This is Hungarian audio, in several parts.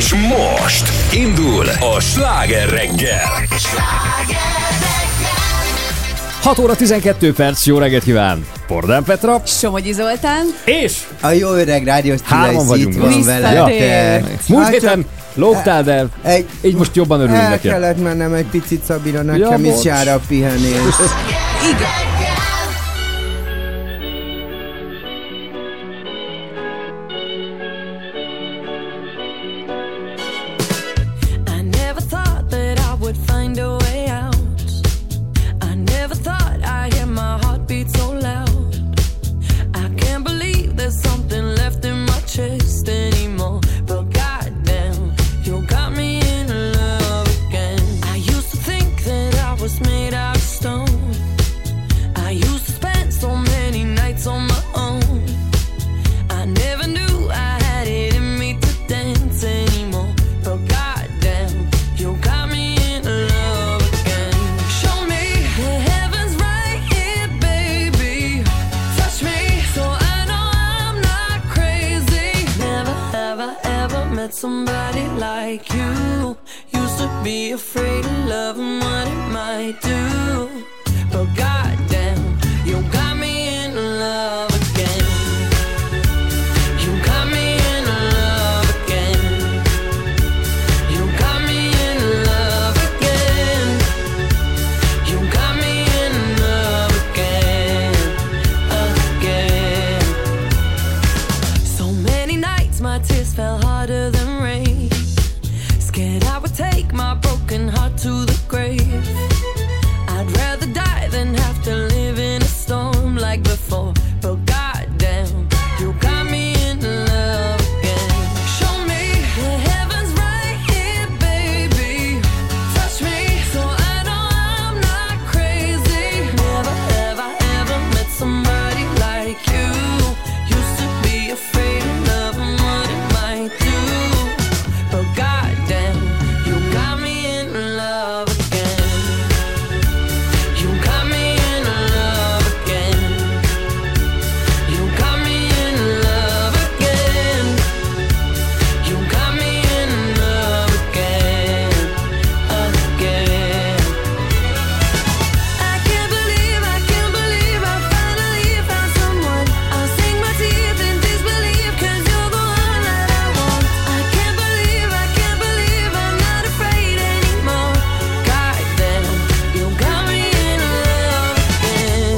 És most indul a Sláger reggel. 6 óra 12 perc, jó reggelt kíván! Pordán Petra, Somogyi Zoltán, és a jó öreg rádiós Csilla is itt van veletek. múlt héten lógtál, de így most jobban örülünk el neki. kellett mennem egy picit Szabira, nekem is jár a pihenés. igen. Somebody like you used to be afraid of love and what it might do, but goddamn, you got me in love again. You got me in love again. You got me in love again. You got me in love again, again. So many nights my tears fell harder than rain. Scared I would take my broken heart to the grave. I'd rather die than have to live in a storm like before. But goddamn, you got me in love again. Show me the heavens right here, baby. Touch me so I know I'm not crazy. Never have I ever met somebody like you. Used to be afraid of love and what it might do. But goddamn, you got me in love again. You got me in love again. You got me in love again. You got me in love again, again. I can't believe I finally found someone. I'll sink my teeth in disbelief 'cause you're the one that I want. I can't believe I'm not afraid anymore. Goddamn, you got me in love again.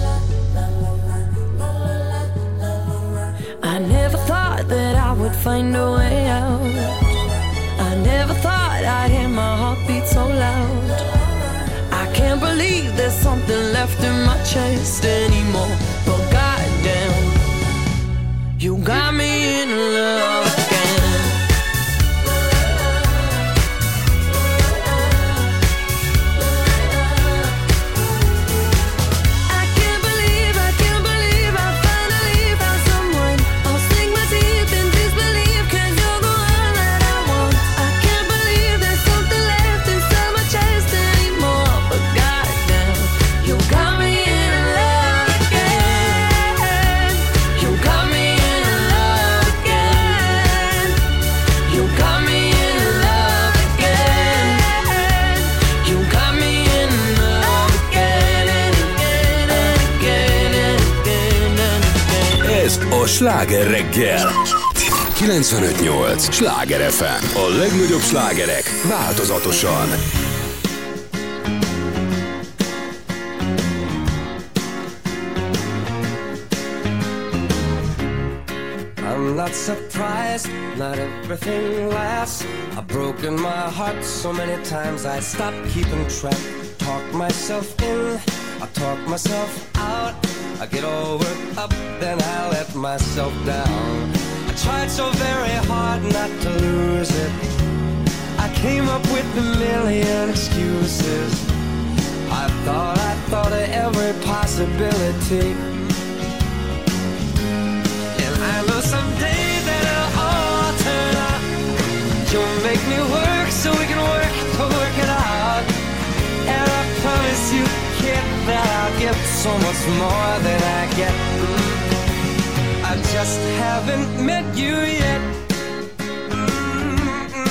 I never thought that I would find a way out. I never thought I'd hear my heartbeat so loud. I can't believe there's something left in my chest anymore. But goddamn, you got me in love again. I can't believe I finally found someone. I'll sink my teeth in disbelief 'cause you're the one that I want. I can't believe there's something left inside my chest anymore. But goddamn, you got me in love again. You got me in love again. You got me in love again. You got me in love again and again and again and again and again. Ez a Sláger reggel. 95.8 Sláger FM. A legnagyobb slágerek változatosan. I'm not surprised, not everything lasts. I've broken my heart so many times I stopped keeping track. Talk myself in, I talk myself out. I get all worked up, then I let myself down. I tried so very hard not to lose it. I came up with a million excuses. I thought of every possibility. And I know someday that it'll all turn out. You'll make me work so we can work to work it out. And I promise you, kid, that I'll give so much more than I get. I just haven't met you yet.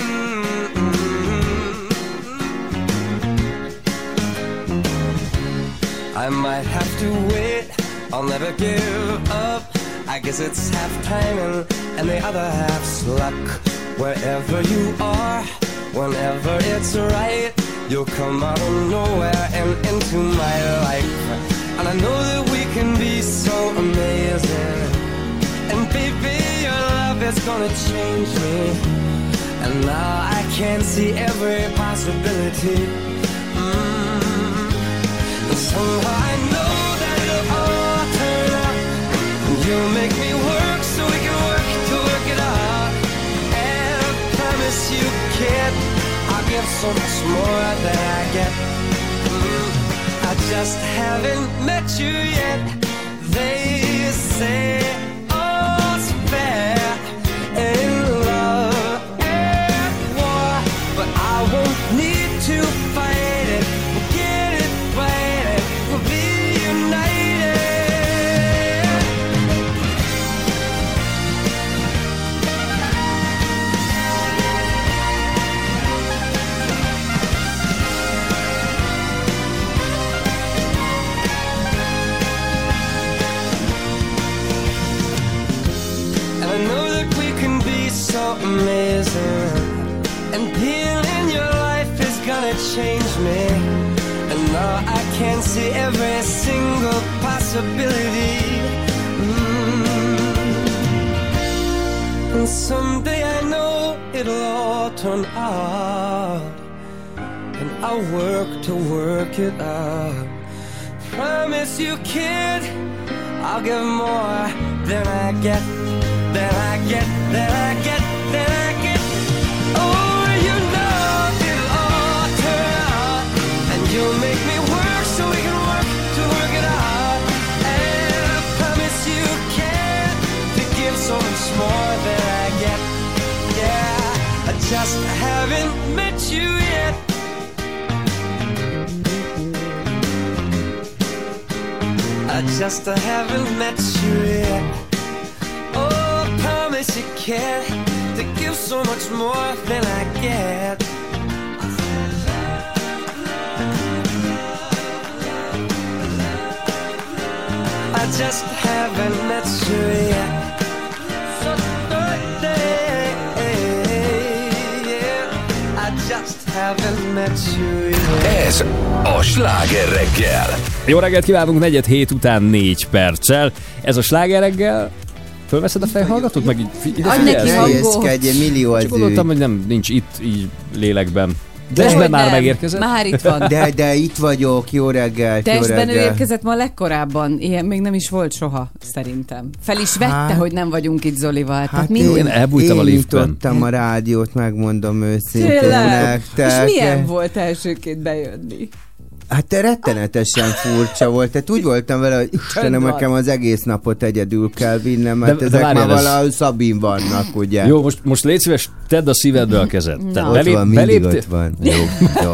might have to wait, I'll never give up. I guess it's half timing and the other half's luck. Wherever you are, whenever it's right, you'll come out of nowhere and into my life. And I know that we can be so amazing. And baby, your love is gonna change me. And now I can see every possibility. And somehow I know that it'll all turn out. And you'll make me work so we can work to work it out. And I promise you, kid, I'll give so much more than I get. I just haven't met you yet. They say all's fair in love and war, but I won't need to fight it. We'll get it right, we'll be united. So amazing, and being in your life is gonna change me. And now I can see every single possibility. And someday I know it'll all turn out, and I'll work to work it out. Promise you, kid, I'll give more than I get. Then I get, then I get, then I get. Oh, you know it'll all turn out, and you'll make me work so we can work to work it out. And I promise you can to give so much more than I get. Yeah, I just haven't met you yet. I just haven't met you yet. Promise you can to give so much more than I get. I just haven't met you yet. So I just haven't met you yet. Ez a Sláger reggel. Jó reggelt kívánunk, 4:07 után 4 perccel. Ez a Sláger reggel. Fölveszed a fejhallgatót? Meg így adj neki hangot. Egy millió az csak gondoltam, hogy nincs itt így lélekben. De Testben már megérkezett? Már itt van. De itt vagyok, jó reggelt, jó Testben reggelt. ő érkezett ma legkorábban. Ilyen még nem is volt soha, szerintem. Fel is vette, hogy nem vagyunk itt Zolival. Hát én elbújtam a liftben. Én nyitottam a rádiót, megmondom őszintén Tényleg? nektek. És milyen volt elsőként bejönni? Hát rettenetesen furcsa volt. Tehát úgy voltam vele, hogy Istenem, nekem az egész napot egyedül kell vinnem, mert de ezek már valahogy ez... Szabin vannak, ugye? Jó, most légy szíves, tedd a szívedbe a kezed. Ott van, mindig ott van. Jó,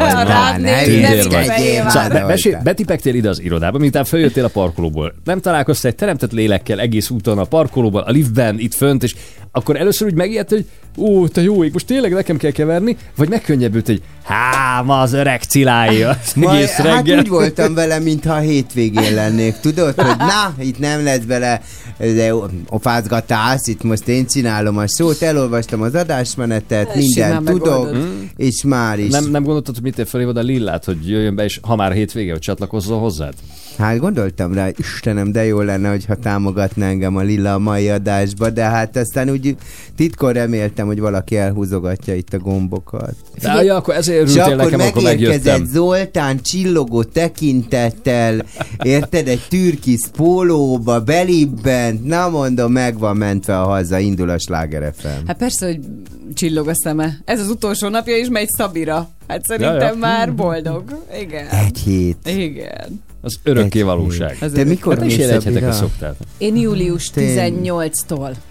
betipegtél ide az irodába, miután följöttél a parkolóból. Nem találkoztál egy teremtett lélekkel egész úton a parkolóban, a liftben, itt fönt, és akkor először úgy megijedt, hogy te jó ég, most tényleg nekem kell keverni, vagy megkönnyebbült, hogy ma az öreg cilálja egész reggel. Hát úgy voltam vele, mintha a hétvégén lennék, tudod, hogy itt nem lesz bele ofázgatás, itt most én csinálom a szót, elolvastam az adásmenetet, mindent tudok, és már is. Nem gondoltad, hogy mit felhívod a Lillát, hogy jöjjön be, és ha már hétvége, hogy csatlakozzon hozzád? Hát gondoltam rá, Istenem, de jó lenne, hogyha támogatna engem a Lilla a mai adásba, de hát aztán úgy titkon reméltem, hogy valaki elhúzogatja itt a gombokat. De akkor ezért örültél nekem, akkor megjöttem. És akkor megérkezett Zoltán csillogó tekintettel, érted, egy türkisz pólóba, belibben, na mondom, meg van mentve a haza, indul a Sláger FM. Hát persze, hogy csillog a szeme. Ez az utolsó napja is megy Szabira. Hát szerintem már boldog. Igen. Egy hét. Igen. Az örökké valóság. Te mikor mész Szabira? Szoktál. Én július 18-tól.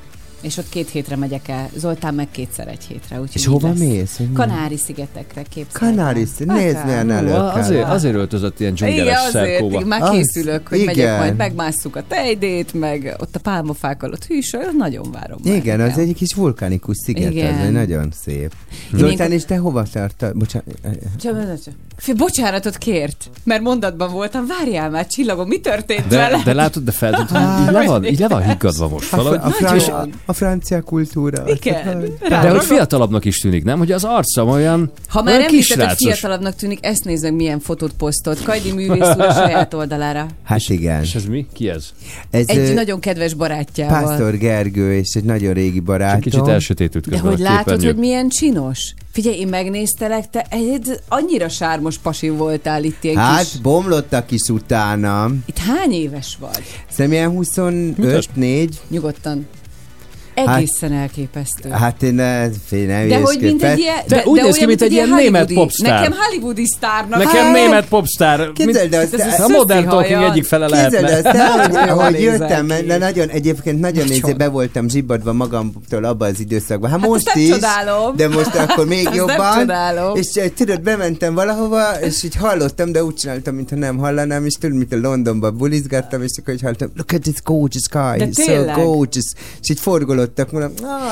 és ott 2 hétre megyek el. Zoltán meg 2-szer egy hétre. Úgyhogy És hova így lesz. mész? Kanári-szigetekre képzelem. Kanári-szigetek, nézd milyen előkel. Azért öltözött ilyen dzsungeles Igen, azért, szerkóba. már készülök, hogy megyek, igen. majd megmásszuk a tejdét, meg ott a pálmafák alatt hűsöl, nagyon várom. már Igen, nekem. az egy kis vulkanikus sziget, Igen. az egy nagyon szép. Zoltán, és te hova tartál? Bocsánat. Bocsánatot kért, mert mondatban voltam, várjál már, csillagom, mi történt vele? De látod, de feltudtad, így le van higgadva most valahogy. A francia kultúra. Igen. De hogy fiatalabbnak is tűnik, nem? Hogy az arcam olyan Ha már olyan említed, hogy kisrácos. fiatalabbnak tűnik, ezt nézzük, milyen fotót posztolt. Kajdi művész úr a saját oldalára. Hát igen. És ez mi? Ki ez? Ez Egy nagyon kedves barátjával. Pásztor Gergő és egy nagyon régi barátom. Kicsit elsötétült De közben hogy a látod, képernyő. hogy milyen csinos? Figyelj, én megnéztelek, te egy annyira sármos pasin voltál itt ilyen Hát kis... bomlottak is utána. Itt hány éves vagy? Szerintem ilyen 25-4. Nyugodtan. Egészen elképesztő. Hát én nem de hogy mint egy ilyen... De úgy néz ki, mint egy ilyen német popstar. Nekem hollywoodi sztárnak. Nekem német popstar. Képzeld el, A Modern Talking egyik fele Képzeld lehetne. el, Jól ahogy nézel jöttem, ki. de nagyon, egyébként nagyon Nagyon. be voltam zsibbadva magamtól abban az időszakban. Hát Hát most ezt nem is, csodálom. de most akkor még Ezt nem jobban. csodálom. És tudod, bementem valahova, és így hallottam, de úgy csináltam, mintha nem hallanám, és tudod, mint a Londonban bulizgattam, és akkor így hallottam, look at this gorgeous guy, De he's so tényleg? gorgeous. És így forgolódtak, mondom,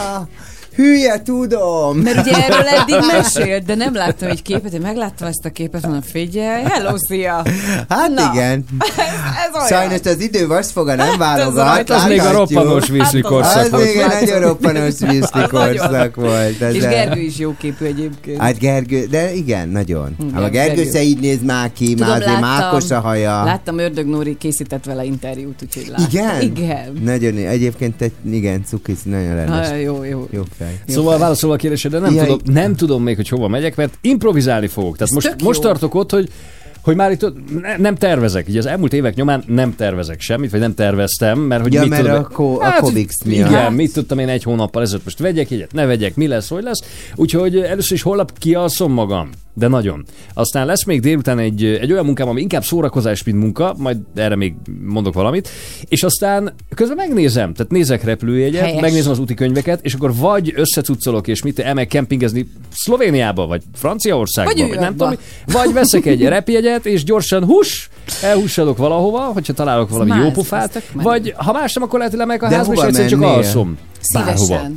hülye, tudom. Mert ugye erről eddig mesélt, de nem láttam egy képet, én megláttam ezt a képet, mondom, figyelj, hello, szia! Hát Na, igen. Ez olyan. Sajnos az idő vasfoga nem válogat. Hát az még a láthatjuk. roppanos vízli Hát az- korszak Az volt. még egy nagyon roppanos vízli Az nagyon. korszak volt. És Gergő is jó képű egyébként. Hát Gergő, de igen, nagyon. Igen, Hát a Gergő Gergő. se így néz már ki, Tudom, már azért láttam. mákos a haja. Láttam, Ördög Nóri készített vele interjút, úgyhogy láttam. Igen? Igen. Nagyon, egyébként igen, cukis, nagyon rendes. Jó. Jó fej. Szóval válaszolva a kérdésre, de Jaj. nem tudom még, hogy hova megyek, mert improvizálni fogok. Tehát Ez tök most jó. tartok ott, hogy már itt nem tervezek. Így az elmúlt évek nyomán nem tervezek semmit, vagy nem terveztem, mert hogy Ja, mit mert tudom, a Comics miatt. igen, mit tudtam én egy hónappal ezelőtt, most vegyek egyet, ne vegyek, mi lesz, hogy lesz. Úgyhogy először is holnap kialszom magam, de nagyon. Aztán lesz még délután egy olyan munkám, ami inkább szórakozás, mint munka, majd erre még mondok valamit, és aztán közben megnézem, tehát nézek repülőjegyet, Helyes. megnézem az úti könyveket, és akkor vagy összecuccolok, és elmegyek kempingezni Szlovéniába, vagy Franciaországba, Vagy vagy nem New tudom, vagy veszek egy repjegyet, és gyorsan elhussalok valahova, hogyha találok valami Ez jó máz, pofát, ez tök menő. vagy ha más nem, akkor lehet, hogy lemegyek a De házba, és hova egyszerűen csak mennél? alszom. Bárhova. Szívesen.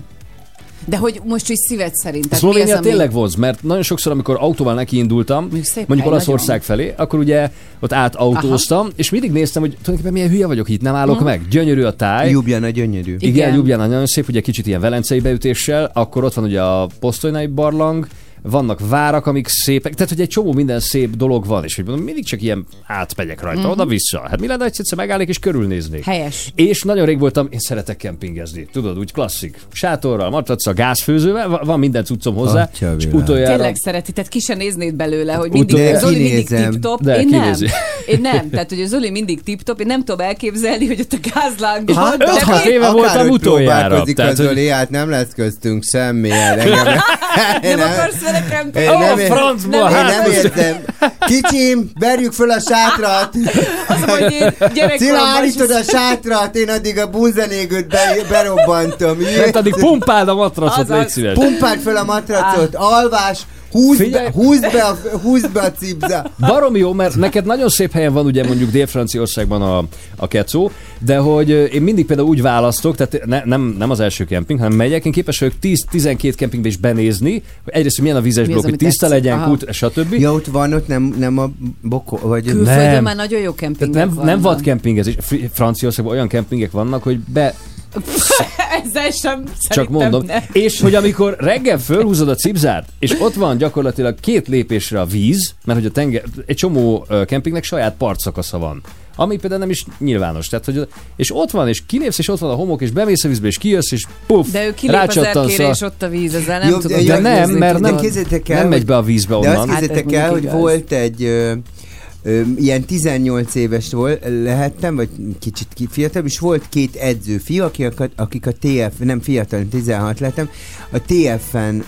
De hogy most is szíved szerint. Tehát Szlovénia mi az, ami- tényleg vonz, mert nagyon sokszor, amikor autóval nekiindultam, Mondjuk szép mondjuk hely, Olaszország felé, akkor ugye ott átautóztam, és mindig néztem, hogy tulajdonképpen milyen hülye vagyok itt, nem állok meg. Gyönyörű a táj. Ljubljana gyönyörű. Igen. Igen, Ljubljana nagyon szép, ugye kicsit ilyen velencei beütéssel, akkor ott van ugye a Posztolnai barlang, vannak várak, amik szépek, tehát hogy egy csomó minden szép dolog van, és hogy mondom, mindig csak ilyen átmegyek rajta, oda-vissza. Hát mi lenne, hogy egyszer megállnék és körülnéznék. Helyes. És nagyon rég voltam, én szeretek kempingezni, tudod, úgy klasszik. Sátorral, matraccal, gázfőzővel, van minden cuccom hozzá, Atya és világ. utoljára... Tényleg szereti, tehát ki se néznéd belőle, hogy Utoljára mindig, Zoli mindig kinézem. tip-top. De Én nem. kinézi. Én nem. Tehát, hogy a Zoli mindig tip-top, én nem tudom elképzelni, hogy ott a gázlángon. Hát, de 5-6 mi- éve voltam akárhogy utoljára. próbálkozik Tehát, az hogy- Zoli, hát nem lesz köztünk semmi. Engem, Nem akarsz vele Én kempingezni? Ó, nem ér- francba, én hát nem ez- értem. Kicsim, verjük föl a sátrat. Az, hogy én Cilla, gyerekkoromban állítod a sátrat, én addig a bunzenégőt berobbantom. Mert addig pumpáld a matracot, Azaz. légy szíves. Pumpáld fel a matracot, alvás, Figyelj. húzd be a cipza. Baromi jó, mert neked nagyon szép helyen van ugye mondjuk Dél-Franciaországban a Kecó, de hogy én mindig például úgy választok, tehát nem az első kemping, hanem megyek, én képes vagyok 10-12 kempingbe is benézni, hogy egyrészt, hogy milyen a vízes Mi az, blokk, hogy ami tiszta tetszik? legyen, Aha. kút, stb. Ja, ott van, ott nem a bokó, vagy... Külföldön Nem. már nagyon jó kempingek Tehát nem vannak. vad kempingezés. Franciaországban olyan kempingek vannak, hogy Ezzel sem csak szerintem mondom. nem. És hogy amikor reggel fölhúzod a cipzárt, és ott van gyakorlatilag 2 lépésre a víz, mert hogy a tenger, egy csomó kempingnek saját partszakasza van. Ami például nem is nyilvános. Tehát, hogy, és ott van, és kilépsz, és ott van a homok, és bemész a vízbe, és kijössz, és puff, De ő kilép az rácsattansz erkére, a... és ott a víz, ezzel nem Jó, tudom. De nem, mert nem, képzeljétek el, nem megy hogy- be a vízbe De azt onnan. Hát ez képzeljétek el, hogy mondjuk igaz. volt egy ilyen 18 éves lehettem, vagy kicsit fiatal, és volt 2 edzőfiú, akik a TF, nem fiatal, 16 lettem, a TF-en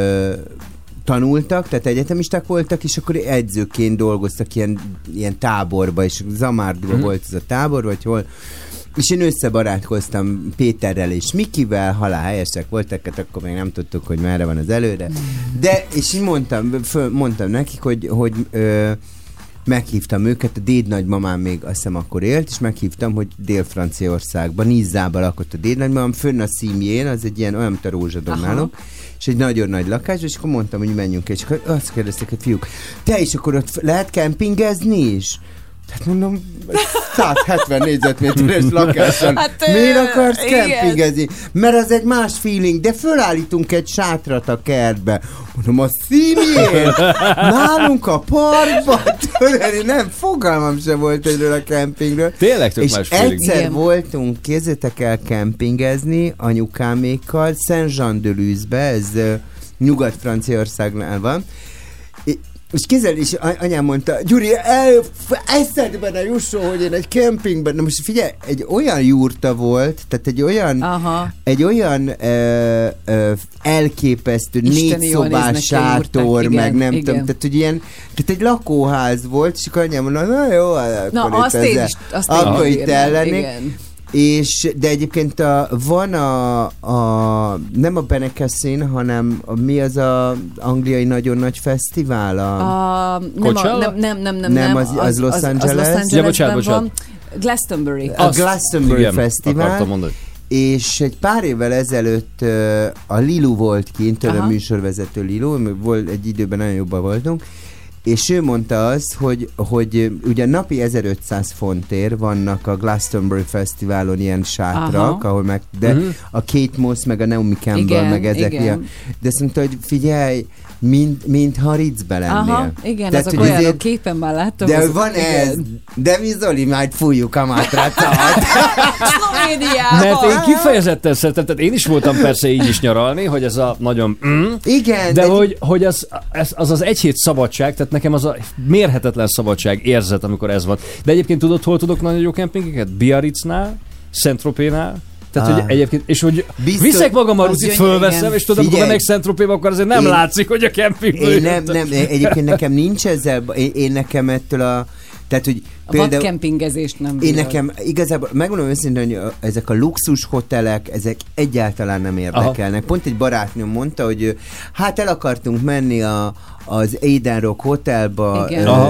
tanultak, tehát egyetemisták voltak, és akkor edzőként dolgoztak ilyen táborba, és Zamárdiba volt ez a tábor, vagy hol, És én összebarátkoztam Péterrel és Mikivel, halál helyesek voltak, akkor még nem tudtuk, hogy merre van az előre. De, és így mondtam nekik, hogy meghívtam őket, a dédnagymamám még azt hiszem akkor élt, és meghívtam, hogy Dél-Franciaországban, Nizzában lakott a dédnagymamám, fönn a Címjén, az egy ilyen olyan, mint a Rózsadon nálunk, és egy nagyon nagy lakás, és akkor mondtam, hogy menjünk, és akkor azt kérdezték, hogy fiúk, te is akkor ott lehet kempingezni is? Hát mondom, 170 négyzetméteres lakáson. Miért akarsz kempingezni? Mert az egy más feeling, de fölállítunk egy sátrat a kertbe. Mondom, a Címjén, nálunk a parkban, nem, fogalmam sem volt erről a kempingről. Tényleg tök és más feeling. egyszer voltunk, képzeljétek el, kempingezni anyukámékkal, Saint-Jean-de-Luzbe, ez Nyugat-Franciaországnál van, és kézzel is anyám mondta, Gyuri, eszedbe ne jusson, hogy én egy kempingben, na most figyelj, egy olyan jurta volt, tehát egy olyan elképesztő Isteni, 4 szobás sátor, meg nem tudom, tehát hogy ilyen, tehát egy lakóház volt, és akkor anyám mondta, na jó, akkor itt ellennék. De egyébként van nem a Benekeszin, hanem mi az a angliai nagyon nagy fesztivál? Nem, az Los Angelesben van. Glastonbury. A Glastonbury Fesztivál. Akartam mondani. És egy pár évvel ezelőtt a Lilu volt kint, a műsorvezető Lilu, volt, egy időben nagyon jobban voltunk, és ő mondta azt, hogy ugye napi 1500 fontért vannak a Glastonbury Fesztiválon ilyen sátrak, ahol de a Kate Moss, meg a Naomi Campbell, meg ezek ilyen. De azt mondta, hogy figyelj, mintha Ritzbe lennél. Igen, tehát, azok olyanok, képen már láttam. De van ez, de mi Zoli, majd fújjuk a mátracát. Szlovéniában. Mert én kifejezetten szeretem, tehát én is voltam persze így is nyaralni, hogy ez a nagyon igen, de hogy az egy hét szabadság, tehát nekem az a mérhetetlen szabadság érzet, amikor ez van. De egyébként tudod, hol tudok nagyon jó kempingeket? Biarritznál, Saint-Tropéznál. Tehát, hogy egyébként, és hogy viszek magam a rutit, fölveszem, és tudod, amikor megyek Saint-Tropéba, akkor azért nem látszik, hogy a kempingből nem, egyébként nekem nincs ezzel, én nekem ettől tehát, hogy a vadkempingezést nem én nekem igazából, megmondom őszintén, hogy ezek a luxus hotelek, ezek egyáltalán nem érdekelnek. Pont egy barátnőm mondta, hogy hát el akartunk menni az Eden Rock Hotelba,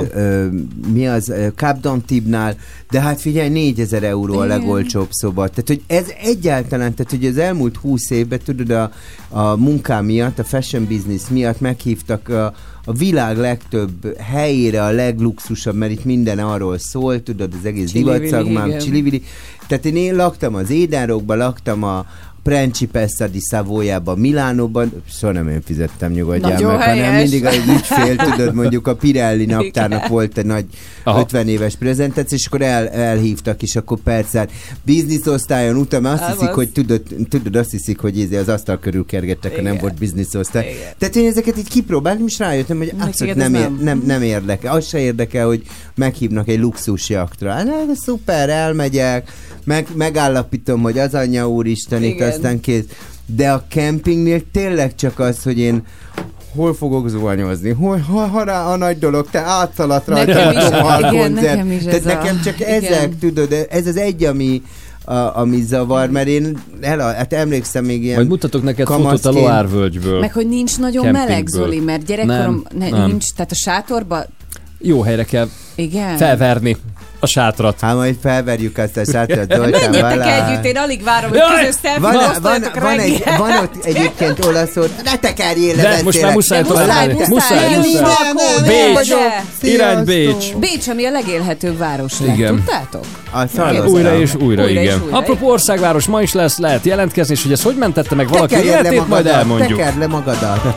mi az, Cap d'Antibes-nál, de hát figyelj, 4000 euró a legolcsóbb szoba. Tehát, hogy ez egyáltalán, tehát, hogy az elmúlt 20 évben, tudod, a munkám miatt, a fashion business miatt meghívtak a világ legtöbb helyére, a legluxusabb, mert itt minden arról szól, tudod, az egész divatszagmám, Csili-Vili. Tehát én laktam az Eden Rockban, laktam a Principessa di Savoiában, Milánóban, soha nem én fizettem, nyugodjál meg, hanem mindig az ügyfél, tudod, mondjuk a Pirelli naptárnak volt egy nagy 50 éves prezentáció, és akkor elhívtak, és akkor persze bizniszosztályon utam, azt hiszik, hogy tudod, azt hiszik, hogy az asztal körül kergettek, ha nem volt bizniszosztály. Tehát én ezeket így kipróbáltam, és rájöttem, hogy abszolút nem érdekel. Az se érdekel, hogy meghívnak egy luxus jaktra. Hát, szuper, elmegyek, megállapítom, hogy az anyja úristen, itt aztán kész. De a kempingnél tényleg csak az, hogy én hol fogok zuhanyozni, hol a nagy dolog, te átszaladt rajta a dohárkoncert. Tehát nekem csak ezek, tudod, ez az egy, ami zavar, mert én emlékszem még ilyen... Majd mutatok neked fotót a Loire völgyből. Meg hogy nincs nagyon meleg, Zoli, mert gyerekkorom nincs, tehát a sátorba... Jó helyre kell felverni a sátrat. Hát majd felverjük azt a sátrat. Menjetek együtt, én alig várom, hogy közös szelfit osztoljatok reggel. Van ott egyébként olaszország. Ne tekerjél le, de most már muszáj tovább. Muszáj. Bécs. Irány Bécs. Bécs, ami a legélhetőbb város lett. Tudtátok? Újra és újra, igen. Apropó országváros, ma is lesz, lehet jelentkezni, és hogy ez hogy mentette meg valaki életét, majd elmondjuk. Tekerd le magadat.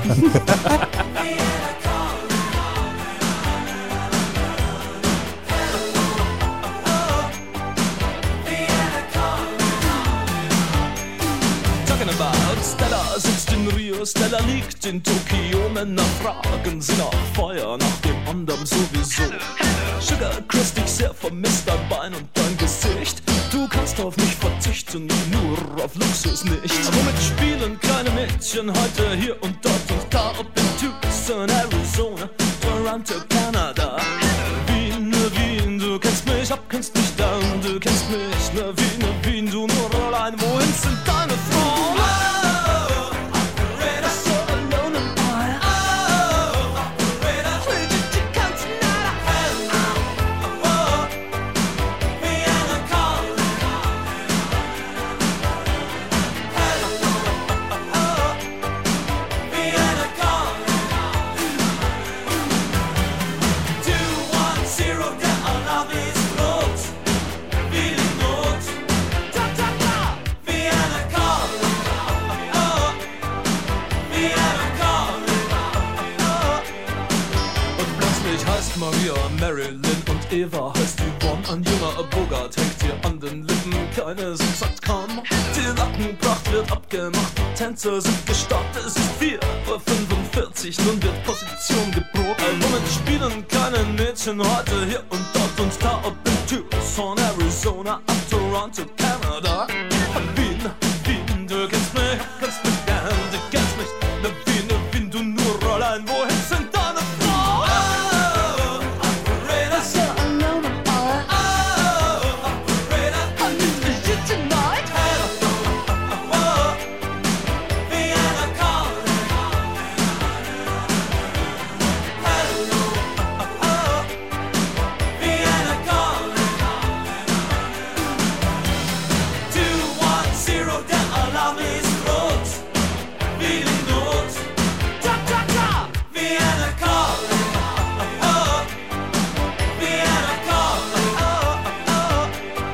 Stella liegt in Tokio, Männer fragen sie nach Feuer, nach dem anderen sowieso. Sugar, küsst dich sehr, vermisst dein Bein und dein Gesicht. Du kannst auf mich verzichten, nur auf Luxus nicht. Womit spielen kleine Mädchen heute hier und dort und da? Ob in Tucson, Arizona, Toronto, Kanada. Wien, Wien, du kennst mich ab, kennst mich dann, du kennst mich, Wien, Und plötzlich heißt Maria Marilyn und Eva heißt Yvonne. Ein junger Bogart hängt ihr an den Lippen, keines sagt komm. Die Lockenpracht wird abgemacht, die Tänzer sind gestartet. Es ist 4:45 Uhr, nun wird Position geprobt. Womit spielen keine Mädchen heute hier und dort und da, ob in Tucson, Arizona, ab Toronto, Kanada. Wien, Wien, du kennst mich gern, du kennst mich. Ne Wien, du nur Rollein, wohin sind deine Frau? Oh, operator, alone I'm all. Oh, operator, I need you tonight. Oh, Vienna calling. Hello, Vienna calling. 210 der Alarm ist rot. Feeling good. Ta ta ta. Vienna calling. Oh, Vienna calling. Oh.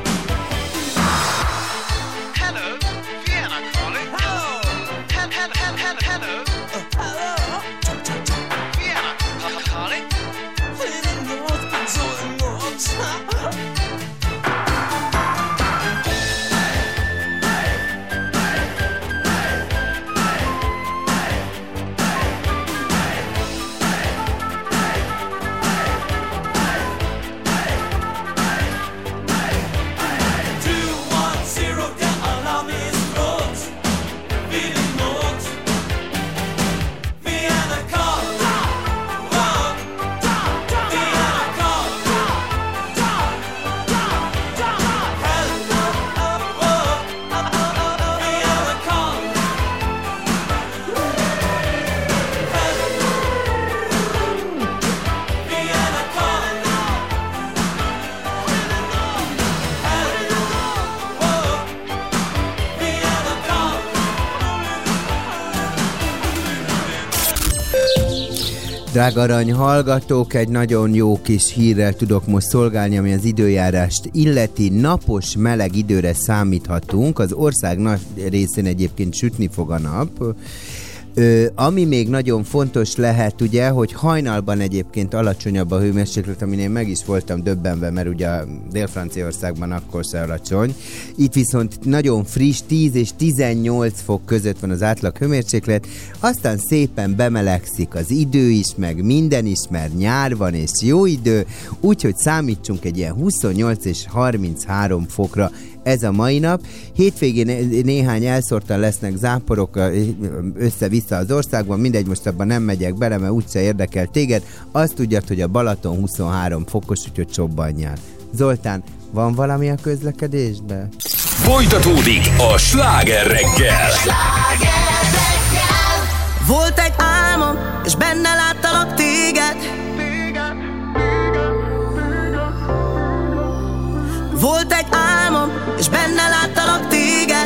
Hello, Vienna calling. Hello. Hello. Vienna calling. Feeling good, bin so im Mut. Der Alarm ist rot. Feeling good. Vienna calling. Oh, Vienna calling. Hello, Vienna calling. Vienna calling. Drága arany hallgatók, egy nagyon jó kis hírrel tudok most szolgálni, ami az időjárást illeti. Napos, meleg időre számíthatunk. Az ország nagy részén egyébként sütni fog a nap. Ami még nagyon fontos lehet, ugye, hogy hajnalban egyébként alacsonyabb a hőmérséklet, amin én meg is voltam döbbenve, mert ugye Dél-Franciaországban akkor se alacsony. Itt viszont nagyon friss, 10 és 18 fok között van az átlag hőmérséklet, aztán szépen bemelegszik az idő is, meg minden is, mert nyár van és jó idő, úgyhogy számítsunk egy ilyen 28 és 33 fokra. Ez a mai nap. Hétvégén néhány elszórtan lesznek záporok össze-vissza az országban, mindegy, most abban nem megyek bele, mert úgyse érdekel téged. Azt tudjad, hogy a Balaton 23 fokos, úgyhogy csobbanjál. Zoltán, van valami a közlekedésben? Folytatódik a Sláger reggel. Volt egy álmom, és benne láttalak téged. Volt egy álmom, és benne láttalak téged.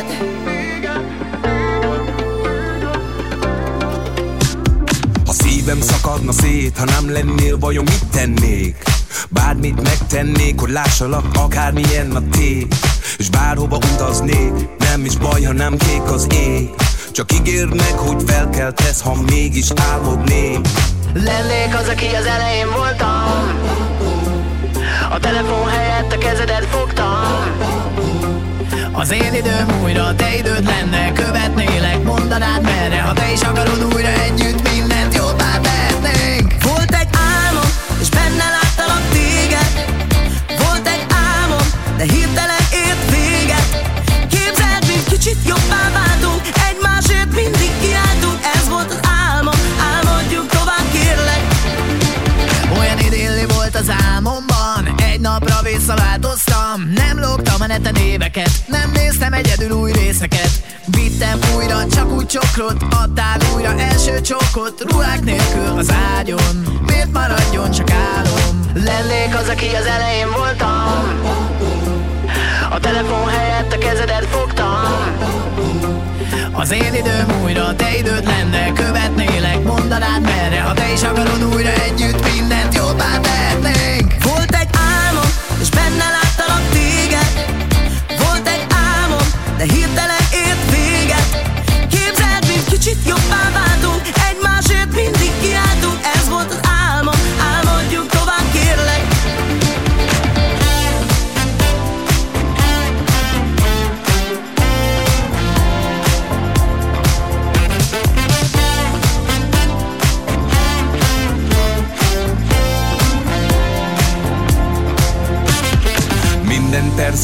Ha szívem szakadna szét, ha nem lennél, vajon mit tennék? Bármit megtennék, hogy lássalak, akármilyen a tét. És bárhova utaznék, nem is baj, ha nem kék az ég. Csak ígérd meg, hogy felkeltesz, ha mégis álmodnék. Lennék az, aki az elején voltam. A telefon helyett a kezedet fogtam. Az én időm újra te időd lenne. Követnélek, mondanád merre. Ha te is akarod újra együtt, mindent jobbá tehetnénk. Volt egy álmom, és benne láttalak téged. Volt egy álmom, de hirtelen ért véget. Képzeld, mint kicsit jobbá váltunk. Egymásért mindig kiáltunk. Ez volt az álmom, álmodjuk tovább, kérlek. Olyan idilli volt az álmomban, egy napra visszaváltoztam. Nem lógtam a neten éveket, nem néztem egyedül új részeket. Vittem újra, csak úgy csokrot, adtál újra első csókot. Ruhák nélkül az ágyon, miért maradjon csak álom? Lennék az, aki az elején voltam. A telefon helyett a kezedet fogtam. Az én időm újra te időd lenne. Követnélek, mondanád merre. Ha te is akarod újra együtt, mindent jobbá tehetnénk. Volt egy álmom, és benne láttalak téged. Volt egy álmom, de hirtelen ért véget. Képzeld, mint kicsit jobbá váltunk.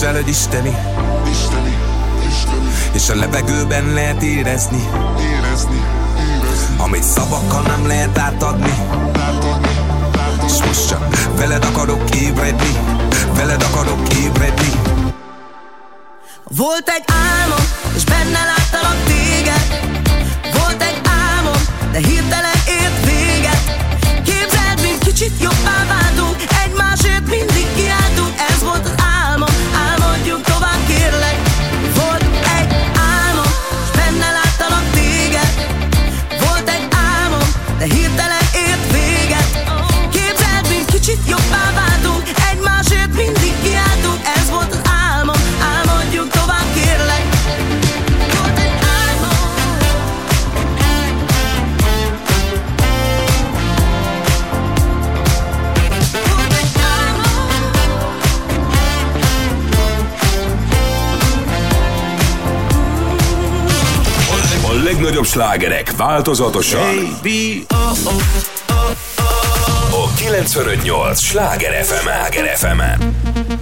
veled isteni, és a levegőben lehet érezni, amit szavakkal nem lehet átadni. És most csak veled akarok ébredni, veled akarok ébredni. Volt egy álmom, és benne láttalak téged. Volt egy álmom, de hirtelen ért véget. Képzeld, mint kicsit jobbá váltunk, egymásért mindig kiáltunk. Ez volt az álmom, álmodjunk tovább, kérlek. Volt egy álmom, és benne láttalak téged. Volt egy álmom, de hirtelen ért véget. Képzeld, mint kicsit jobbá váltunk, egymásért mindig kiáltunk. Ez volt az álmom, álmodjunk tovább, kérlek. Volt egy álmom. Volt egy álmom. A legnagyobb slágerek változatosan. Baby, A 95.8 Sláger FM-en.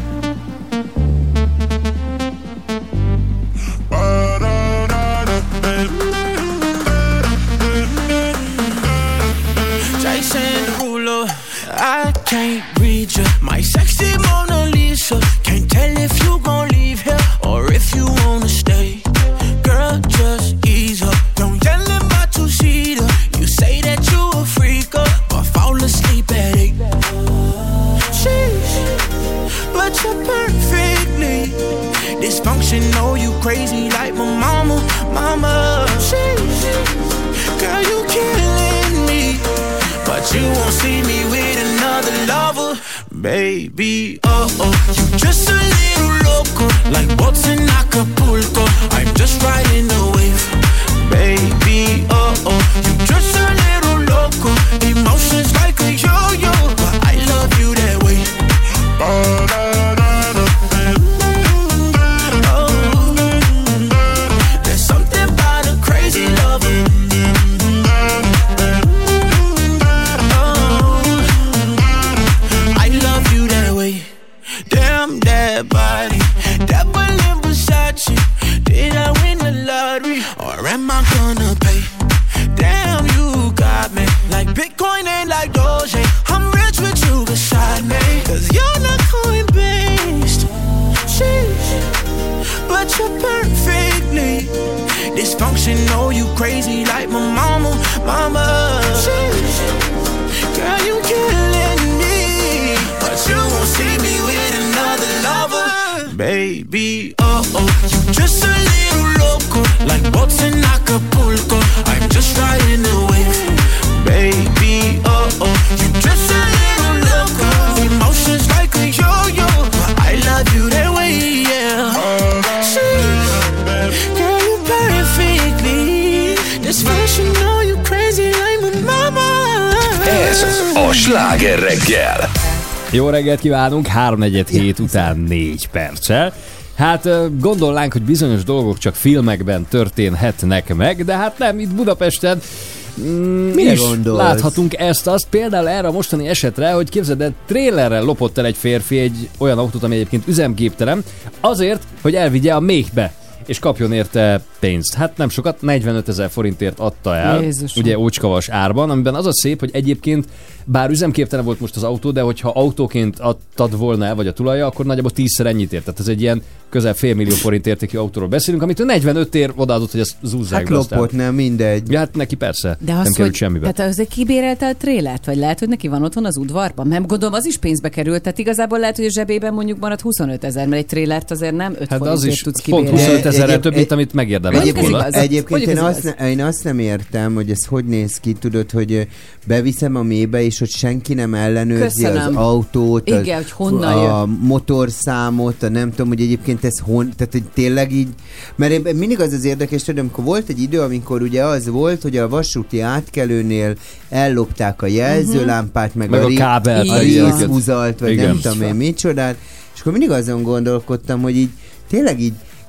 Jason Derulo, I can't read you. My sexy Mona Lisa. Can't tell if you gon' leave here or if you wanna stay. Girl, just ease up. Don't yell in my two-seater. You say that you a freaker, but fall asleep at 8. Sheesh, but you're perfectly dysfunctional. You crazy like my mama. Sheesh, girl, you killing me, but you won't see me with another lover. Baby, you just a little loco, like boats in Acapulco. I'm just riding the wave. Baby, you just a little loco, emotions like a yo-yo, but I love you that way. There's something about a crazy lover. Damn that body, devil in Versace. Did I win the lottery, or am I gonna pay? Damn, you got me like Bitcoin and like Doge. I'm rich with you beside me, 'cause you're not coin-based. Sheesh, but you're perfectly dysfunctional. You crazy like my mama. Sheesh, girl, you killing me, but you won't see me with another lover. Baby, you just a little loco, like boats in Acapulco. I'm just riding the wave. Baby, you just a little loco, emotions like a yo-yo, but I love you that way, yeah. Sheesh, girl, you perfectly dysfunctional. You crazy like my mama. Ez a Sláger reggel. Jó reggelt kívánunk, 3:47 után 4 perccel. Hát gondolnánk, hogy bizonyos dolgok csak filmekben történhetnek meg, de hát nem, itt Budapesten Mire is gondolsz? láthatunk ezt-azt. Például erre a mostani esetre, hogy képzeld el, trélerrel lopott el egy férfi egy olyan autót, ami egyébként üzemképtelen, azért, hogy elvigye a méhbe, és kapjon érte pénzt. Hát nem sokat, 45 000 forintért adta el, Jézusom. ugye ócskavas árban, amiben az a szép, hogy egyébként bár üzemképtelen volt most az autó, de hogyha autóként adtad volna el, vagy a tulaja, akkor nagyjából 10-szer ennyit ért. Tehát ez egy ilyen közel $500 000 értékű autóról beszélünk, amit ő 45 ér odaadott, hogy ezt zúzzák Hát lopott, nem mindegy. Ja, hát neki persze, De nem az, került hogy, semmibe. tehát az egy kibérelte a trélert, vagy lehet, hogy neki van otthon az udvarban? Nem gondolom, az is pénzbe került, tehát igazából lehet, hogy a zsebében mondjuk marad 25 000, mert egy trélert azért nem 5 Hát az forintért is tudsz pont kibérelni. 25 000 több, mint amit megérdemelt Mondjuk ez volna. igaz. Egyébként Mondjuk én azt nem értem, hogy ez hogy néz ki, tudod, hogy beviszem a mélybe, és hogy senki nem ellenőrzi Köszönöm. az autót, Igen, hogy honnan a motorszámot, nem tudom, hogy egyébként ez tehát hogy tényleg így, mert mindig az érdekes, tudom, amikor volt egy idő, amikor ugye az volt, hogy a vasúti átkelőnél ellopták a jelzőlámpát, meg a kábelt, a részhúzalt, vagy igen. nem tudom én micsodát, és akkor mindig azon gondolkodtam, hogy így tényleg így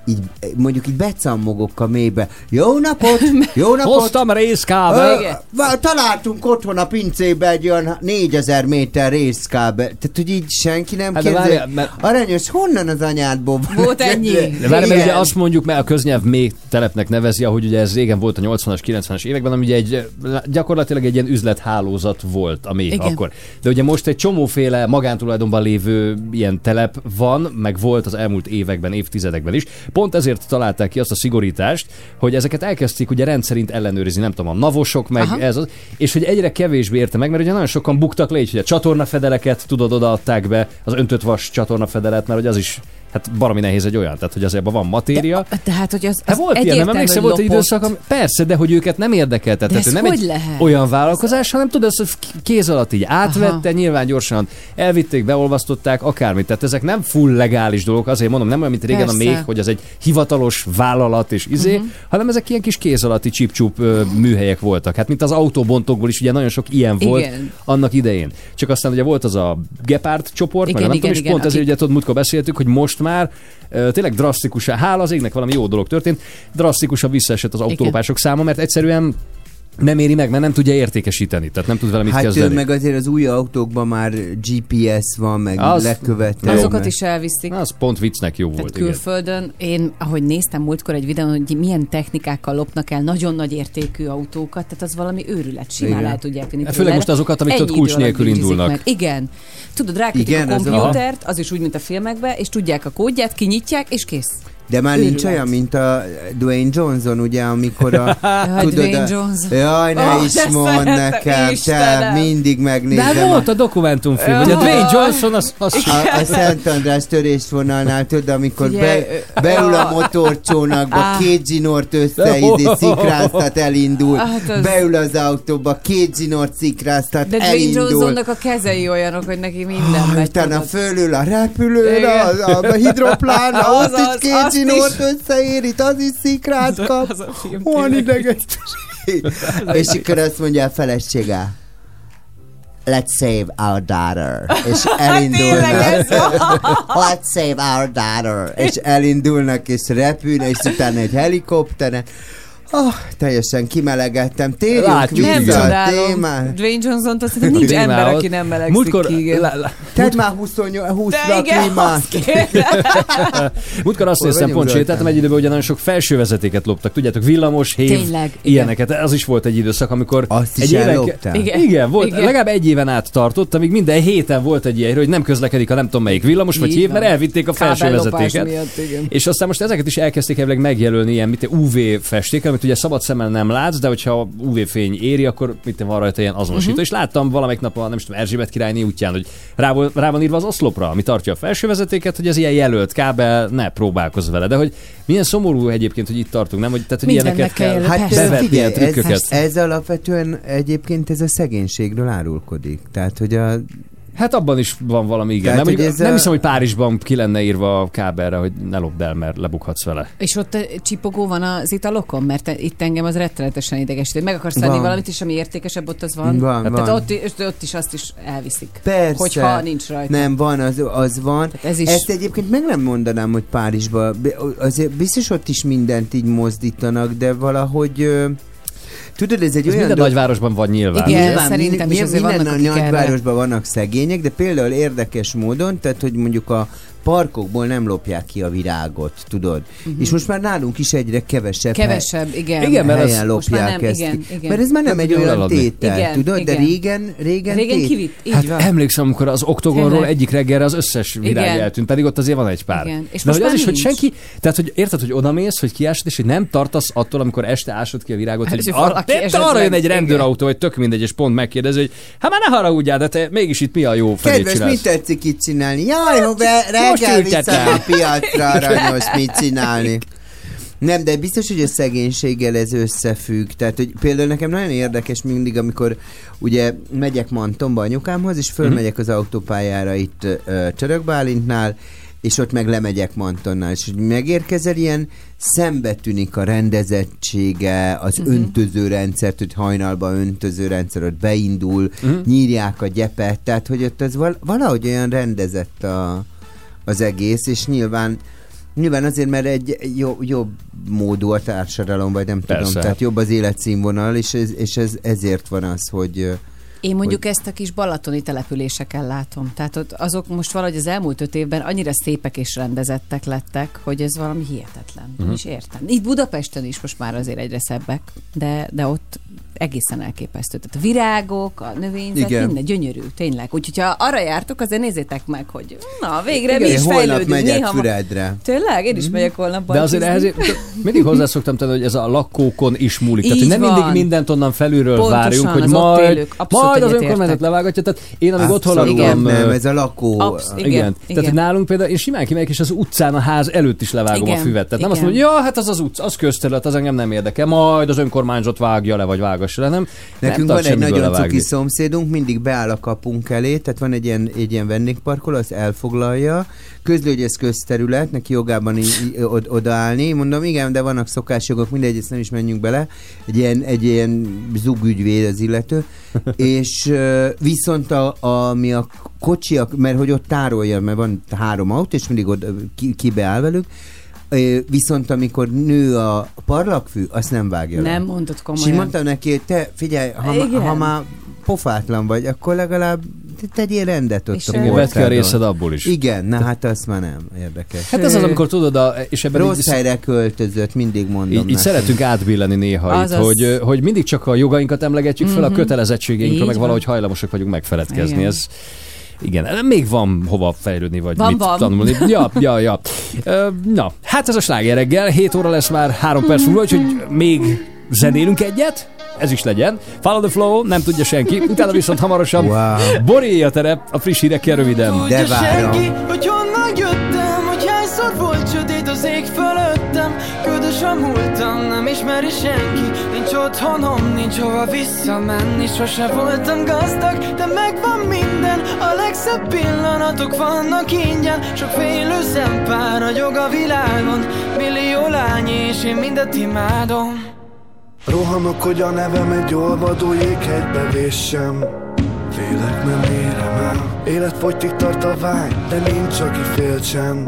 így mondjuk így becammogok a mélybe. Jó napot! Jó napot! Hoztam részkábel! Találtunk otthon a pincébe egy olyan 4000 méter részkábel. Tehát, hogy így senki nem kérdezi. Aranyos, honnan az anyádból volt ennyi? De várj, mert ugye azt mondjuk, mert a köznyelv méh telepnek nevezi, ahogy ugye ez régen volt a 80-as, 90-es években, ami ugye gyakorlatilag egy ilyen üzlethálózat volt a méh akkor. De ugye most egy csomóféle magántulajdonban lévő ilyen telep van, meg volt az elmúlt években, évtizedekben is. Pont ezért találták ki azt a szigorítást, hogy ezeket elkezdték ugye rendszerint ellenőrizni, nem tudom, a navosok, meg ez az, és hogy egyre kevésbé érte meg, mert ugye nagyon sokan buktak le, így, hogy a csatornafedeleket tudod odaadták be, az öntött vas csatornafedelet, mert hogy az is hát baromi nehéz egy olyan, tehát hogy azért van matéria. Tehát, hogy az volt ilyen, nem emlékszem, volt egy időszak, persze, de hogy őket nem érdekelte. Tehát nem egy lehet? Olyan vállalkozás, hanem tudod, hogy kéz alatt így átvette, nyilván gyorsan elvitték, beolvasztották, akármit. Tehát ezek nem full legális dolgok, azért mondom, nem olyan, mint régen a méh, hogy az egy hivatalos vállalat és hanem ezek ilyen kis kéz alatti csip-csup műhelyek voltak. Hát mint az autóbontokból is ugye nagyon sok ilyen volt annak idején. Csak aztán ugye volt az a Gepard csoport, meg nem tudom, és pont ezért ugye tudod, múltkor beszéltük, hogy most már tényleg drasztikusan, hála az égnek valami jó dolog történt, drasztikusan visszaesett az autólopások száma, mert egyszerűen nem éri meg, mert nem tudja értékesíteni, tehát nem tud vele mit kezdeni. Hát meg azért az új autókban már GPS van, meg lekövető. Azokat is elviszik. Az pont viccnek jó volt. Külföldön, én ahogy néztem múltkor egy videón, hogy milyen technikákkal lopnak el nagyon nagy értékű autókat, tehát az valami őrület, simán el tudják vinni. Főleg most azokat, amik ott kulcs nélkül indulnak. Meg. Igen. Tudod, rákötik a kompjútert, az is úgy, mint a filmekben, és tudják a kódját, kinyitják, és kész. De már nincs olyan, mint a Dwayne Johnson, ugye, amikor a... Dwayne Johnson. Jaj, ne is mondd nekem, te mindig megnézem. De volt a dokumentumfilm, hogy a Dwayne Johnson az a Szent András törésvonalnál, tudod, amikor beül a motorcsónakba, két zsinort szikráztat, elindul. Beül az autóba, két zsinort szikráztat, elindul. De Dwayne Johnsonnak a kezei olyanok, hogy neki minden megy. Utána fölül a repülőre, a hidroplán, ott is két zsinort összeér, itt az is szikrát kap. Olyan idegesítő. És akkor azt mondja a felesége, let's save our daughter. És elindulnak. Let's save our daughter. És elindulnak, és repülnek, és utána egy helikopteren. Teljesen kimelegettem. Térjünk vissza a témát. Dwayne Johnson-t azt mondta, nincs ember, aki nem melegszik ki. Tedd már 20-ra klímát. Múltkor azt néztem, pont sétáltam egy időben, hogy nagyon sok felső vezetéket loptak. Tudjátok, villamos, hév, ilyeneket. Az is volt egy időszak, amikor azt is elloptál? Igen, volt. Legalább egy éven át tartott, amíg minden héten volt egy ilyen, hogy nem közlekedik a nem tudom melyik villamos vagy hév, mert elvitték a felső vezetéket. És aztán most ezeket is elkezdték elvileg megjelölni ilyen UV festék, amit ugye szabad szemmel nem látsz, de hogyha UV-fény éri, akkor mit van rajta ilyen azonosító. És láttam valamelyik nap a, nem tudom, Erzsébet királyné útján, hogy rá van írva az oszlopra, ami tartja a felső vezetéket, hogy ez ilyen jelölt kábel, ne próbálkozz vele. De hogy milyen szomorú egyébként, hogy itt tartunk, nem? Hogy, tehát, hogy ilyeneket kell bevetni, ilyen trükköket. Ez alapvetően egyébként ez a szegénységről árulkodik. Tehát, hogy a... Hát abban is van valami, igen. Nem hiszem, hogy Párizsban ki lenne írva a kábelre, hogy ne lopd el, mert lebukhatsz vele. És ott csipogó van az italokon? Mert itt engem az rettenetesen idegesít. Meg akarsz venni valamit is, ami értékesebb, ott az van? Van. Tehát ott is azt is elviszik. Persze. Hogyha nincs rajta. Nem, van, az van. Ezt egyébként meg nem mondanám, hogy Párizsban. Azért biztos ott is mindent így mozdítanak, de valahogy... Tudod, ez egy olyan... Minden nagyvárosban van nyilván. Igen, szerintem is azért vannak, minden nagyvárosban vannak szegények, de például érdekes módon, tehát hogy mondjuk a parkokból nem lopják ki a virágot, tudod? És most már nálunk is egyre kevesebb igen. Igen, mert helyen lopják ezt. Igen. Mert ez már nem egy olyan tétel, tudod? Igen. De régen kivitt, így van. Emlékszem, amikor az Oktogonról egyik reggelre az összes virág eltűnt, pedig ott azért van egy pár. Igen. És de most az is, hogy senki, tehát hogy érted, hogy odamész, hogy kiásod, és hogy nem tartasz attól, amikor este ásod ki a virágot, hogy arra jön egy rendőrautó, vagy tök mindegy, és pont megkérdezi, hogy hát már ne haragudjál, de te mégis itt mi a jó felét csinálsz. Kedves, mit tetszik itt csinálni? Jaj, reggel vissza a piacra, aranyos, mit csinálni. Nem, de biztos, hogy a szegénységgel ez összefügg. Tehát, hogy például nekem nagyon érdekes mindig, amikor ugye megyek Mantonba anyukámhoz, és fölmegyek az autópályára itt Csörökbálintnál, és ott meg lemegyek Mantonnál, és hogy megérkezel, ilyen szembetűnik a rendezettsége, az öntözőrendszert, hogy hajnalban öntözőrendszer ott beindul, nyírják a gyepet, tehát hogy ott ez valahogy olyan rendezett az egész, és nyilván Nyilván azért, mert egy jobb módú a társadalom, vagy nem tudom, tehát jobb az életszínvonal, és ezért van az, hogy... Én mondjuk ezt a kis balatoni településeken látom. Tehát ott azok most valahogy az elmúlt 5 évben annyira szépek és rendezettek lettek, hogy ez valami hihetetlen. Nem is értem. Itt Budapesten is most már azért egyre szebbek, de ott egészen elképesztő. Tehát a virágok, a növényzet, minden gyönyörű, tényleg. Úgyhogy ha arra jártok, azért nézzétek meg, hogy na, végre mi is fejlődünk. Holnap megyek Füredre. Tényleg? Én is megyek holnap. De azért ehhez mindig hozzászoktam tenni, hogy ez a lakókon is múlik. Tehát, hogy nem mindig mindent onnan felülről pontosan, várjunk, hogy majd az önkormányzat levágatja. Tehát én, amíg otthon lakom... Nem, ez a lakó... Igen. Tehát nálunk például én simán kimegyek, és az utcán a ház előtt is levágom a füvet. Tehát nem azt mondom, hogy ja, hát az utca, az közterület, az engem nem érdekel, majd az önkormányzat vágja le, vagy vágassa le, nem. Nekünk van egy nagyon cuki szomszédunk, mindig beáll a kapunk elé, tehát van egy ilyen vendégparkoló, azt elfoglalja, közlő, hogy ez közterület, neki jogában odaállni. Mondom, igen, de vannak szokásjogok, mindegy, ezt nem is menjünk bele. Egy ilyen zugügyvéd az illető. És viszont ami a kocsiak, mert hogy ott tárolja, mert van 3 autó, és mindig oda kibeáll velük, viszont amikor nő a parlagfű, azt nem vágja nem le. Nem mondod komolyan. És mondtam neki, hogy te figyelj, ha már pofátlan vagy, akkor legalább tegyél rendet ott a portádon. Vedd ki a részed abból is. Igen, na hát azt már nem érdekes. Hát ez az, amikor tudod, és ebben rossz helyre költözött, mindig mondom. Így szeretünk átbilleni néha itt, hogy mindig csak a jogainkat emlegetjük fel, a kötelezettségeinkről, meg valahogy hajlamosak vagyunk megfeledkezni. Igen. Igen, még van hova fejlődni, vagy mit tanulni. Ja. Na, hát ez a Sláger reggel, 7 óra lesz már 3 perc múlva, úgyhogy még zenélünk egyet, ez is legyen. Follow the flow, nem tudja senki, utána viszont hamarosan Boré a terep, a friss hírekkel röviden. De várom. Senki, hogy honnan jöttem, hogy hányszor volt sötét az ég fölöttem, ködös a múltam, nem ismeri senki, nincs otthonom, nincs hova visszamenni, sose voltam gazdag, de megvan minden, a legszebb pillanatok vannak ingyen, sok félő szempár ragyog a világon, millió lány és én mindet imádom. Rohanok, hogy a nevem egy olvadó jéghegybe véssem, félek, nem érem el. Életfogytig tart a vágy, de nincs, aki féltsen.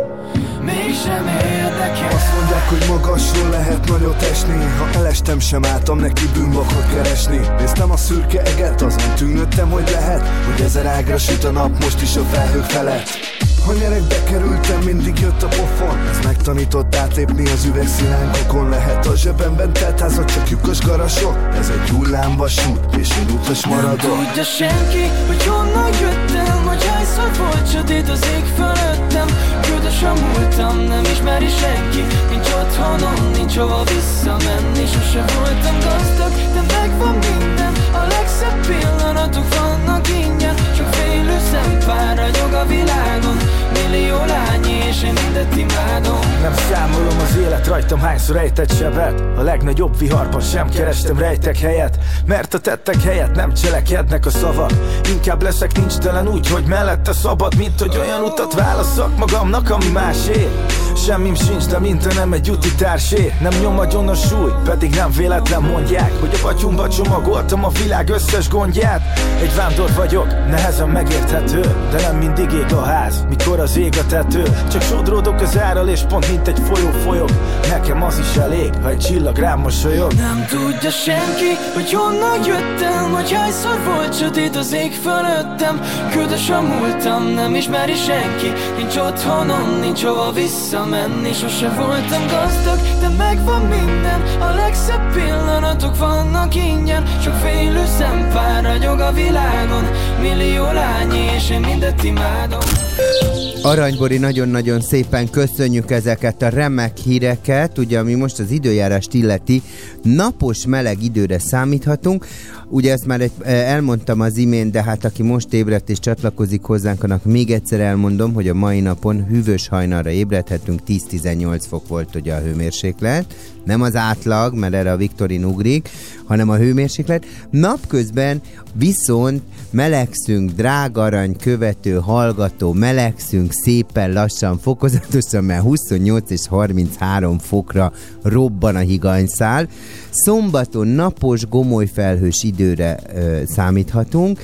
Mégsem érdekel. Azt mondják, hogy magasról lehet nagyot esni, ha elestem, sem álltam neki bűnbakot keresni. Néztem a szürke eget, azon tűnődtem, hogy lehet, hogy 1000 ágra süt a nap most is a felhők felett. Ha nyerekbe kerültem, mindig jött a pofon, ez megtanított átlépni az üvegszilánkokon. Lehet a zsebemben telt házak, csak lyukos garasok, ez egy hullámvasút, és én utas maradok. Nem tudja senki, hogy honnan jöttem, hogy hányszor volt sötét az ég fölöttem, ködös a múltam, nem ismeri senki, nincs otthonom, nincs hova visszamenni, sose voltam gazdag, de megvan minden, a legszebb pillanatok vannak ingyen, csak félő szempár ragyog a világon, millió lány és én mindet imádom. Nem számolom az élet rajtam hányszor ejtett sebet, a legnagyobb viharban sem kerestem rejtek helyet, mert a tettek helyett nem cselekednek a szavak, inkább leszek nincs telen úgy, hogy mellette szabad, mint hogy olyan utat válasszak magamnak, ami másé. Semmim sincs, de mint nem egy úti társé, nem nyom agyon a súly, pedig nem véletlen mondják, hogy a batyumba csomagoltam a világ összes gondját. Egy vándor vagyok, nehezen megérthető, de nem mindig ég a ház, mikor az ég a tető. Csak sodródok az árral, és pont mint egy folyó folyok, nekem az is elég, ha egy csillag rám mosolyog. Nem tudja senki, hogy honnan jöttem, hogy hányszor volt sötét az ég fölöttem, ködös a múltam, nem ismeri senki, nincs otthonom, nincs hova visszamenni, sose voltam gazdag, de megvan minden, a legszebb pillanatok vannak ingyen, sok félő szempár ragyog a világon, millió lány és én mindet imádom. Aranybori, nagyon-nagyon szépen köszönjük ezeket a remek híreket, ugye ami most az időjárást illeti, napos meleg időre számíthatunk, ugye ezt már elmondtam az imént, de hát aki most ébredt és csatlakozik hozzánk, annak még egyszer elmondom, hogy a mai napon hűvös hajnalra ébredhetünk, 10-18 fok volt ugye a hőmérséklet, nem az átlag, mert erre a Viktorin ugrik, hanem a hőmérséklet. Napközben viszont melegszünk, drága arany követő, hallgató, melegszünk szépen lassan, fokozatosan, mert 28 és 33 fokra robban a higanyszál. Szombaton napos, gomoly felhős időre számíthatunk,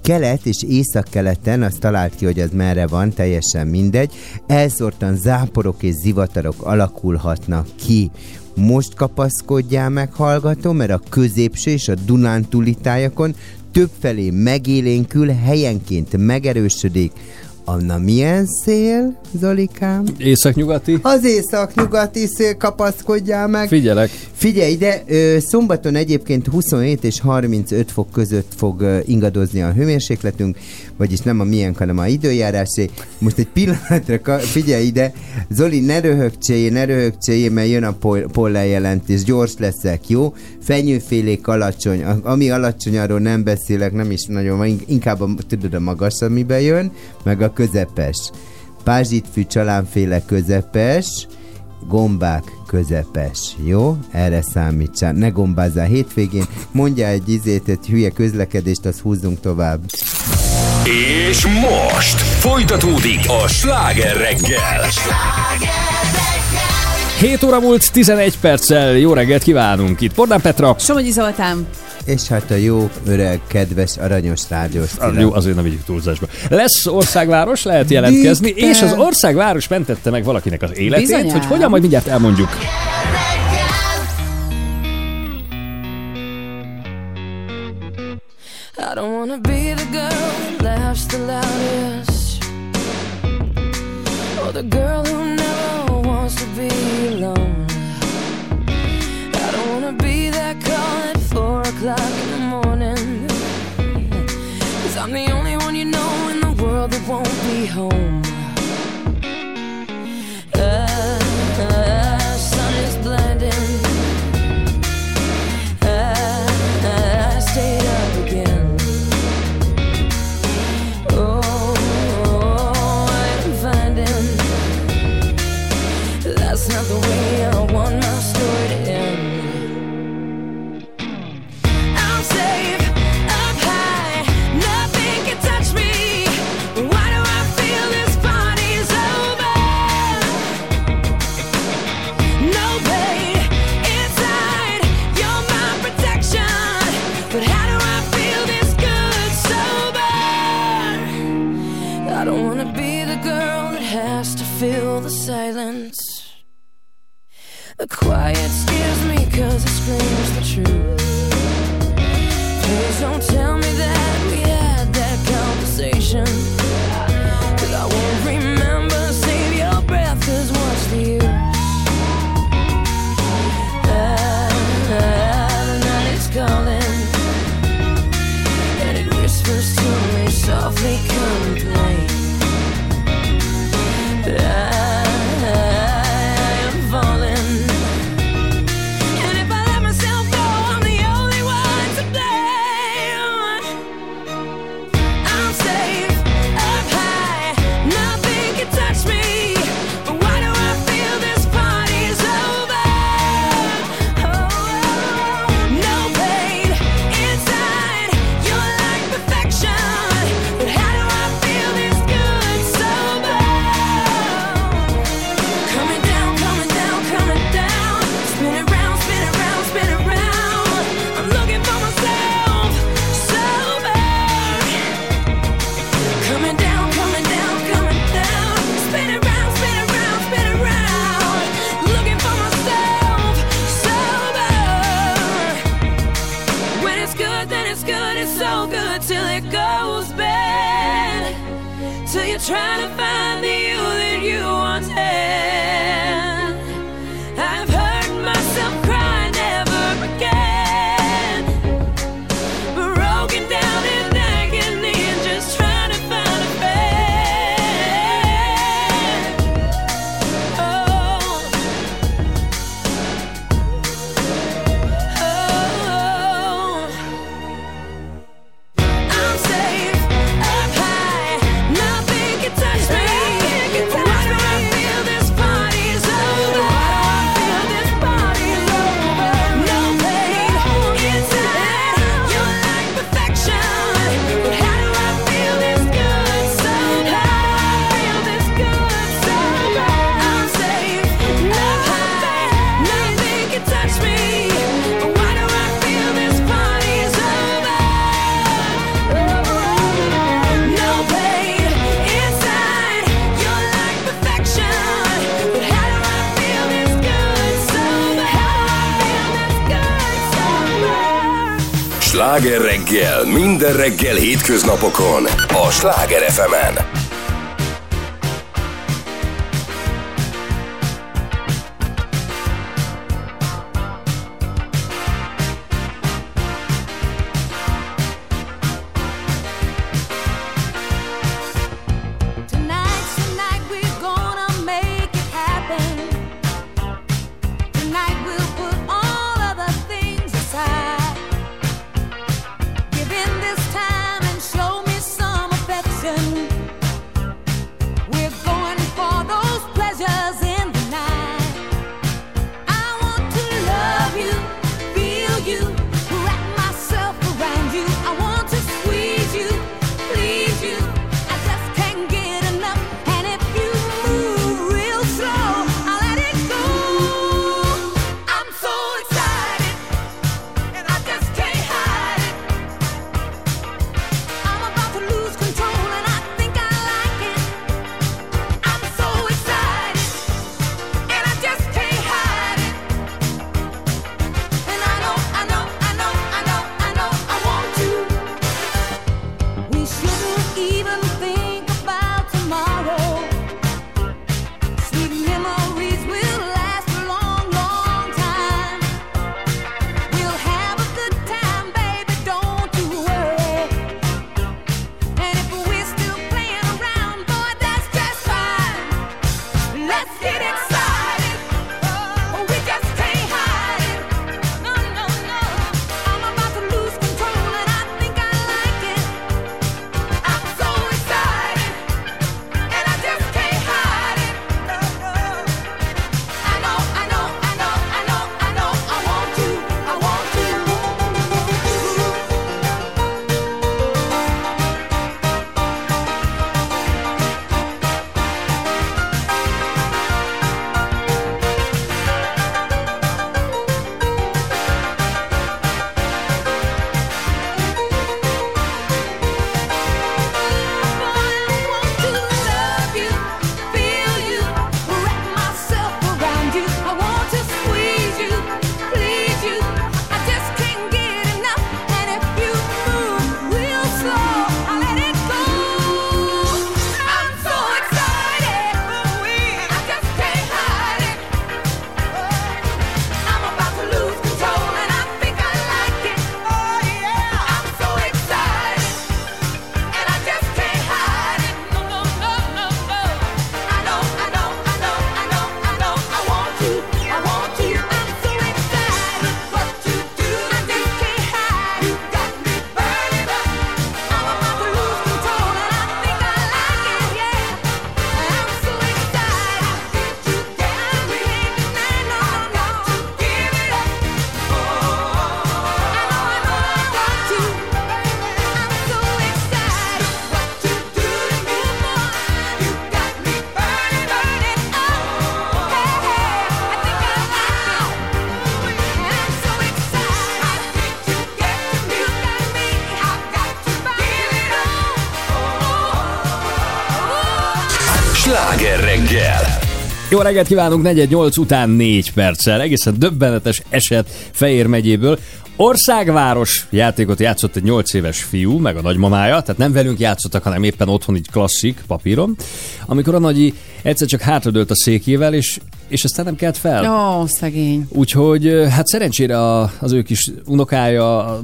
kelet és északkeleten, azt talált ki, hogy az merre van, teljesen mindegy, elszórtan záporok és zivatarok alakulhatnak ki. Most kapaszkodjál meg, hallgató, mert a középső és a Dunántúli tájakon többfelé megélénkül, helyenként megerősödik. Na milyen szél, Zolikám? Északnyugati? Az északnyugati szél, kapaszkodjál meg. Figyelek. Figyelj ide, szombaton egyébként 27 és 35 fok között fog ingadozni a hőmérsékletünk, vagyis nem a miénk, hanem a időjárásé. Most egy pillanatra, figyelj ide, Zoli, ne röhögcséljél, mert jön a pollenjelentés, gyors leszek, jó? Fenyőfélék alacsony, ami alacsony, arról nem beszélek, nem is nagyon van, inkább tudod a magas, amiben jön, meg a közepes. Pázsitfű csalánféle közepes, gombák közepes, jó? Erre számítsál. Ne gombázzál hétvégén. Mondjál egy hülye közlekedést, azt húzzunk tovább. És most folytatódik a Sláger reggel. 7 óra múlt 11 perccel. Jó reggelt kívánunk itt. Bordán Petra. Somogyi Zoltán. És hát a jó, öreg, kedves, aranyos rádiós. Jó, azért nem vigyük túlzásba. Lesz országváros, lehet jelentkezni, és az országváros mentette meg valakinek az életét, bizonyán. Hogy hogyan, majd mindjárt elmondjuk. I don't wanna be the girl who laughs the loudest, or the girl who never wants to be alone. I don't wanna be that call at 4 o'clock in the morning, 'cause I'm the only one you know in the world that won't be home. Sun is blinding, I stayed up again. That's not the way I want my story to end. I'm safe up high, nothing can touch me. Why do I feel this party's over? No pain inside, you're my protection. But how do I feel this good sober? I don't wanna be the girl that has to fill the silence. The quiet scares me 'cause it screams the truth. Please don't tell me that we had that conversation, 'cause I won't remember. Save your breath, 'cause what's the use? The night is calling, and it whispers to me softly, complain. Trying to find the you that you once had. I've heard myself cry never again, broken down in agony and just trying to find a friend. Oh, I'm safe up high, nothing can touch me. Sláger reggel, minden reggel hétköznapokon a Sláger FM-en. Sláger reggel! Jó reggelt kívánunk, 4:08 után 4 perccel. Egészen döbbenetes eset Fejér megyéből. Országváros játékot játszott egy 8 éves fiú, meg a nagymamája, tehát nem velünk játszottak, hanem éppen otthon így klasszik papíron, amikor a nagyi egyszer csak hátradőlt a székével, és aztán nem kelt fel. Ó, szegény. Úgyhogy hát szerencsére az ő kis unokája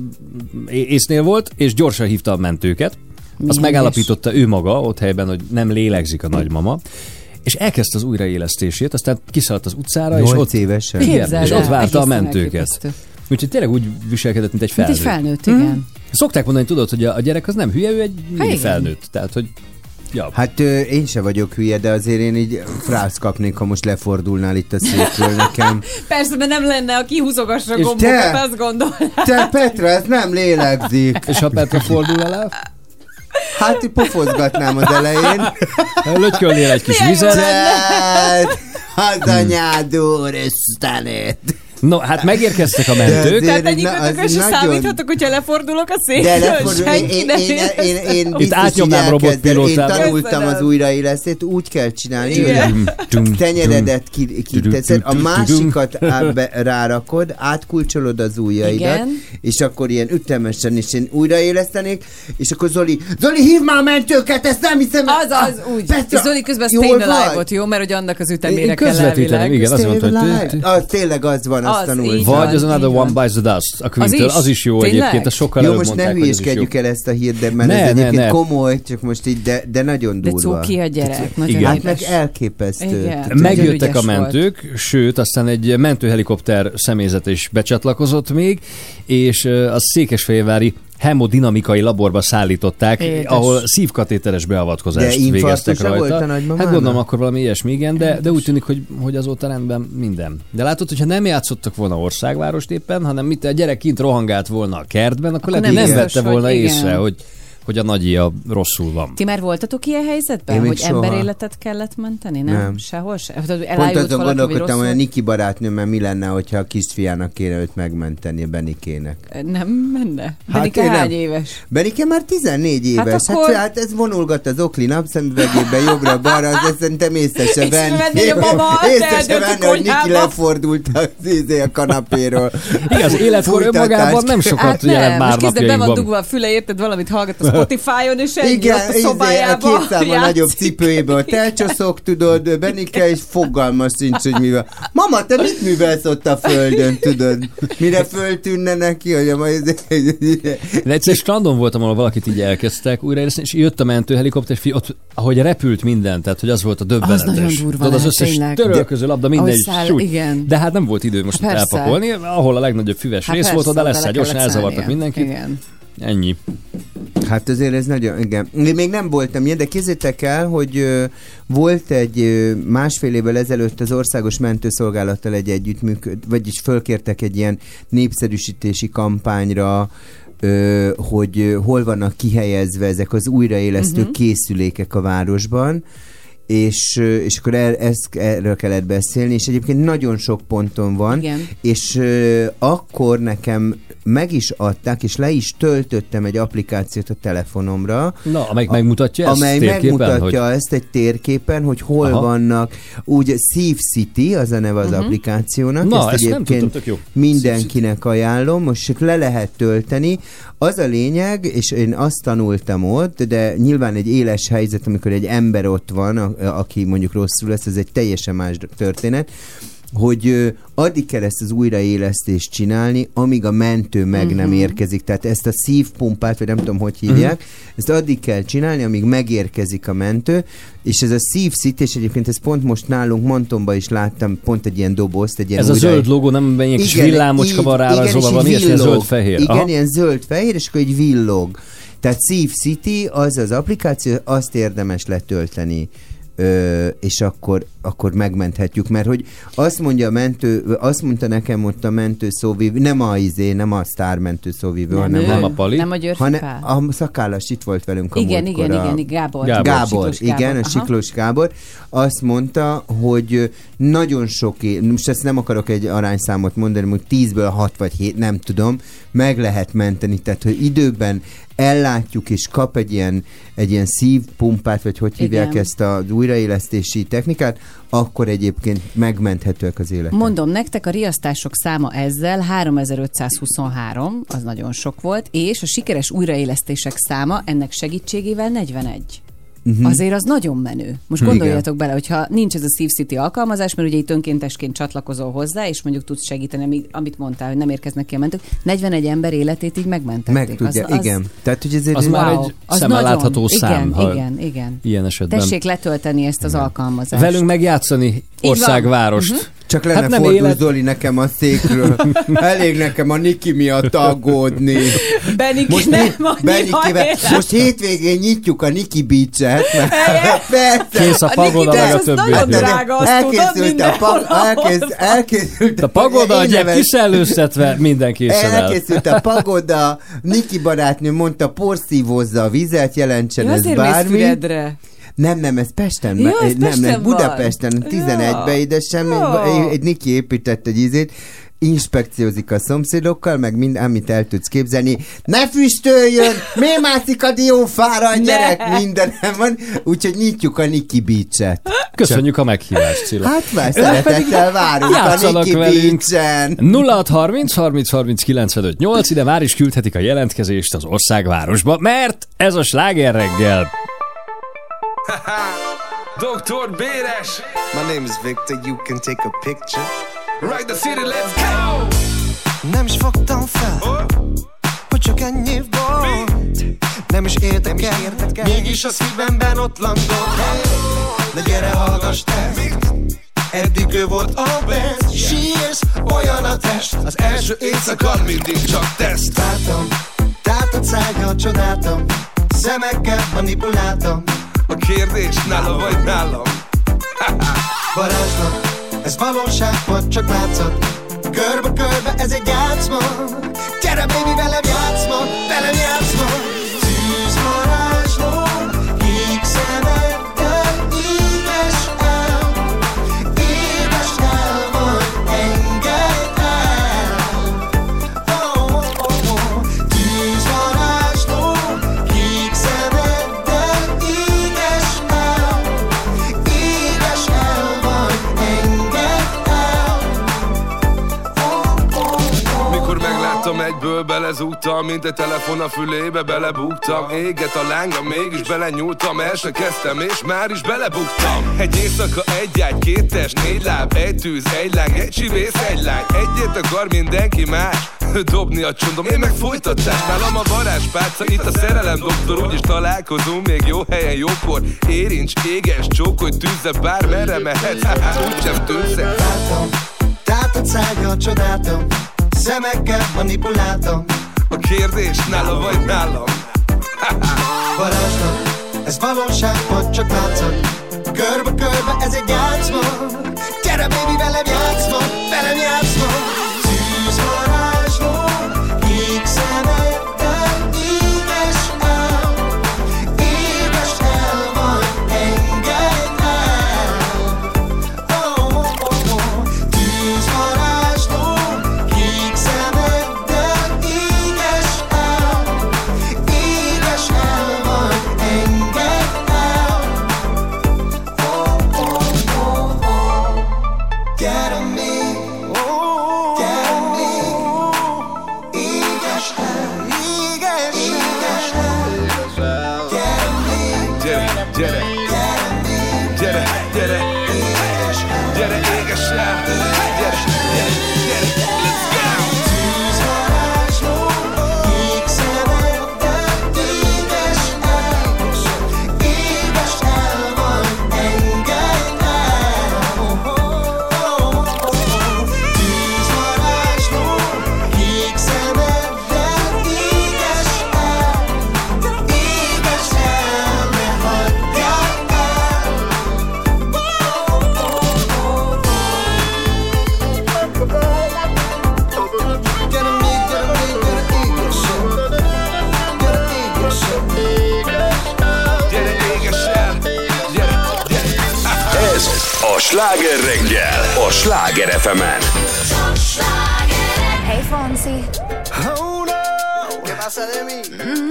észnél volt, és gyorsan hívta a mentőket. Azt megállapította ő maga ott helyben, hogy nem lélegzik a nagymama. És elkezdte az újraélesztését, aztán kiszaladt az utcára, 8 és ott, évesen. igen, és ott várta a mentőket. Úgyhogy tényleg úgy viselkedett, mint egy felnőtt. Mint egy felnőtt, igen. Szokták mondani, tudod, hogy a gyerek az nem hülye, ő egy mini felnőtt. Tehát, hogy ja. Hát én se vagyok hülye, de azért én így frász kapnék, ha most lefordulnál itt a székről nekem. Persze, mert nem lenne, aki húzogasra gombokat, azt gondolnád. Te, Petra, ez nem lélegzik. És ha Petra fordul el? Hát pofozgatnám az elején. Lötykölnél egy kis vizet. Az anyád úristenét. No, hát megérkeztek a mentők. Tehát egyikőtökön se számíthatok, hogyha lefordulok a székről, senki nem én itt átnyomnám robotpilótával. Én tanultam az újraélesztést, úgy kell csinálni, hogy tenyeredet kiteszed, a másikat rárakod, átkulcsolod az ujjaidat, és akkor ilyen ütemesen is én újraélesztenék, és akkor Zoli, hívd már a mentőket, ezt nem hiszem. Az úgy. És Zoli közben Stay Alive-ot, jó? Mert hogy annak az ütemére kell elvileg. Igen, azt mondta, hogy tényleg az van, azt tanultam. Vagy az Another One Bites the Dust, a Queen-től, az is jó egyébként, a sokkal előbb mondták, hogy ez is jó. Jó, most ne hülyéskedjük el ezt a hírt, de mert ez egyébként komoly, csak most így, de nagyon durva. De cuki a gyerek, nagyon édes. Hát meg elképesztő. Megjöttek a mentők, sőt, aztán egy mentőhelikopter személyzet is becsatlakozott még, és a székesfehérvári hemodinamikai laborba szállították, ahol szívkatéteres beavatkozást végeztek rajta. Hát gondolom, akkor valami ilyesmi, igen, de úgy tűnik, hogy azóta rendben minden. De látod, hogyha nem játszottak volna országvárost éppen, hanem a gyerek kint rohangált volna a kertben, akkor lehet, nem vette volna észre, hogy a nagyja rosszul van. Ti már voltatok ilyen helyzetben, hogy emberéletet kellett menteni? Nem? Sehol se? Pont azon gondolkodtam, hogy a Niki barátnőmmel mi lenne, hogyha a kisfiának kéne őt megmenteni, Benikének. Nem menne? Benike hány éves? Benike már 14 éves. Hát ez vonulgat az okli napszemüvegében jobbra-balra, az szerintem észre se venni. Észre se venni, hogy Niki lefordult a kanapéról. Igen, az életkor önmagában nem sokat jelent már napjainkban. Most be van dugva a füle, érted, valamit hallgat a Spotify-on, és ennyi ott a szobájába. A 2 számmal nagyobb cipőjéből elcsoszok, tudod, Benike, és fogalma sincs, hogy mivel. Mama, te mit művelsz ott a földön, tudod? Mire föltűnne neki, hogy de egyszer strandon voltam, ahol valakit így elkezdtek újraéleszteni, és jött a mentőhelikopter, és ott, ahogy repült minden, tehát hogy az volt a döbbenetes. Az nagyon durva. Az összes törölköző labda, minden is súly. De hát nem volt idő most elpakolni, ahol a legnagyobb füves rész volt, oda lesz, gyorsan elzavartak mindenkit. Ennyi. Hát azért ez nagyon, igen. Még nem voltam ilyen, de képzeljétek el, hogy volt egy másfél évvel ezelőtt az Országos Mentőszolgálattal egy vagyis fölkértek egy ilyen népszerűsítési kampányra, hogy hol vannak kihelyezve ezek az újraélesztő készülékek a városban, és akkor erről kellett beszélni, és egyébként nagyon sok ponton van, igen. És akkor nekem meg is adták, és le is töltöttem egy applikációt a telefonomra. Na, amely megmutatja ezt amely megmutatja ezt egy térképen, hogy hol vannak, úgy Szív City, az a neve az applikációnak. Na, ezt egyébként mindenkinek ajánlom, most le lehet tölteni. Az a lényeg, és én azt tanultam ott, de nyilván egy éles helyzet, amikor egy ember ott van, aki mondjuk rosszul lesz, ez egy teljesen más történet, hogy addig kell ezt az újraélesztést csinálni, amíg a mentő meg nem érkezik. Tehát ezt a szívpumpát, vagy nem tudom, hogy hívják, ezt addig kell csinálni, amíg megérkezik a mentő, és ez a Szív City, és egyébként ez pont most nálunk Montonban is láttam pont egy ilyen dobozt, egy ilyen ez a zöld logó, nem egy kis villámocska van rárajzolva, van ilyen zöld-fehér. Igen, ilyen zöld-fehér, és akkor egy villog. Tehát Szív City, az az applikáció, azt érdemes letölteni. És akkor megmenthetjük, mert hogy azt mondja a mentő, azt mondta nekem ott a mentő szóvívő, nem a sztár mentő szóvívő, nem a Pali, nem a Györfi Pál. A Szakállas itt volt velünk a igen, Gábor, igen, a Siklós Gábor, azt mondta, hogy nagyon sok most ezt nem akarok egy arányszámot mondani, hogy 10-ből 6 vagy 7, nem tudom, meg lehet menteni, tehát hogy időben ellátjuk, és kap egy ilyen szívpumpát, vagy hogy hívják ezt az újraélesztési technikát, akkor egyébként megmenthetőek az életek. Mondom nektek, a riasztások száma ezzel 3523, az nagyon sok volt, és a sikeres újraélesztések száma ennek segítségével 41. Azért az nagyon menő. Most gondoljatok bele, hogyha nincs ez a Szív City alkalmazás, mert ugye itt önkéntesként csatlakozol hozzá, és mondjuk tudsz segíteni, amit mondtál, hogy nem érkeznek ki a mentők, 41 ember életét így megmentették. Meg tudja, igen. Tehát, hogy az már egy szemmel látható szám. Igen. Ilyen esetben. Tessék letölteni ezt az alkalmazást. Velünk megjátszani országvárost. Csak lenne fordul Zoli nekem a székről. Elég nekem a Niki miatt aggódni. Beniki most hétvégén nyitjuk a Niki Beach-et. Kész a pagoda, meg a többi. Nagyon drága, azt tudod, elkészült a pagoda, kiszellőztetve, minden készen el. Elkészült a pagoda, Niki barátnő mondta, porszívózza a vizet, jelentsen ez bármi. Nem, ez Pesten. Ja, ez Pesten Budapesten, 11-ben ide sem, egy Niki épített egy ízét, inspekciózik a szomszédokkal, meg minden, amit el tudsz képzelni. Ne füstöljön! Miért mászik a diófára a gyerek? Mindenem van. Úgyhogy nyitjuk a Nikki Beach-et. Köszönjük a meghívást, Csilla. Hát már szeretettel várunk a Nikki Beach-en. 0630 30 30 95 8, ide már is küldhetik a jelentkezést az országvárosba, mert ez a Sláger reggel. Dr. Béres. My name is Victor, you can take a picture. Right the city, let's go! Nem is fogtam fel, hogy csak ennyi volt. Nem is értek el, mégis a szívemben ott landol. De gyere, hallgass te, eddig ő volt a best. Sírsz, olyan a test, az első éjszaka mindig csak teszt. Vártam, tátott szájjal csodáltam, szemekkel manipuláltam. A kérdés nála vagy nálam? Varázslat, ez valóság vagy csak látszat. Körbe-körbe ez egy játszma. Gyere baby, velem játszma, velem játszma. Tűzvarázsló, kék szemeddel, édes el vagy, engedd el. Tűzvarázsló, kék szemeddel, édes el vagy, engedd el. Mikor megláttam, egyből belezúgtam, mint egy telefon a fülébe belebuktam. Éget a lánga, mégis belenyúltam, el se kezdtem, és már is belebuktam. Egy éjszaka, egy ágy, 2 test, 4 láb, egy tűz, egy láng, egy csibész, egy lány. Egyet akar mindenki más, dobni a csondom, én meg folytatás. Nálam a varázspálca, itt a szerelem doktor. Úgyis találkozunk még jó helyen, jókor. Érincs, éges, csókolj, tűzze, bármerre mehetsz, úgysem tűzze. Vártam, tátott szájjal csodáltam, szemekkel manipuláltam. A kérdés nála vagy nálam? Varázslat, ez valóság vagy csak látszat. Körbe-körbe ez egy játszma. Gyere baby, velem játszma, velem játszma. Tűzvarázsló, kék szemeddel, édes el vagy, engedd el. Tűzvarázsló, kék szemeddel, édes el vagy, engedd el. Gyere még, gyere még, éges el, éges el. Gyere még, Gyere, gyere, gyere, gyere, gyere, éges el. Gyere, gyere, let's go! Tűzvarázsló, kék szemeddel, édes el vagy, engedd el. Tűzvarázsló, kék szemeddel, édes el, ne hagyjál el. Gyere még, gyere még, gyere éges el. Gyere éges el. Gyere, éges el. Gyere, gyere. Ez a Sláger reggel, a Sláger FM-en. Hey Fonsi. Oh no, ¿qué pasa de mí?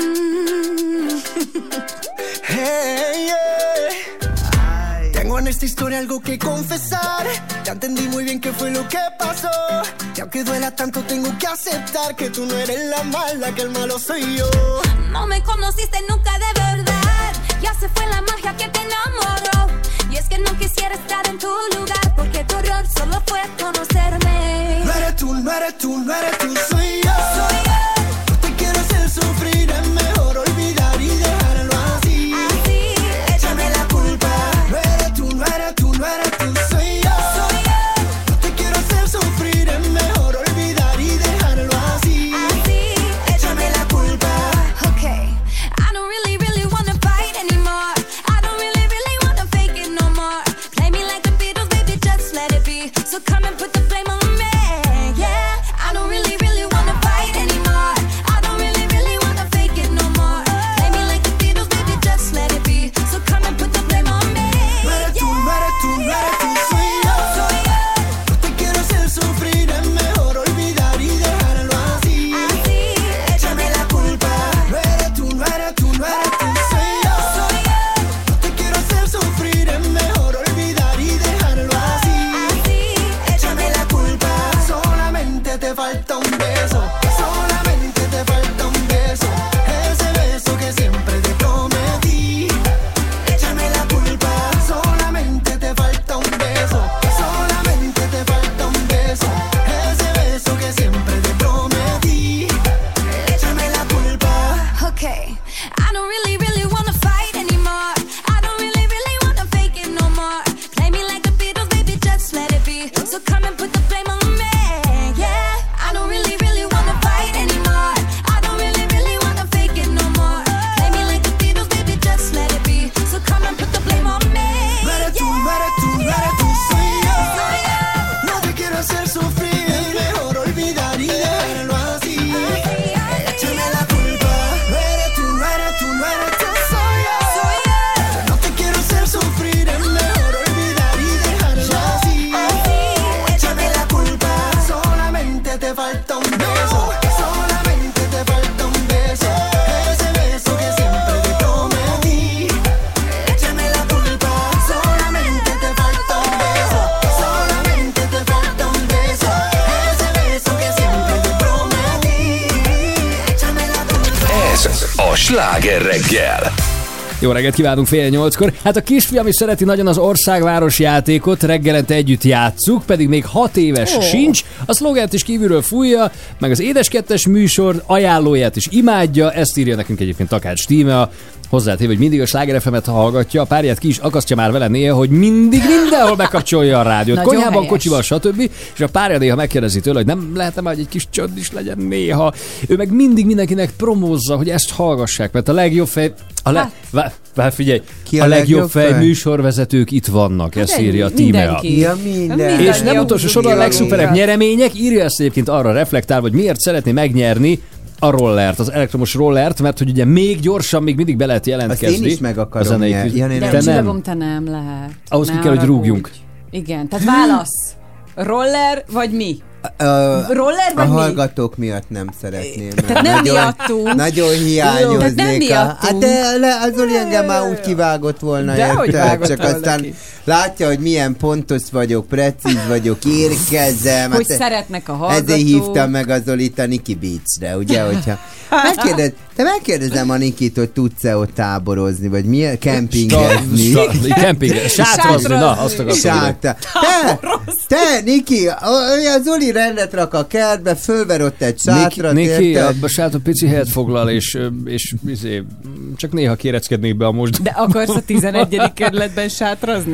Hey, yeah. Tengo en esta historia algo que confesar. Ya entendí muy bien qué fue lo que pasó. Y aunque duela tanto tengo que aceptar que tú no eres la mala, que el malo soy yo. No me conociste nunca de verdad. Ya se fue la magia que te enamoró. Y es que no quisiera estar en tu lugar, porque tu error solo fue conocerme. No eres tú, no eres tú, no eres tú, soy yo. Soy yo. No te quiero hacer sufrir, es mejor olvidar y dejarlo así. Así, échame la culpa. No eres tú, no eres tú, no eres tú, soy yo. Soy yo. No te quiero hacer sufrir, es mejor olvidar y dejarlo así. Así, échame la culpa. Okay, I don't really, really wanna fight anymore. I don't really, really wanna fake it no more. Play me like the Beatles, baby, just let it be. So come and put the blame on me. Yeah, I don't really, really Sláger reggel. Jó reggelt kívánunk 7:30-kor. Hát a kisfiam is szereti nagyon az országváros játékot, reggelente együtt játsszuk, pedig még 6 éves sincs. A szlogent is kívülről fújja, meg az Édes Kettes műsor ajánlóját is imádja, ezt írja nekünk egyébként Takács Tímea. Hozzátéve, hogy mindig a Sláger FM-et hallgatja, a párját ki is akasztja már vele néha, hogy mindig mindenhol bekapcsolja a rádiót. Konyhában, helyes. Kocsival, stb. És a párja néha megkérdezi tőle, hogy nem lehetne már, hogy egy kis csönd is legyen néha. Ő meg mindig mindenkinek promózza, hogy ezt hallgassák, mert a legjobb fej... Figyelj, a legjobb fej műsorvezetők itt vannak, ezt írja a Tímea. Ja, minden. És nem utolsó sorban a legszuperebb nyeremények, írja ezt egyébként arra reflektál, hogy miért szeretné megnyerni a rollert, az elektromos rollert, mert hogy ugye még gyorsan, még mindig be lehet jelentkezni. Azt én is meg akarom nyerni. De Csillagom, te nem lehet. Ahhoz ki kell, hogy rúgjunk. Igen, tehát válasz. Roller vagy mi? Roller vagy a mi? hallgatók miatt nem szeretném. Tehát nem miattunk. Nagyon hiányoznék. Nem miattunk. Az Zoli engem már úgy kivágott volna. Csak aztán látja, hogy milyen pontos vagyok, precíz vagyok, érkezem. Hogy szeretnek a hallgatók. Ezért hívtam meg az Zolit a Niki Beachre, ugye, hogyha megkérdezem a Nikit, hogy tudsz-e ott táborozni, vagy milyen kempingezni. Sátrazni, na, azt akartam. Te, Niki, a Zoli rendet rak a kertbe, fölver ott egy sátrat, Niki, a sátrat pici helyet foglal, és csak néha kéreckednék be a most. De akarsz a 11. kerületben sátrazni?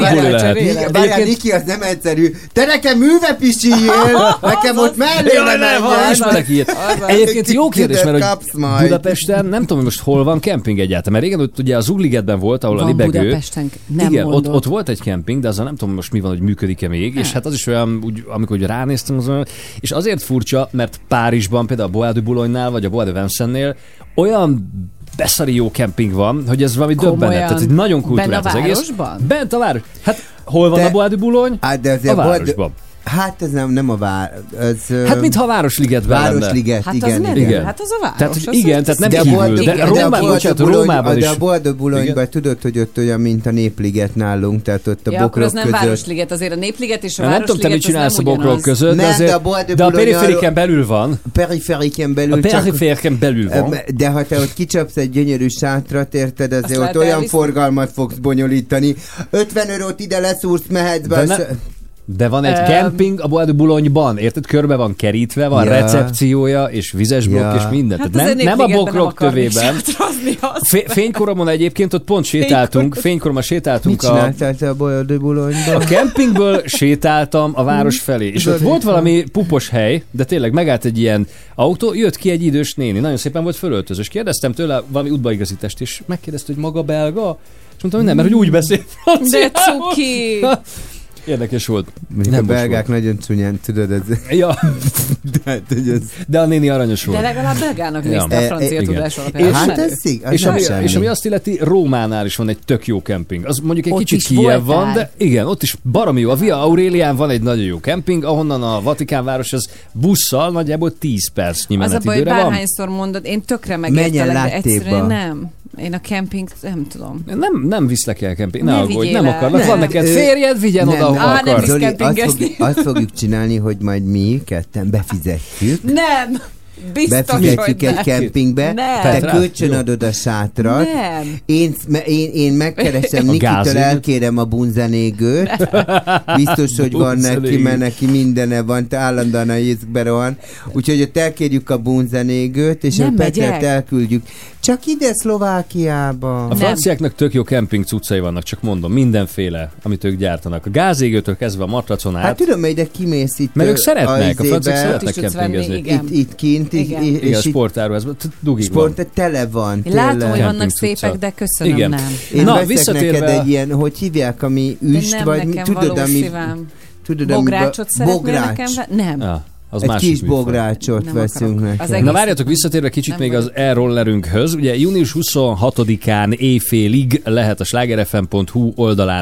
Várjál, Niki, az nem egyszerű. Te nekem műve pisiljél, nekem ott mellé nem menjen. Egyébként jó kérdés, mert hogy Budapesten, nem tudom, hogy most hol van kemping egyáltalán, mert régen ott ugye az Ugligetben volt, ahol van a libegő. Budapesten, nem igen, mondod. ott volt egy kemping, de azzal nem tudom most mi van, hogy működik-e még, és hát az is olyan, úgy, amikor ránéztem, és azért furcsa, mert Párizsban, például a Bois de Boulogne-nál, vagy a Bois de Vincennes-nél olyan beszari jó kemping van, hogy ez valami döbbenet. Tehát nagyon kultúrát az egész. Bent a város. Hát hol van a Bois de Boulogne? A városban. Hát ez nem a hát mintha a Városligetben lenne. Városliget, hát igen. Hát az a város. Tehát, igen, tehát nem kívül. De Rómában is. De a Bois de Boulogne-ban tudod, hogy ott olyan, mint a Népliget nálunk, tehát ott a bokrok között. Ja, akkor az nem Városliget, azért a Népliget és a Városliget. Nem tudom, te mit csinálsz a bokrok között, de a perifériken belül van. Perifériken belül van. De ha te ott kicsapsz egy gyönyörű sátrat, érted, azért ott olyan forgalmat fogsz bonyolítani. 50 eurót ide leszúrsz, mehetsz be. De van egy kemping a Bois de Boulogne-ban, érted? Körbe van kerítve, van recepciója, és vizes blokk, és minden. Hát tehát nem a bokrok tövében. Fénykoromon egyébként ott pont sétáltunk. Fénykoromon sétáltunk. Mit csináltál te a Bois de Boulogne-ban? A kempingből sétáltam a város felé. És ott volt valami pupos hely, de tényleg megállt egy ilyen autó, jött ki egy idős néni, nagyon szépen volt fölöltöző, és kérdeztem tőle valami útbaigazítást, és megkérdezte, hogy maga belga? És mondtam, hogy nem, mert hogy úgy beszél franciául. De cuki! Érdekes volt. Nem a belgák nagyon csúnyán, tudod, ez... Ja. De a néni aranyos volt. De legalább belgának nézte a francia tudás alapján. Hát ez és ami azt illeti, Rómánál is van egy tök jó kemping. Az mondjuk egy kicsit Kijev van, de igen, ott is baromi jó. A Via Aurelián van egy nagyon jó kemping, ahonnan a Vatikánváros az busszal nagyjából 10 percnyi menetidőre van. Az a baj, bárhányszor mondod, én tökre megértelek, de egyszerűen nem. Én a kempingt nem tudom. Nem viszlek el kemping. Ne aggódj, nem akarnak. Van neked férjed, vigyen oda, ahol akar. Nem visz kempingezni. Azt fogjuk csinálni, hogy majd mi ketten befizetjük. Nem! Biztos, befizetjük egy kempingbe, te kölcsönadod a sátrat, én megkeresem Nikitől, elkérem a bunzenégőt, biztos, hogy van neki, mert neki mindene van, te állandóan a jézkbe rohan, úgyhogy ott elkérjük a bunzenégőt, és a Petret elküldjük. Csak ide Szlovákiába. A franciáknak tök jó kemping cuccai vannak, csak mondom, mindenféle, amit ők gyártanak. A gázégőtől kezdve a matracon át. Hát tudom, hogy ide kimész itt. Mert ők szeretnek, a franciák szeretnek kempingezni. Itt kint. Igen, a sportáruházban dugig van. Tele van. Én látom, hogy vannak szépek, de köszönöm, igen. nem. Én veszek neked egy ilyen, hogy hívják, ami üst, vagy tudod, ami... Bográcsot szeretnél nekem? Nem. Egy kis bográcsot veszünk neki. Na várjatok, visszatérve kicsit még az e-rollerünkhöz. Ugye június 26-án éjfélig lehet a slágerfm.hu oldalán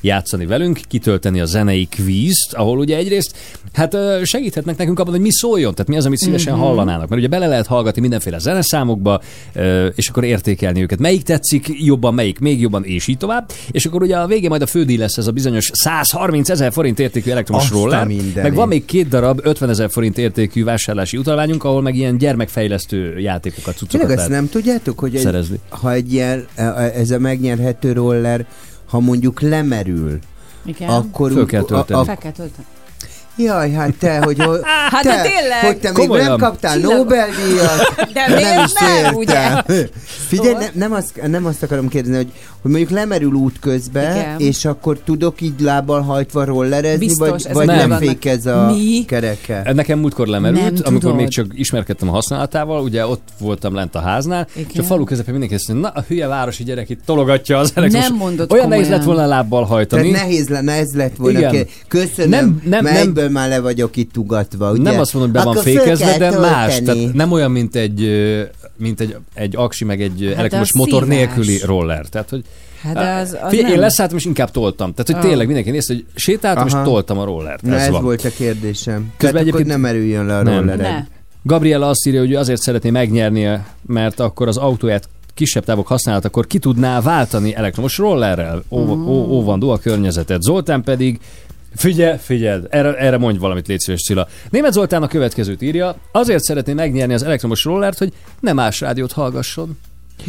játszani velünk, kitölteni a zenei kvízt, ahol ugye egyrészt hát segíthetnek nekünk abban, hogy mi szóljon, tehát mi az, amit szívesen hallanának. Mert ugye bele lehet hallgatni mindenféle zeneszámokba, és akkor értékelni őket. Melyik tetszik jobban, melyik még jobban, és így tovább. És akkor ugye a végén majd a fődíj lesz ez a bizonyos 130 000 forint értékű elektromos roller. Meg van még 2 darab 50 000 forint értékű vásárlási utalványunk, ahol meg ilyen gyermekfejlesztő játékokat, cuccokat lehet nem tudjátok, hogy szerezni. Ha egy ilyen, ez a megnyerhető roller, ha mondjuk lemerül, igen, akkor föl kell tölteni. Fel kell tölteni. Jaj, hát te, hogy hát te, tényleg. hogy te még nem kaptál Nobel-díjat. De miért nem, ugye? Figyelj, nem azt akarom kérdezni, hogy mondjuk lemerül útközben, igen, és akkor tudok így lábbal hajtva rollerezni, biztos, vagy nem fékez a kereke? Nekem múltkor lemerült, nem amikor tudod. még csak ismerkedtem a használatával, ugye ott voltam lent a háznál, igen, és a falu közepén mindenki azt mondja, na a hülye városi gyerek itt tologatja az elektromos. Nem mondod olyan komolyan. nehéz lett volna lábbal hajtani. Tehát nehéz lett volna. Köszönöm, melyből már le vagyok itt ugatva, ugye? Nem azt mondom, hogy be van fékezve, de más. Tehát nem olyan, mint egy aksi, meg egy elektromos motor szívás nélküli roller. Tehát, hogy az figyelj, én leszálltam, és inkább toltam. Tehát, hogy tényleg mindenki nézte, hogy sétáltam, és toltam a rollert. Ez volt a kérdésem. Közben egyébként nem erüljön le a rollered. Gabriella azt írja, hogy ő azért szeretné megnyernie, mert akkor az autóját kisebb távok használatakor ki tudná váltani elektromos rollerrel. Óvandó a környezetet. Zoltán pedig Figyeld, erre mondj valamit, légy szíves, Cilla. Németh Zoltán a következőt írja, azért szeretné megnyerni az elektromos rollert, hogy nem más rádiót hallgasson.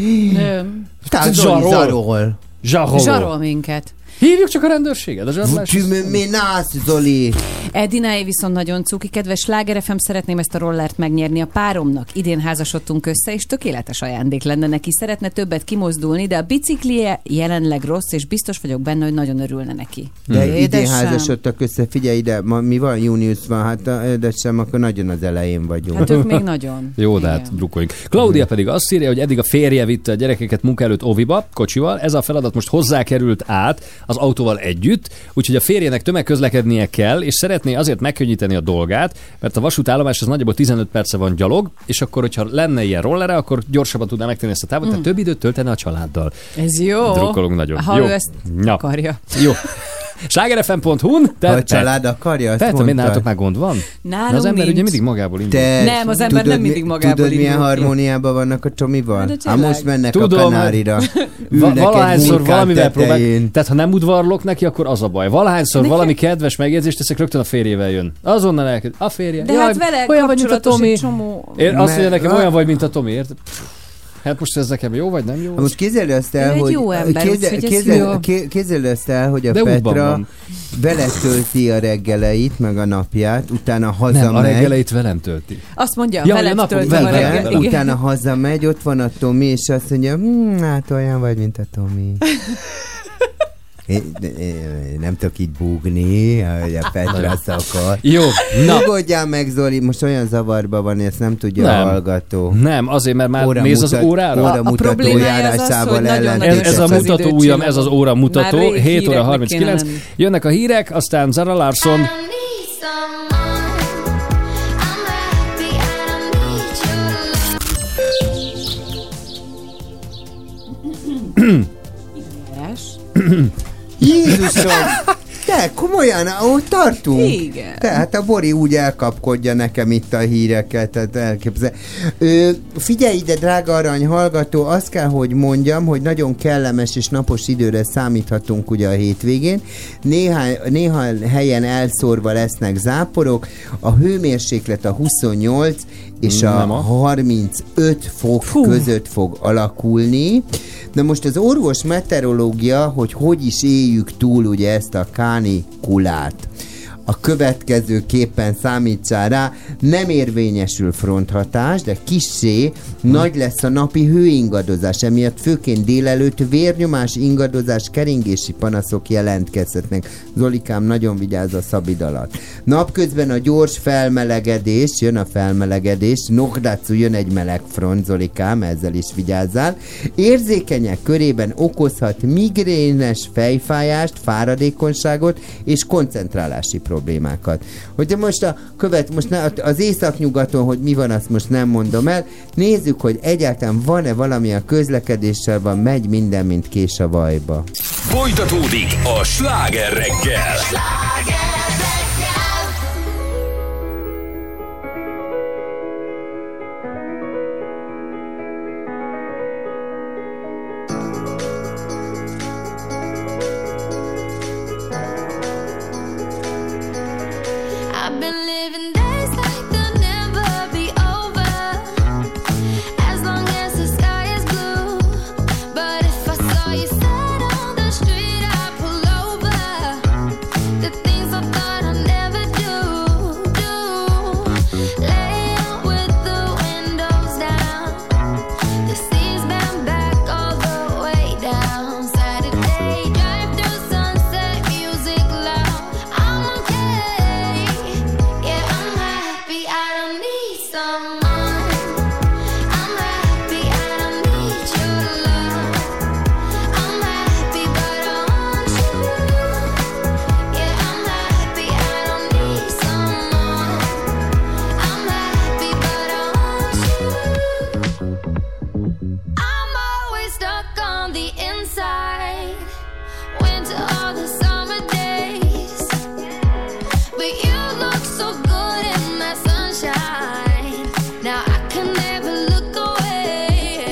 Zsarol minket. Hívjuk csak a rendőrséget, a zsarolás. Zoli. Edináé viszont nagyon cuki. Kedves Sláger FM, szeretném ezt a rollert megnyerni a páromnak. Idén házasodtunk össze, és tökéletes ajándék lenne neki. Szeretne többet kimozdulni, de a biciklije jelenleg rossz, és biztos vagyok benne, hogy nagyon örülne neki. De idén házasodtak össze, figyelj ide, mi van, június van, hát de sem, akkor nagyon az elején vagyunk. Hát ők még nagyon. Jó, de hát drukkoljunk. Claudia pedig azt írja, hogy eddig a férje vitte a gyerekeket munka előtt óviba, kocsival, ez a feladat most hozzákerült át az autóval együtt, úgyhogy a férjének tömegközlekednie kell, és szeretné azért megkönnyíteni a dolgát, mert a vasútállomás az nagyjából 15 perce van gyalog, és akkor, hogyha lenne ilyen rollere, akkor gyorsabban tudná megtenni ezt a távot, tehát több időt töltene a családdal. Ez jó. Drukkolunk nagyon. Ha jó. ő ezt akarja. Jó. Slágerfm.hu-n. Ha a család akarja, azt mondtad. Nálatok már gond van? Nálunk az ember nincs. ugye mindig magából indul. Nem, az ember nem mindig magából tudod, indul. milyen harmóniában vannak a Csomival? Hát most mennek tudom, a Kanárira. Valahányszor valamivel próbál. Tehát ha nem udvarlok neki, akkor az a baj. Valahányszor valami kedves megjegyzést teszek, rögtön a férjével jön. Azonnal elkezd. A férje. De hát vele olyan vagy, mint a Tomi. Én azt mondja nekem, olyan vagy, mint a Tomi, érted? Hát most ez nekem jó, vagy nem jó? Most képzeld ezt el, hogy képzeld ezt el, hogy a Petra beletölti a reggeleit, meg a napját, utána hazamegy. Nem, a reggeleit velem tölti. Azt mondja, velem tölti a reggel. Utána hazamegy, ott van a Tomi, és azt mondja, hát olyan vagy, mint a Tomi. Én nem tudok így búgni, hogy a Petra szakad. Jó, nyugodjál meg, Zoli, most olyan zavarban van, ezt nem tudja a hallgató. Nem, azért, mert már néz az órára. A problémája az az, hogy ez a mutató ujjam, ez az óra mutató, 7 óra 39. Jönnek a hírek, aztán Zara Larsson. Jézusom! Te, komolyan, ahol tartunk? Igen. Tehát a Bori úgy elkapkodja nekem itt a híreket, tehát elképzel. Figyelj ide, drága arany hallgató, azt kell, hogy mondjam, hogy nagyon kellemes és napos időre számíthatunk ugye a hétvégén. Néha helyen elszórva lesznek záporok, a hőmérséklet a 28 és a 35 fok között fog alakulni. De most az orvos meteorológia, hogy is éljük túl ugye ezt a kánikulát, a következőképpen számítsál rá, nem érvényesül fronthatás, de kissé nagy lesz a napi hőingadozás, emiatt főként délelőtt vérnyomás, ingadozás, keringési panaszok jelentkezhetnek. Zolikám, nagyon vigyázz a szabid alatt. Napközben a gyors felmelegedés, jön a felmelegedés, Nogdacu, jön egy meleg front, Zolikám, ezzel is vigyázzál. Érzékenyek körében okozhat migrénes fejfájást, fáradékonyságot és koncentrálási problémát. problémákat. Hogyha most az északnyugaton, hogy mi van, azt most nem mondom el, nézzük, hogy egyáltalán van-e valami a közlekedéssel, van, megy minden, mint kés a vajba. Folytatódik a Sláger reggel. I've been living days like they'll never be over, as long as the sky is blue. But if I saw you sat on the street, I'd pull over. The things I thought I'd never do. Lay out with the windows down, the seas bend back all the way down. Saturday, drive through sunset, music loud. I'm okay. Yeah, I'm happy, I don't need someone. I'm happy, I don't need your love. I'm happy, but I want you. Yeah, I'm happy, I don't need someone. I'm happy, but I want you. I'm always stuck on the inside, winter all the summer days. But you look so good in that sunshine. Now I can never look away.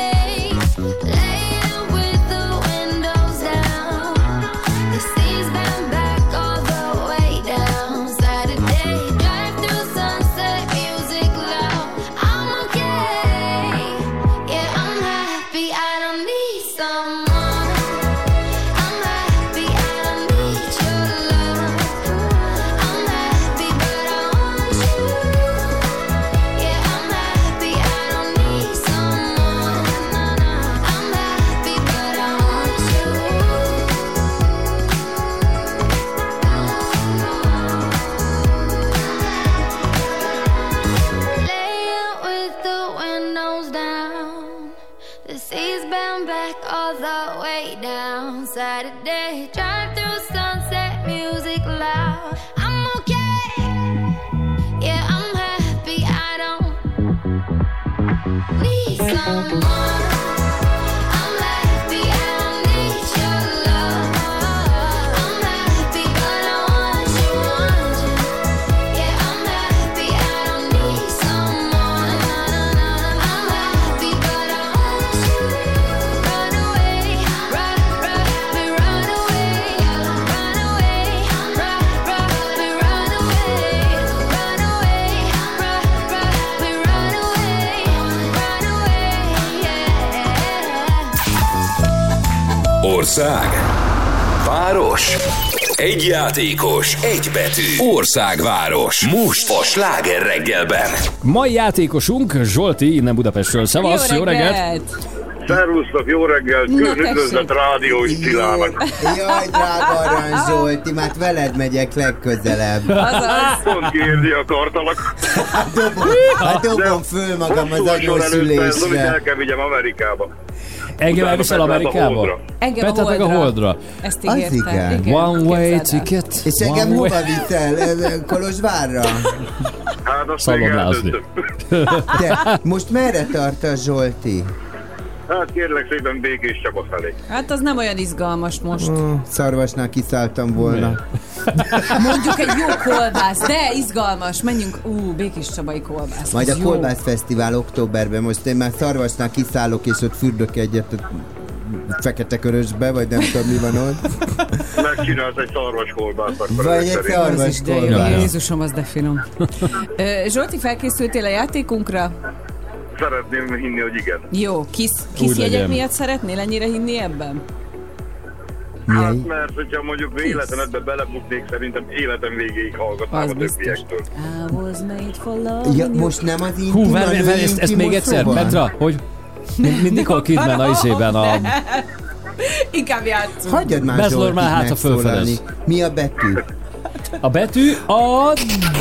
Laying with the windows down, the seas bend back all the way down. Saturday, drive through sunset, music loud. I'm okay. Yeah, I'm happy, I don't need someone. I'm happy, I don't need your love. I'm happy, but I want you. Yeah, I'm happy, I don't need someone. I'm happy, but I want you. Laying with the windows down, the seas bend back all the way down. Saturday, drive through sunset, music loud. I'm okay. Yeah, I'm happy, I don't need someone. I'm happy, I don't need your love. I'm happy, but I want you. Yeah, I'm happy, I don't need someone. I'm happy, but I want you. Run away, run me, run away, run away, run me, run away, run away, me, run away, yeah. Ország. Város. Egy játékos, egy betű. Országváros. Most a Sláger reggelben. Mai játékosunk Zsolti, innen Budapestről. Szevasz, jó reggelt! Szervusztok, jó reggelt! Külön üdvözlet rádiós Csillának! Jaj, drága Arany Zsolti, már veled megyek legközelebb. Pont kérdi akartalak. Hát dobom föl magam az agyonszülésre. El kell vigyem Amerikába. Engem elviszel Amerikába? Petet meg a Holdra. Ezt Az ígérte. igen. One way ticket. És engem hova viszel? Kolozsvárra? Hát azt még Szalonnázni. eldöntöm. De most merre tartasz, Zsolti? Hát kérlek szépen Békés Csaba felé. Hát az nem olyan izgalmas most. Szarvasnál kiszálltam volna. Mondjuk egy jó kolbász, de izgalmas. Menjünk, Békés Csabai kolbász. Majd a jó. Kolbász Fesztivál októberben, most én már Szarvasnál kiszállok, és ott fürdök egyet a Fekete Körösbe, vagy nem tudom mi van ott. Megcsinálsz egy szarvaskolbászt. Vagy egy szarvaskolbász. Jézusom, az de finom. Zsolti, felkészültél a játékunkra? Szeretném hinni, hogy igen. Jó, kis jegyek miatt szeretnél ennyire hinni ebben? Hát mert, hogyha mondjuk véletlenedbe belebuknék, szerintem életem végéig hallgatnám a többiektől. I was made for love. Ja, most nem az intim, Hú, ezt még egyszer, Petra, hogy Nicole Kidman a izében a... Inkább játszunk. Hagyjad már Zsoltit megszólalni. Mi a betű? A betű a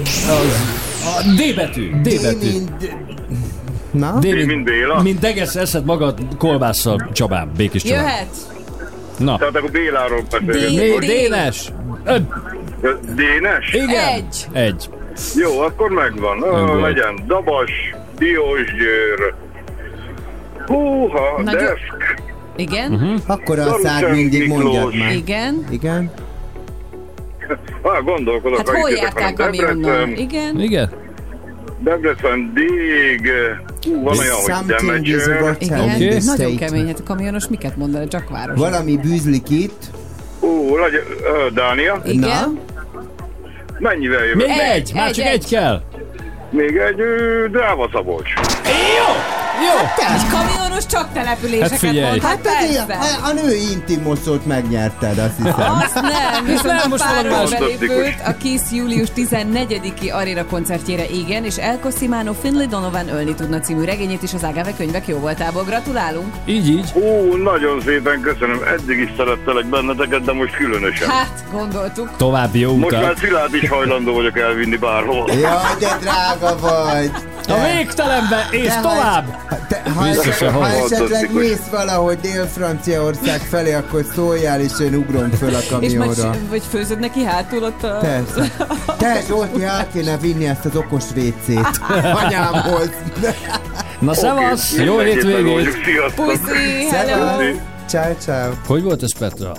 D betű. D betű. Na? D mint Béla? Mint Degesz eszed magad kolbásszal, Csabán, Békés Csabán. Jöhet. Na. Tehát akkor Béláról beszélgetünk. Dénes. Dénes? Igen. Egy. Jó, akkor megvan. Legyen Dabas, Diósgyőr. Húha, Deszk. Igen. Akkor a szád mindig mondjad már. Igen. Igen. Gondolkodok. Hát hol jártál kamionnal? Igen. Igen. Debrecen, Dég, van olyan, hogy Demecső. Igen, nagyon kemény, hát a kamionos miket mondaná, csak város. Valami bűzlik itt. Legyen, Dánia. Igen. Mennyivel jövök? Még egy, már csak egy kell. Még egy Dráva Szabolcs. Jó! Egy kamionos csak településeket Hát figyelj. mond. Hát a női intimmoszót megnyerted, azt hiszem. Azt nem, És viszont nem, a most valami páros más. belépőt a Kiss július 14-i aréna koncertjére igen, és Elko Simano Finlay Donovan Ölni tudna című regényét is az Agave könyvek jóvoltából. Gratulálunk! Így. Nagyon szépen köszönöm. Eddig is szerettelek benneteket, de most különösen. Hát, gondoltuk. További jó Most utat. már Szilárd is hajlandó vagyok elvinni bárhol. Jaj, de drága vagy! A végtelenbe, és tovább! Ha esetleg mész valahogy Dél-Franciaország felé, akkor szóljál, és én ugrom föl a És kamionra. majd vagy főzöd neki hátul ott a... Persze. Te, Zsolti, el kéne vinni ezt az okos WC-t anyámhoz. Na szevasz, jó hétvégét! Puszi, hello! Ciao, ciao. Hogy volt ez, Petra?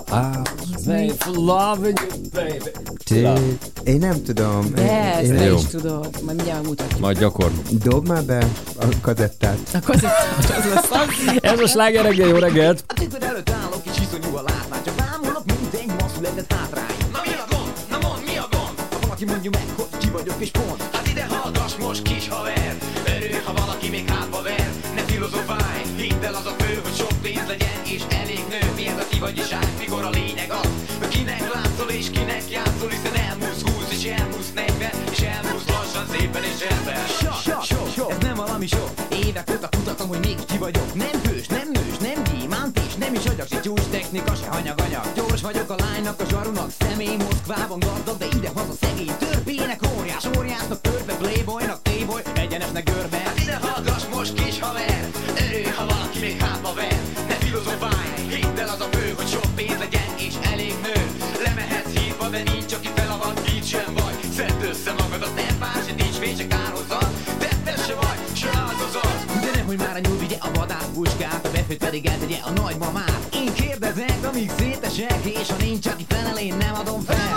Loving you, baby. Én nem tudom. De ezt Én te Jó. is tudod. Majd mindjárt mutatjuk. Majd gyakorlom. Dob már be a kazettát. A kazettát, az lesz az. Ez a Sláger reggel, jó reggelt! A tükör előtt állok és iszonyú a látvány. Csak bámulok, mint egy ma született hátrány. Na mi a gond? Na mondd, mi a gond? Ha valaki mondja meg, hogy ki vagyok és pont. Hát ide hallgass most, kis haver. Örülj, ha valaki még hátba ver. Ne filozofálj, hidd el, az a fő, hogy sok pénz legyen és elég nő. Mi ez a ki vagy is át, mikor a lényeg az, hogy kinek látszol és kinek játszol. Hiszen elmúlsz 20 és elmúlsz 40 és elmúlsz lassan szépen és rendben. Sok, ez nem valami sok. Évek óta kutatom, hogy még ki vagyok. Nem hős, nem nős, nem gyémánt és nem is agyak, se csúcs technika, se hanyag-anyag. Gyors vagyok a lánynak, a zsarunak, személy Moszkvában gazdag, de ide-haza szegény. Törpének óriásnak, törpe playboynak, téboly, egyenesnek görbe. Hát ide hallgass most, kis haver. Örülj, ha valaki még hátba ver. Ne filozofálj, hidd el, az a fő, hogy sok pénz legyen és elég nő. Lemehetsz hídba, de nincs, aki felavat, így sem vagy. Szedd össze magadat, nem bánts, nincs fény, se kárhozzad. Tettes se vagy, se áldozat. De nehogy már a nyúl vigye a vadászpuskát, a befőt pedig eltegye a nagymamát. Én kérdezek, amíg szétesek, és ha nincs, aki felel, én nem adom fel.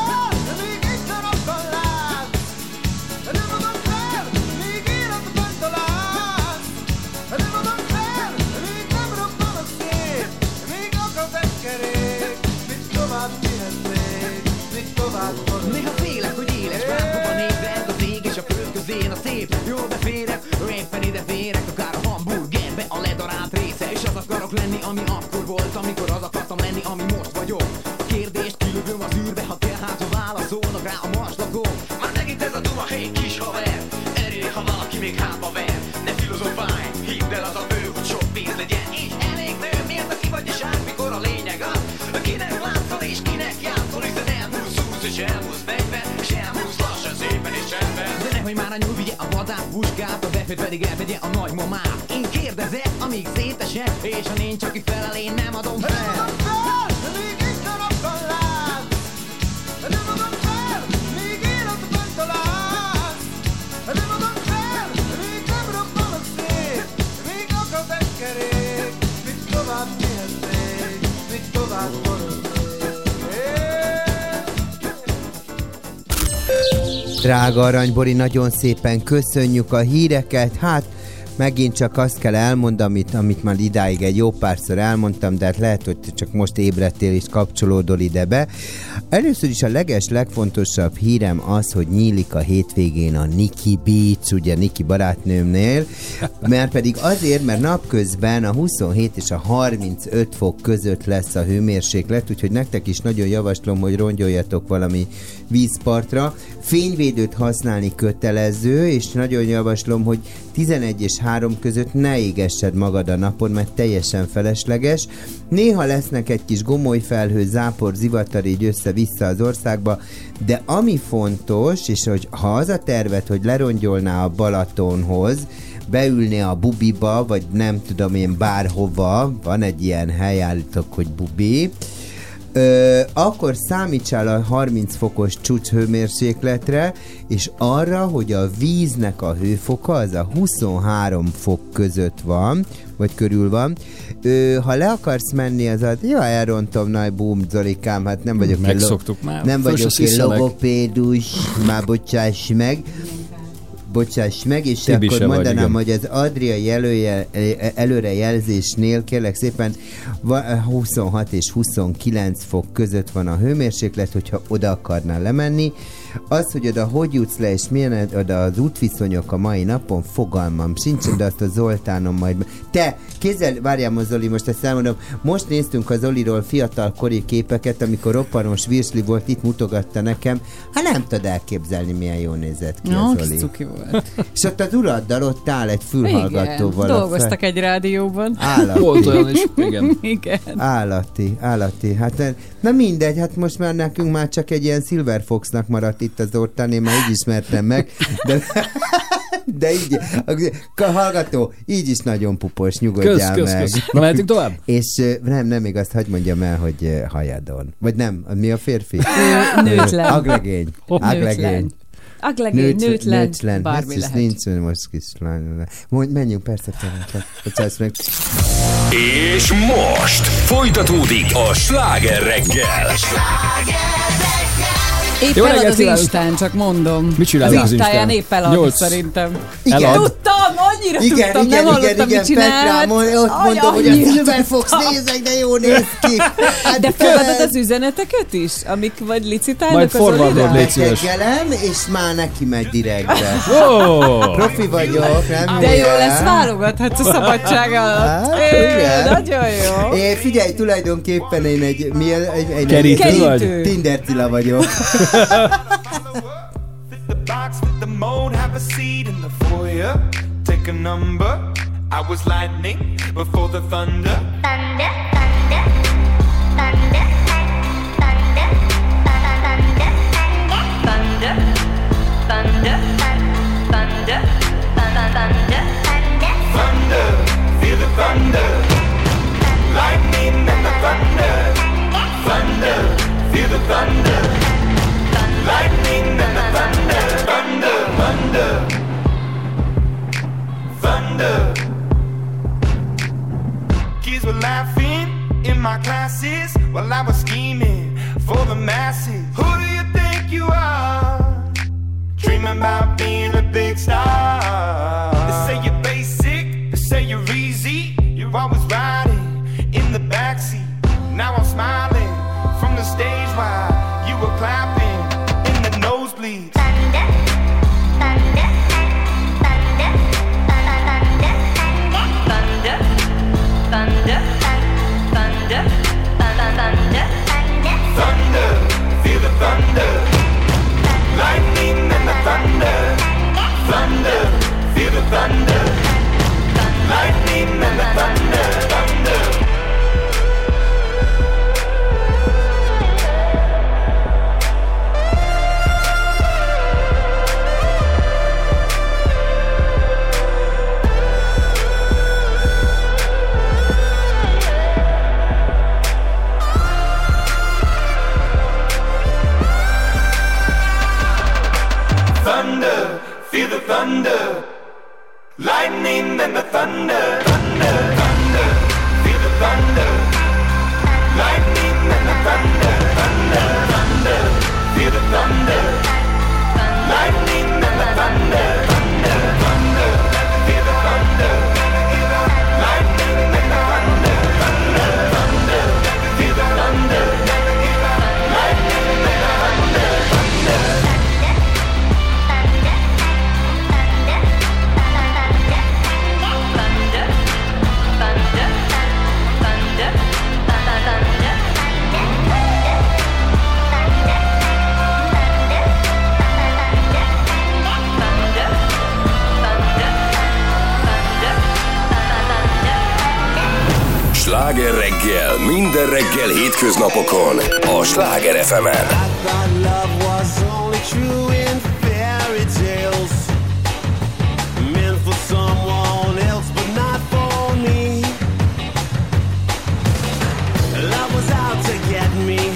Néha félek, hogy éles bánkóban nézek az ég és a föld közén a szép. Jó, de férek, éppen ide férek, akár a hamburgerbe a ledarált része. És az akarok lenni, ami akkor volt, amikor az akartam lenni, ami most vagyok. A kérdést kilövöm az űrbe, ha kell, hát ha válaszolnak rá a marslakon. Már megint ez a duma, hé kis haver. Erő, ha valaki még hátba ver. Ne filozofálj, hidd el, az a bő, hogy sok pénz legyen. És elég nő, miért aki vagy és át, mikor a lényeg az, kinek látszol és kinek játszol, hiszen elmúlsz 20 és elmúlsz 40 és elmúlsz lassan szépen és rendben. De nehogy már a nyúl vigye a vadászpuskát, a befőt pedig elvegye a nagymamát. Én kérdezek, amíg szétesek, és ha nincs, aki felel, én nem adom fel. Drága Aranybori, nagyon szépen köszönjük a híreket. Hát megint csak azt kell elmondani, amit már idáig egy jó párszor elmondtam, de hát lehet, hogy csak most ébredtél és kapcsolódol ide be. Először is a legfontosabb hírem az, hogy nyílik a hétvégén a Nikki Beach, ugye Nikki barátnőmnél, mert pedig azért, mert napközben a 27 és a 35 fok között lesz a hőmérséklet, úgyhogy nektek is nagyon javaslom, hogy rongyoljatok valami vízpartra. Fényvédőt használni kötelező, és nagyon javaslom, hogy 11 és 3 között ne égessed magad a napon, mert teljesen felesleges. Néha lesznek egy kis gomolyfelhő, zápor, zivatar így össze-vissza az országba, de ami fontos, és hogy ha az a terved, hogy lerongyolná a Balatonhoz, beülné a bubiba, vagy nem tudom én bárhova, van egy ilyen hely, állítok, hogy bubi, akkor számítsál a 30 fokos csúcs hőmérsékletre, és arra, hogy a víznek a hőfoka az a 23 fok között van, vagy körül van. Ha le akarsz menni, az jó, elrontom, nagy búm, Zolikám, hát nem vagyok megszoktuk már. Nem vagyok én logopédus, már bocsáss meg, és Tibi akkor mondanám, vagy, hogy az Adria előrejelzésnél kérlek szépen 26 és 29 fok között van a hőmérséklet, hogyha oda akarnál lemenni. Az, hogy oda hogy jutsz le, és milyen oda az útviszonyok a mai napon, fogalmam sincsen, de azt a Zoltánom majd... Te, várjál most, Zoli, most ezt elmondom. Most néztünk a Zoliról fiatalkori képeket, amikor roppanos virsli volt, itt mutogatta nekem. Hát nem tudod elképzelni, milyen jól nézett ki a Zoli. Cuki volt. És ott az uraddal ott áll egy fülhallgatóval. Igen, dolgoztak egy rádióban. Volt olyan is, igen. Igen. Állati. Hát na mindegy, hát most már nekünk már csak egy ilyen Silver Foxnak maradt itt az Zoltán, én már így ismertem meg, de így, a hallgató, így is nagyon pupos, nyugodjál meg. Kösz. Na, mehetünk tovább? És nem, még azt hagyd mondjam el, hogy hajadon. Vagy nem, mi a férfi? Nőtlen. Aglegény. Nőtlen. Bármi lehet. Nincs most kislány. Menjünk persze talán. Bocsáss meg. És most folytatódik a Sláger reggel. Épp Jó elad reggelt az kívánok. Instán, csak mondom. Mit csinálunk az az Instáján Instán? épp elad 8. szerintem. Igen. Tudtam, annyira tudtam, nem hallottam, mit csinált. Ott mondom, hogy a Silver Fox nézek, de jó néz ki. De fogadod az üzeneteket is, amik vagy licitálnak majd az forwardod, Oliván? légy szíves. Megteggelem, és már neki megy direktbe. Oh! Profi vagyok, nem De jó hülye. lesz, válogathatsz a szabadság alatt. Igen. Nagyon jó. Figyelj, tulajdonképpen én egy Kerítő. Tinder Cilla vagyok. The box with the mold, have a seat in the foyer. Take a number. I was lightning before the thunder. Thunder, thunder, thunder, thunder, thunder, thunder, thunder, thunder, Thunder, feel the thunder. Lightning and the thunder. Thunder, feel the thunder. Lightning and the thunder. Thunder, thunder. Thunder. Kids were laughing in my classes while I was scheming for the masses. Who do you think you are? Dreaming about being a big star. They say you're basic, they say you're easy. You're always riding in the backseat. Now I'm smiling from the stage while you were clapping in the nosebleeds. thunder, thunder, thunder, thunder, thunder, thunder, thunder, thunder, Thunder, feel the thunder. Lightning and the thunder. Thunder, feel the thunder. Lightning and the thunder. Thunder. Thunder, feel the thunder. Lightning and the thunder. Thunder, thunder, feel the thunder. Lightning and the thunder. Thunder, thunder, feel the thunder. Lightning and the thunder. Thunder, thunder, feel the thunder. Lightning and the thunder. Thunder, thunder, feel the thunder. Lightning and the thunder. Thunder. Sláger reggel, minden reggel hétköznapokon a Sláger FM-en. Thought love was only true in fairy tales, meant for someone else but not for me. Love was out to get me,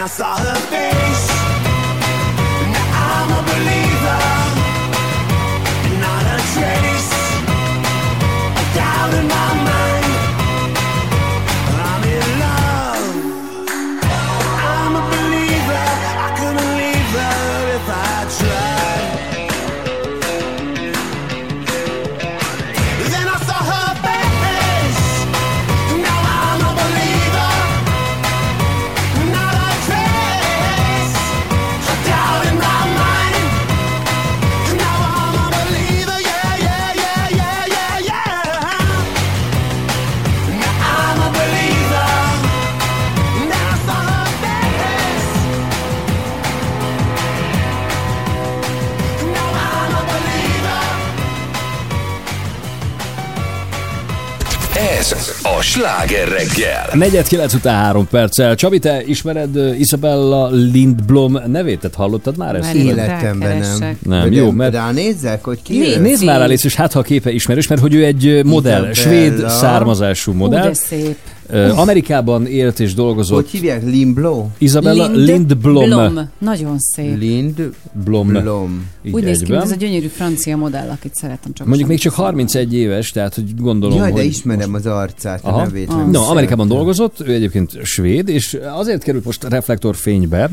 saw her face. Now I'm a believer, not a trace of doubt in my mind. I'm in love. I'm a believer. I couldn't leave her if I tried. Then I saw her face. Now I'm a believer, not a trace of doubt in my mind. Now I'm a believer, yeah, yeah, yeah, yeah, yeah, yeah. Now I'm a believer. Then I saw her face. Now I'm a believer. Ez a Sláger reggel. 4:09 után 3 perccel. Csabi, te ismered Isabella Lindblom nevét? Tehát hallottad már ezt? Életemben nem. Nem, jó, mert... Ránézzek, hogy ki ő? Nézd már rá, légy, és hát ha a képe ismerős, mert hogy ő egy modell, svéd Isabella. származású modell. De szép. Amerikában élt és dolgozott. Hogy hívják? Lindblom? Isabella Lindblom. Nagyon szép. Lindblom. Így Úgy néz ki, egyben. mint ez a gyönyörű francia modell, akit szeretem csak. Mondjuk még csak 31 éves, tehát hogy gondolom, Jaj, de hogy... ismerem az arcát, a nevét. nem No, Amerikában szeretem. dolgozott, ő egyébként svéd, és azért került most reflektorfénybe,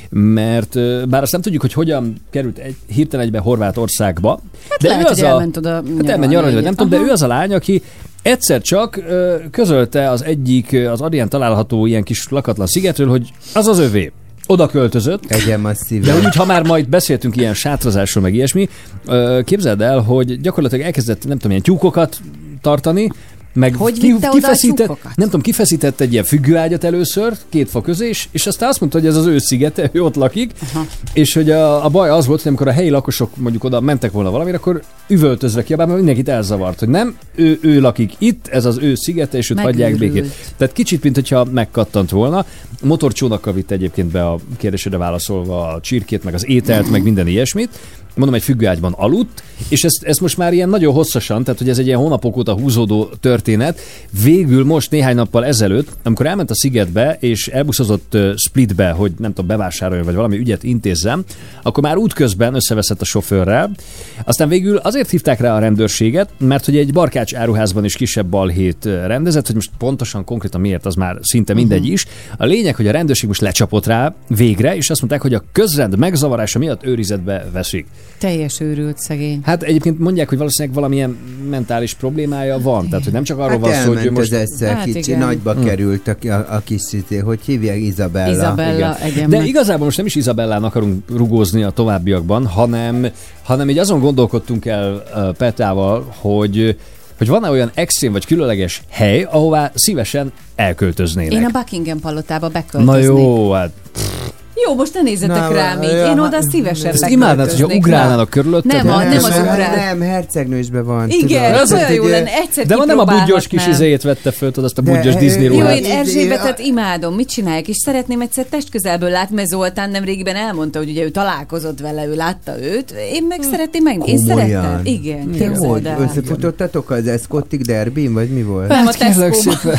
mert bár azt nem tudjuk, hogy hogyan került hirtelen egybe Horvátországba. Hát de lehet, ő az hogy elment oda Hát elment nyaralni, vagy nem tudom, de Aha. ő az a lány, aki egyszer csak közölte az egyik, az Adrián található ilyen kis lakatlan szigetről, hogy az az övé. Oda költözött. Egyem a szívem. De úgy, ha már majd beszéltünk ilyen sátrazásról, meg ilyesmi, képzeld el, hogy gyakorlatilag elkezdett, nem tudom, ilyen tyúkokat tartani, meg Hogy vitte oda a tyúkokat? nem tudom, kifeszített egy ilyen függőágyat először, 2 fa közé, és aztán azt mondta, hogy ez az ő szigete, ő ott lakik, és hogy a baj az volt, hogy amikor a helyi lakosok mondjuk oda mentek volna valamire, akkor üvöltözve kiabálva mindenkit elzavart, hogy nem, ő lakik itt, ez az ő szigete, és őt hagyják Megőrült. békét. Tehát kicsit, mint hogyha megkattant volna. Motorcsónakkal vitt egyébként be a kérdésre válaszolva a csirkét, meg az ételt, meg minden ilyesmit. Mondom, egy függőágyban aludt, és ezt most már ilyen nagyon hosszasan, tehát hogy ez egy ilyen hónapok óta húzódó történet. Végül most néhány nappal ezelőtt, amikor elment a szigetbe, és elbuszozott Splitbe, hogy nem tudom, bevásároljon, vagy valami ügyet intézzem, akkor már útközben összeveszett a sofőrrel. Aztán végül azért hívták rá a rendőrséget, mert hogy egy barkács áruházban is kisebb balhét rendezett, hogy most pontosan konkrétan miért, az már szinte mindegy is. A lényeg, hogy a rendőrség most lecsapott rá végre, és azt mondták, hogy a közrend megzavarása miatt őrizetbe veszik. Teljes őrült szegény. Hát egyébként mondják, hogy valószínűleg valamilyen mentális problémája van. Tehát, hogy nem csak arról van szó, hogy ő elment most... az egyszer, Hát kicsi, igen. nagyba került a kis szité, hogy hívják, Isabella. Isabella, Igen. egyen De meg. igazából most nem is Isabellán akarunk rugózni a továbbiakban, hanem így azon gondolkodtunk el Petával, hogy van-e olyan extrém vagy különleges hely, ahová szívesen elköltöznének. Én a Buckingham palotába beköltöznék. Na jó, hát... Jó, most ne nézzetek Na, rám így. ja, Én oda szívesen Ezt imádnád, hogyha ugrálnának körülötted? Nem az ugrál. Nem, hercegnősben van. Igen, tudod. ez olyan Tehát, jó ugye- lenne. Egyszer De van nem a budgyos kis kipróbálhatnám. izéjét vette föl, tudod, azt a De, budgyos Disney Jó, ruhát. én Erzsébetet imádom. Mit csinálják? És szeretném egyszer testközelből látni, mert Zoltán nemrégiben elmondta, hogy ugye ő találkozott vele, ő látta őt. Én meg szeretném meg. Én Komolyan? szerettem. Igen, Te képzeld hogy? el. Összefutottatok az Escottig Derbyn, vagy mi volt? Nem, a Kérlek Tesco-ban. szépen.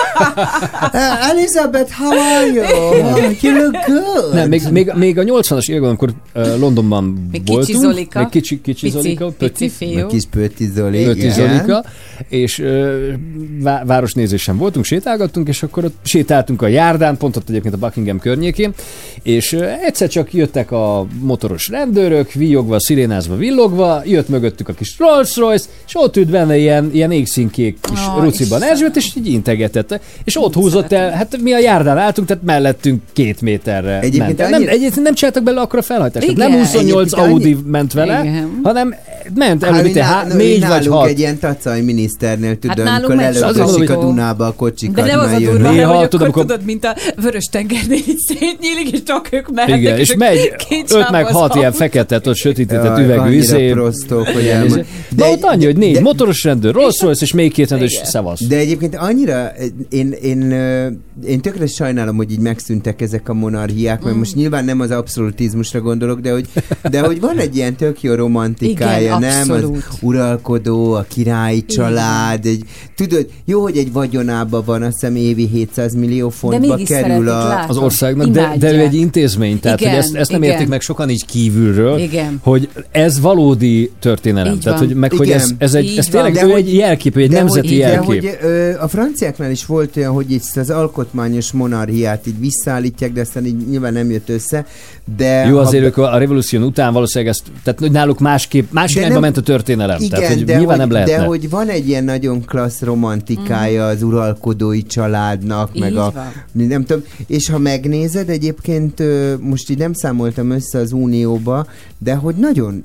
Elizabeth, how are you? You look good. Nem, még a 80-as években, amikor Londonban Még kicsi voltunk. Zolika. Még kicsi Zolika. Pici fiú. A kis Pötti Zoli. Pötti igen. Zolika, és városnézésen voltunk, sétálgattunk, és akkor ott sétáltunk a járdán, pont ott egyébként a Buckingham környékén, és egyszer csak jöttek a motoros rendőrök, víjogva, szirénázva, villogva, jött mögöttük a kis Rolls-Royce, és ott ült benne ilyen égszínkék kis ruciban Erzsébet, és így integetette, és ott húzott el, hát mi a járdán álltunk, tehát mellettünk 2 méterre Egyébként ment. Egyébként nem csináltak bele akkor a felhajtást. Igen. Nem 28 Egyébként Audi ment vele, Igen. hanem ment Hát, előtte mi 4 vagy nálunk 6. egy ilyen tacai miniszternél, tudod, Hát nálunk amikor megy sok előveszik a autó. Dunába a kocsikat. De nem az a mert durva, jönnek. Néha, hogy akkor tudom, amikor- tudod, mint a vörös tengernél így szétnyílik, és csak ők mehetnek. Igen, és megy két 5 meg sávú 6 az ilyen autó. fekete, ott sötétített Jaj, üvegű annyira izé. prostók, hogy Igen, elmond. de ott annyi, hogy 4 motoros rendőr, Rolls Royce és még 2 rendőr, és Igen. szevasz. De egyébként annyira, én tökre sajnálom, hogy így megszűntek ezek a monarchiák, mert most nyilván nem az abszolutizmusra gondolok, de hogy van egy ilyen tök jó romantikája, igen, nem? abszolút. Az uralkodó, a királyi család, tudod, jó, hogy egy vagyonában van, azt hiszem évi 700 millió fontba kerül az országnak, de ő egy intézmény, tehát igen, hogy ezt nem értik meg sokan így kívülről, igen. hogy ez valódi történelem. Így tehát, van. hogy meg, Igen. hogy ez tényleg De ő hogy- egy jelkép, egy nemzeti jelkép. De hogy a franciáknál is volt olyan, hogy itt az alkotmányos monarchiát így visszaállítják, de aztán így nyilván nem jött össze. De Jó, azért ők a revolúció után valószínűleg ezt, tehát hogy náluk más irányba ment a történelem. Igen, tehát, hogy de, nyilván nem lehetne. de hogy van egy ilyen nagyon klassz romantikája az uralkodói családnak, meg Így a van. nem tudom, és ha megnézed, egyébként most így nem számoltam össze az Unióba, de hogy nagyon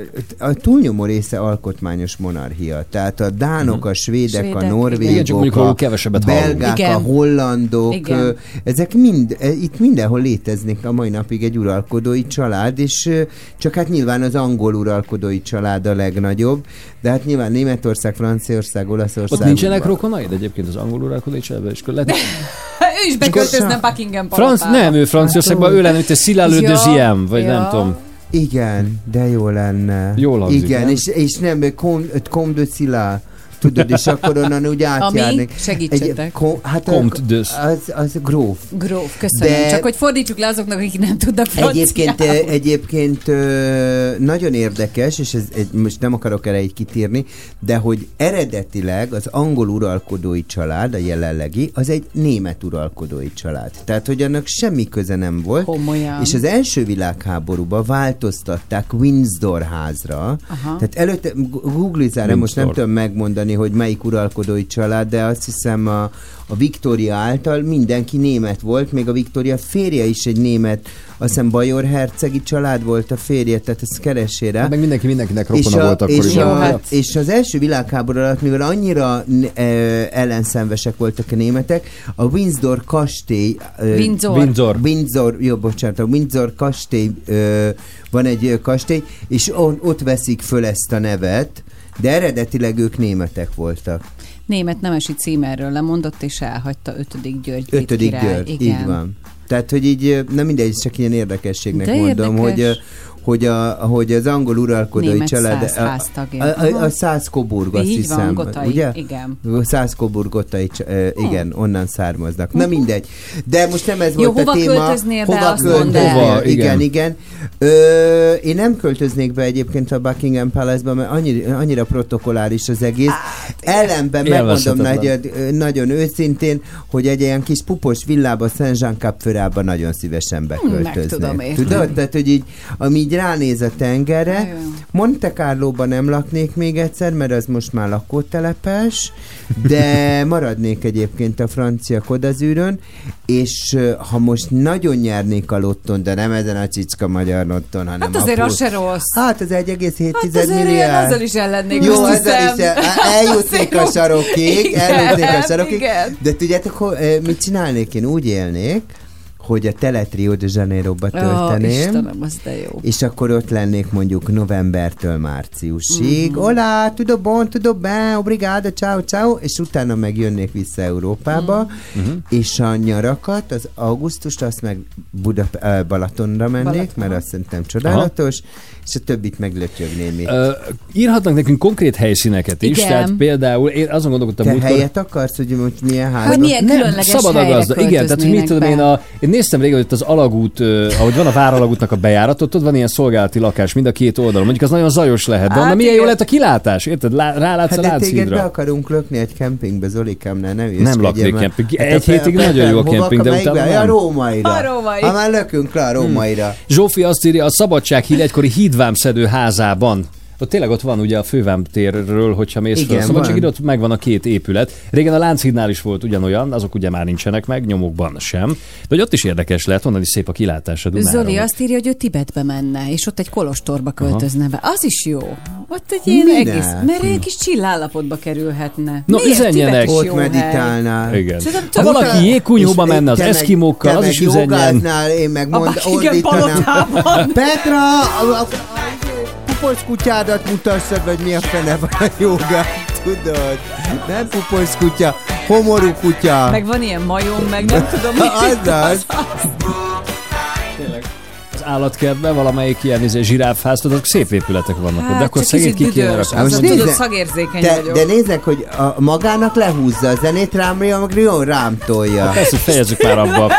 a túlnyomó része alkotmányos monarchia. Tehát a dánok, a svédek, a Igen, csak norvégok, mondjuk a róluk kevesebbet hallunk. belgák, Igen. a hollandok, Igen. ezek mind, itt mindenhol léteznek a mai napig egy uralkodói család, és csak hát nyilván az angol uralkodói család a legnagyobb, de hát nyilván Németország, Franciaország, Olaszország. Ott nincsenek rokonaid egyébként az angol uralkodói családban, és akkor lehet... Ő is beköltözne Buckingham palottába. Nem, ő Franciaországban, ő lenne, mint egy Szilálő de Ziem, vagy nem tudom. Igen, de jó lenne. Jól hangzik, igen, nem? és nem, Comte de Silla, tudod, és akkor onnan úgy átjárnék. Segítsetek. Comte de... Az gróf. Gróf, köszönöm. De- Csak hogy fordítsuk le azoknak, akik nem tudnak franciául. Egyébként nagyon érdekes, és most nem akarok erre így kitérni, de hogy eredetileg az angol uralkodói család, a jelenlegi, az egy német uralkodói család. Tehát, hogy annak semmi köze nem volt. Komolyan. És az első világháborúban változtatták Windsor házra. Aha. Tehát előtte, googlizára, most nem tudom megmondani, hogy melyik uralkodói család, de azt hiszem a Viktória által mindenki német volt, még a Viktória férje is egy német, azt hiszem Bajor hercegi család volt a férje, tehát ezt keressél rá. Meg mindenkinek rokona volt akkoriban. És az első világháború alatt, mivel annyira ellenszenvesek voltak a németek, a Windsor kastély... Windsor, jó, bocsánat, a Windsor kastély, van egy kastély, és ott veszik föl ezt a nevet, de eredetileg ők németek voltak. Német nemesi címerről lemondott, és elhagyta 5. György brit 5. király. György, Igen. így van. Tehát, hogy így, nem mindegy, csak ilyen érdekességnek De mondom, érdekes. hogy az angol uralkodói Német család... száz háztagja. A Szász-Coburg, azt Így hiszem. van, Gotthai, ugye? igen. Szász-Coburg, Gotthai, igen, onnan származnak. Na mindegy. De most nem ez Jó, volt a hova téma. költöznél be, Hova azt mondd el. költöznél? Igen. Én nem költöznék be egyébként a Buckingham Palace-ba, mert annyira protokolláris az egész. Ellenben megmondom nagyon őszintén, hogy egy ilyen kis pupos villába, Saint-Jean-Cap-Ferratba nagyon szívesen beköltöznék. Meg tudom érteni. Tudod? Tehát, hogy így, ami így ránéz a tengerre, Monte Carlóban nem laknék még egyszer, mert az most már lakótelepes, de maradnék egyébként a francia Côte-d'Azurön, és ha most nagyon nyernék a lotton, de nem ezen a csicska magyar lotton, hanem Hát azért az se rossz. Hát az 1,7 Hát azért milliárd. azzal is ellennék. Jó, most azzal hiszem. is eljutnék a sarokig, Igen. de tudjátok, mit csinálnék? Én úgy élnék, hogy a telet Rio de Janeiroba tölteném, Istenem, az de jó. és akkor ott lennék mondjuk novembertől márciusig. Hola, tudo bem, obrigado, ciao, és utána meg jönnék vissza Európába, és a nyarakat, az augusztust, azt meg Balatonra mennék, mert azt szerintem csodálatos, és a többit meg lötyögném itt. Írhatnak nekünk konkrét helyszíneket is, Igen. tehát például én azon gondolkodtam Te múltkor... helyet akarsz, hogy milyen ház? Hogy milyen különleges szabad a helyre gazda. Igen, tehát hogy mit tudom én néztem régen, hogy az alagút, ahogy van a Váralagútnak a bejáratot, ott van ilyen szolgálati lakás mind a két oldalon. Mondjuk az nagyon zajos lehet, de onnan milyen jó lehet a kilátás, érted? Rálátsz a Hát de téged be Lánchídra. akarunk lökni egy kempingbe, Zolikámnál, Nem laknék kemping. Egy hétig nagyon jó a kemping, de utána A nem. Rómaira. A Római. Ha már lökünk le a Rómaira. Zsófi azt írja, a Szabadsághíd egykori hídvámszedő házában. Ott tényleg ott van ugye a Fővám térről, hogyha mész fel a Szabadsághíd, ott megvan a két épület. Régen a Lánchídnál is volt ugyanolyan, azok ugye már nincsenek meg, nyomokban sem. De hogy ott is érdekes lehet, onnan is szép a kilátás a Dunára. Zoli azt írja, hogy ő Tibetbe menne, és ott egy kolostorba költözne be. Az is jó. Ott egy ilyen Minek? egész, mert egy kis csillállapotba kerülhetne. No, Miért? üzenjenek. Tibet is jó Ott hely. meditálnál. Igen. Szerintem Ha tök- valaki jégkunyhóba És menne az te meg- eszkimókkal, te az meg is üzenjen. jogáznál, én meg A Buckingham ordítanám. palotában. Petra, a puposz kutyádat mutassad, vagy mi a fene van a jogát, tudod? Nem puposz kutya. Homorú kutya. Meg van ilyen majom, meg nem tudom mi. Azaz. Tényleg. Az állatkertben valamelyik ilyen zsiráfház, tudod, szép épületek vannak ott, de akkor szegény ki kéne rakni. Azon tudod, szagérzékeny vagyok. De nézzek, hogy magának lehúzza a zenét, rám tolja. Persze, fejezzük már abba.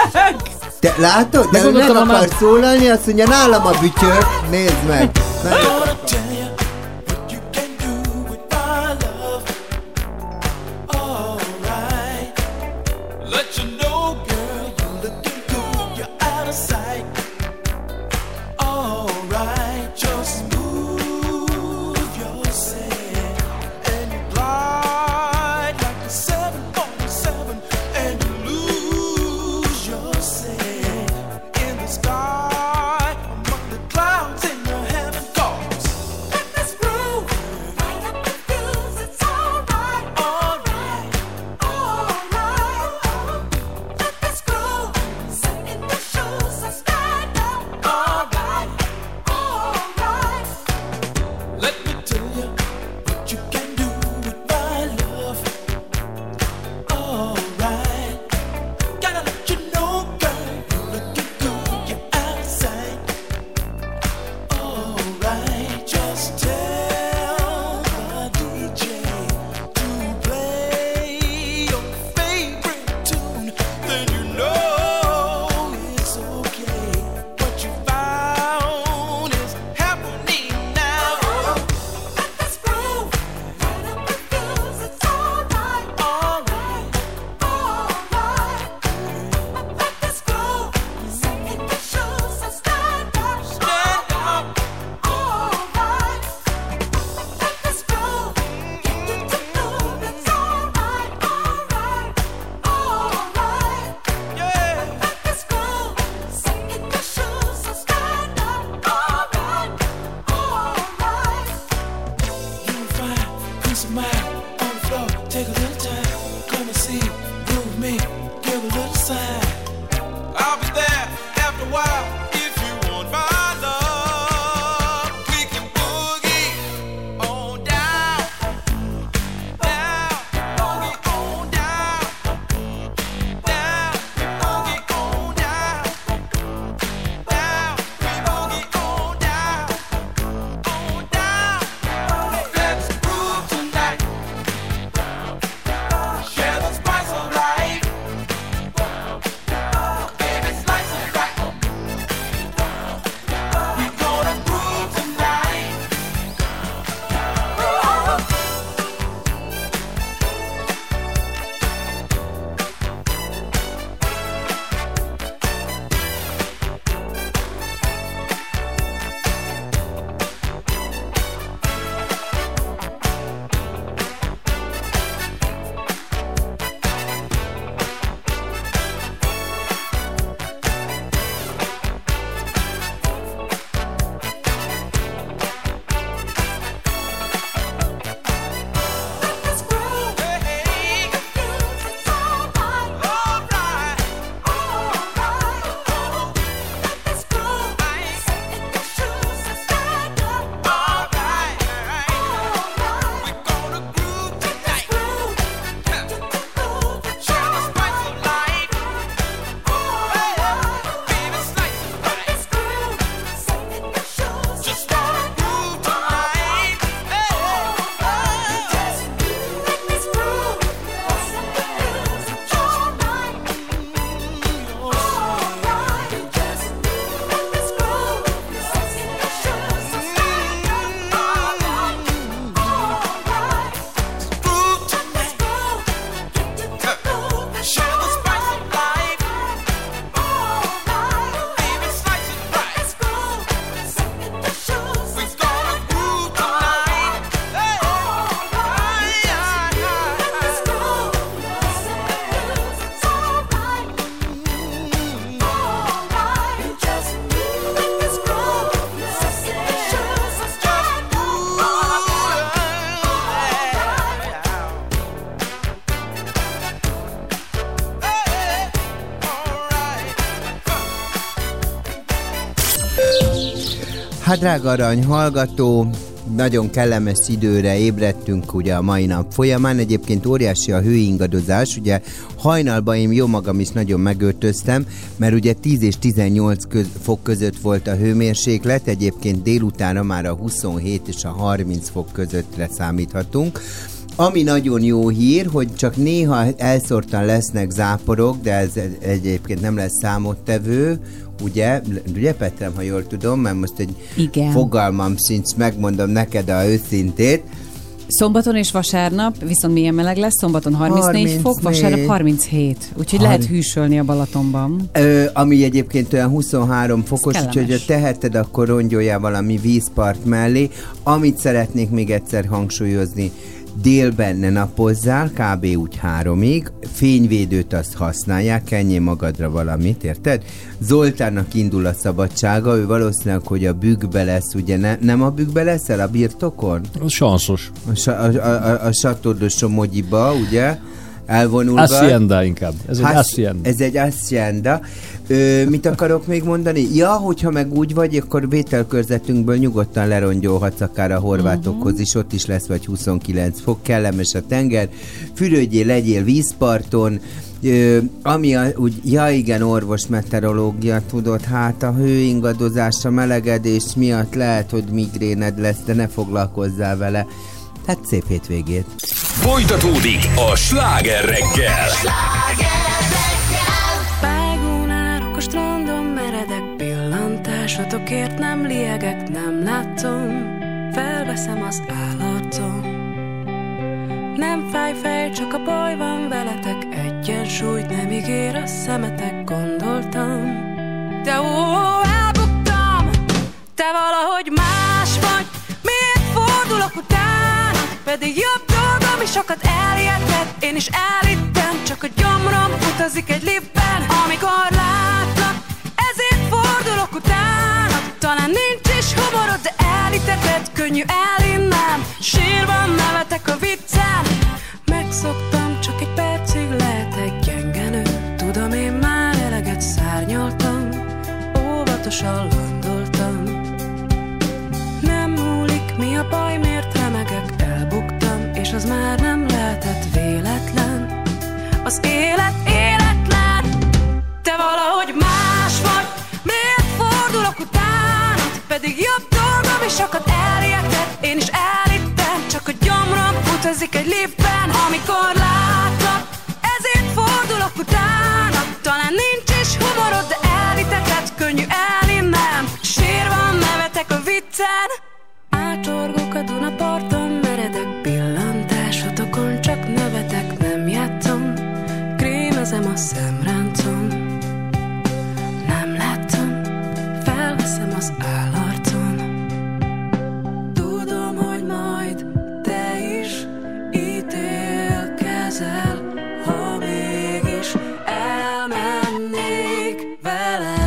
Te látod? De ő meg akar szólalni, azt mondja, nálam a bütyök, nézd meg. Hát drága arany hallgató, nagyon kellemes időre ébredtünk ugye a mai nap folyamán. Egyébként óriási a hőingadozás, ugye hajnalban én jó magam is nagyon megöltöztem, mert ugye 10 és 18 fok között volt a hőmérséklet, egyébként délutánra már a 27 és a 30 fok közöttre számíthatunk. Ami nagyon jó hír, hogy csak néha elszórtan lesznek záporok, de ez egyébként nem lesz számottevő, ugye Petrem, ha jól tudom, mert most egy fogalmam sincs, megmondom neked a őszintét. Szombaton és vasárnap viszont milyen meleg lesz, szombaton 34 fok, vasárnap 37, úgyhogy lehet hűsölni a Balatonban. Ami egyébként olyan 23 fokos, úgyhogy ha teheted, akkor rongyoljál valami vízpart mellé. Amit szeretnék még egyszer hangsúlyozni, délben ne napozzál, kb. Úgy 3-ig, fényvédőt azt használják, kenjél magadra valamit, érted? Zoltánnak indul a szabadsága, ő valószínűleg, hogy a bükkbe lesz, ugye nem a bükkbe leszel a birtokon? Az sanszos. A Satordos Somogyiba, ugye? Elvonulva. Hacienda inkább. Ez egy hacienda. Ez egy hacienda. Mit akarok még mondani? Ja, hogyha meg úgy vagy, akkor vételkörzetünkből nyugodtan lerongyolhatsz akár a horvátokhoz is, ott is lesz vagy 29 fok, kellemes a tenger, fürödjél, legyél vízparton, ami igen, orvos meteorológia, tudod, hát a hőingadozás, a melegedés miatt lehet, hogy migréned lesz, de ne foglalkozzál vele. Hát szép hétvégét! Folytatódik a Sláger reggel! Vágónárok a strandon meredek, pillantásotokért nem liegek, nem látom, felveszem az állarcom. Nem fáj fej, csak a baj van veletek, egyensúlyt nem ígér a szemetek, gondoltam. De elbuktam, te valahogy más vagy, miért fordulok utána, pedig jobb dolgom is sokat elérted, én is elittem, csak a gyomrom utazik egy liftben, amikor látlak, ezért fordulok utána. Talán nincs is humorod, de elítetted, könnyű elinnem, sírva nevetek a viccen. Megszoktam, csak egy percig lehetek gyenge nő, tudom, én már eleget szárnyaltam, óvatosan landoltam. Nem múlik, mi a baj, miért remegek, elbuktam, és az már nem lehetett véletlen. Az élet életlen, te valahogy más vagy, miért fordulok utánad, pedig jobb dolgom is sokat elérted, én is elittem, csak a gyomrom utazik egy liftben, amikor látlak, ezért fordulok utánad. Talán nincs is humorod, de elítetted, könnyű elinnem, sírva nevetek a viccen. Átsorgok a Dunaparton, meredek pillantásotokon, csak nevetek, nem játszom, krémezem a szemráncom. Nem láttam, felveszem az állarcon. Tudom, hogy majd te is ítélkezel, ha mégis elmennék veled.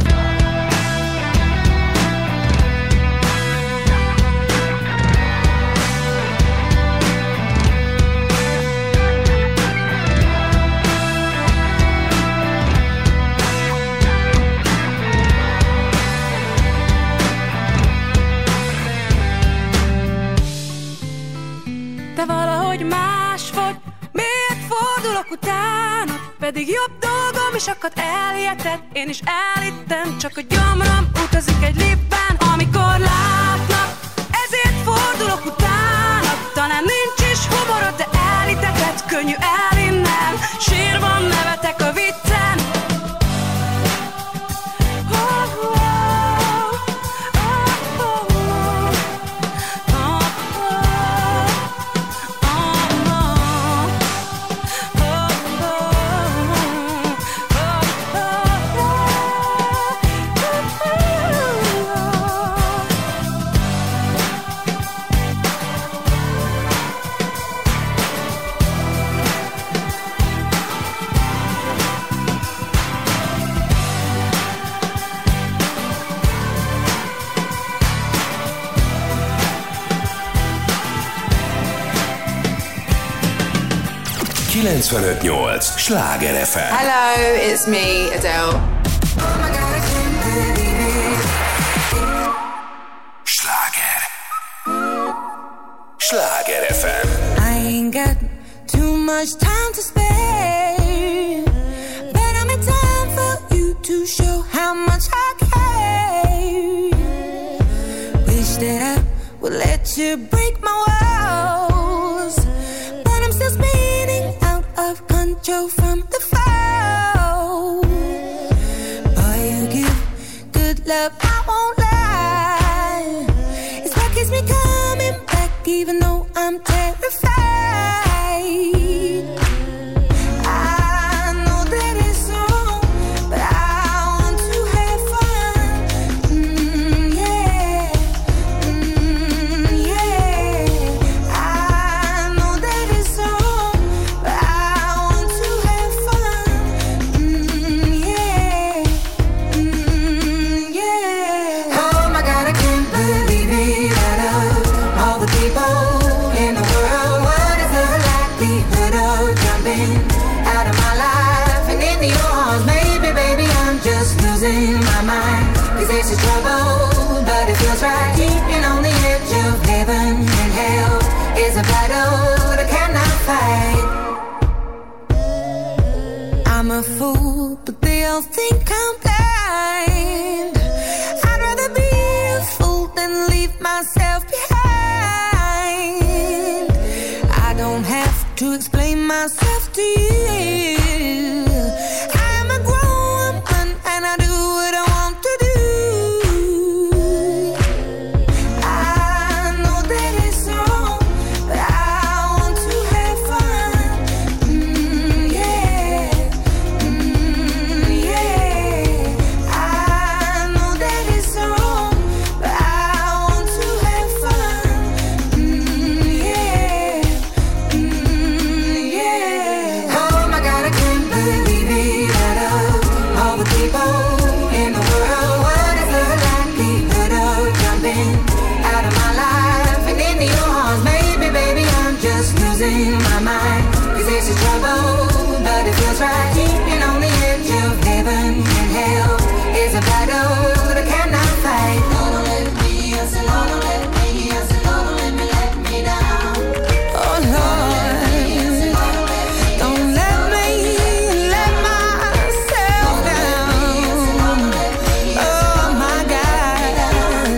Te valahogy más vagy, miért fordulok utána, pedig jobb dolgom is sokat elérted, én is elittem, csak a gyomrom utazik egy liftben, amikor látlak, ezért fordulok utána. Talán nincs is humorod, de elítetted, könnyű elinnem, sírva nevetek a viccen. Sláger FM. Hello, it's me, Adele. Sláger. Sláger FM. I ain't got too much time to spare, but I'm in time for you to show how much I care. Wish that I would let you break my walls, but I'm still spinning out of control from the fall. Boy, you give good love, I won't lie. It's what keeps me coming back, even though I'm terrified. I know that it's wrong, but I want to have fun. Yeah, yeah. I know that it's wrong, but I want to have fun. Yeah, yeah. Oh my God, I can't believe it. Out of all the people in the world, what is the likelihood of jumping out of my life and into your arms? Maybe, baby, I'm just losing my mind. 'Cause this is trouble, but it feels right. Keeping on the edge of heaven and hell is a battle that I cannot fight. I'm a fool, but they all think I'm blind. I'd rather be a fool than leave myself behind. I don't have to explain myself to you. I'm a grown woman and I do what I want to do. I know that it's wrong, but I want to have fun. Yeah, yeah. I know that it's wrong, but I want to have fun. Yeah, yeah. Oh my God, I can't believe it. Out of all the people in the world, what is the likelihood of jumping out of my life and into your arms? Maybe, baby, I'm just losing my mind. 'Cause this is trouble, but it feels right. Keeping on the edge of heaven and hell is a battle that I cannot fight. Lord, don't let me, I said, Lord, don't let me, I said, Lord, don't let me down. Oh Lord, don't let me let myself down. Oh my God.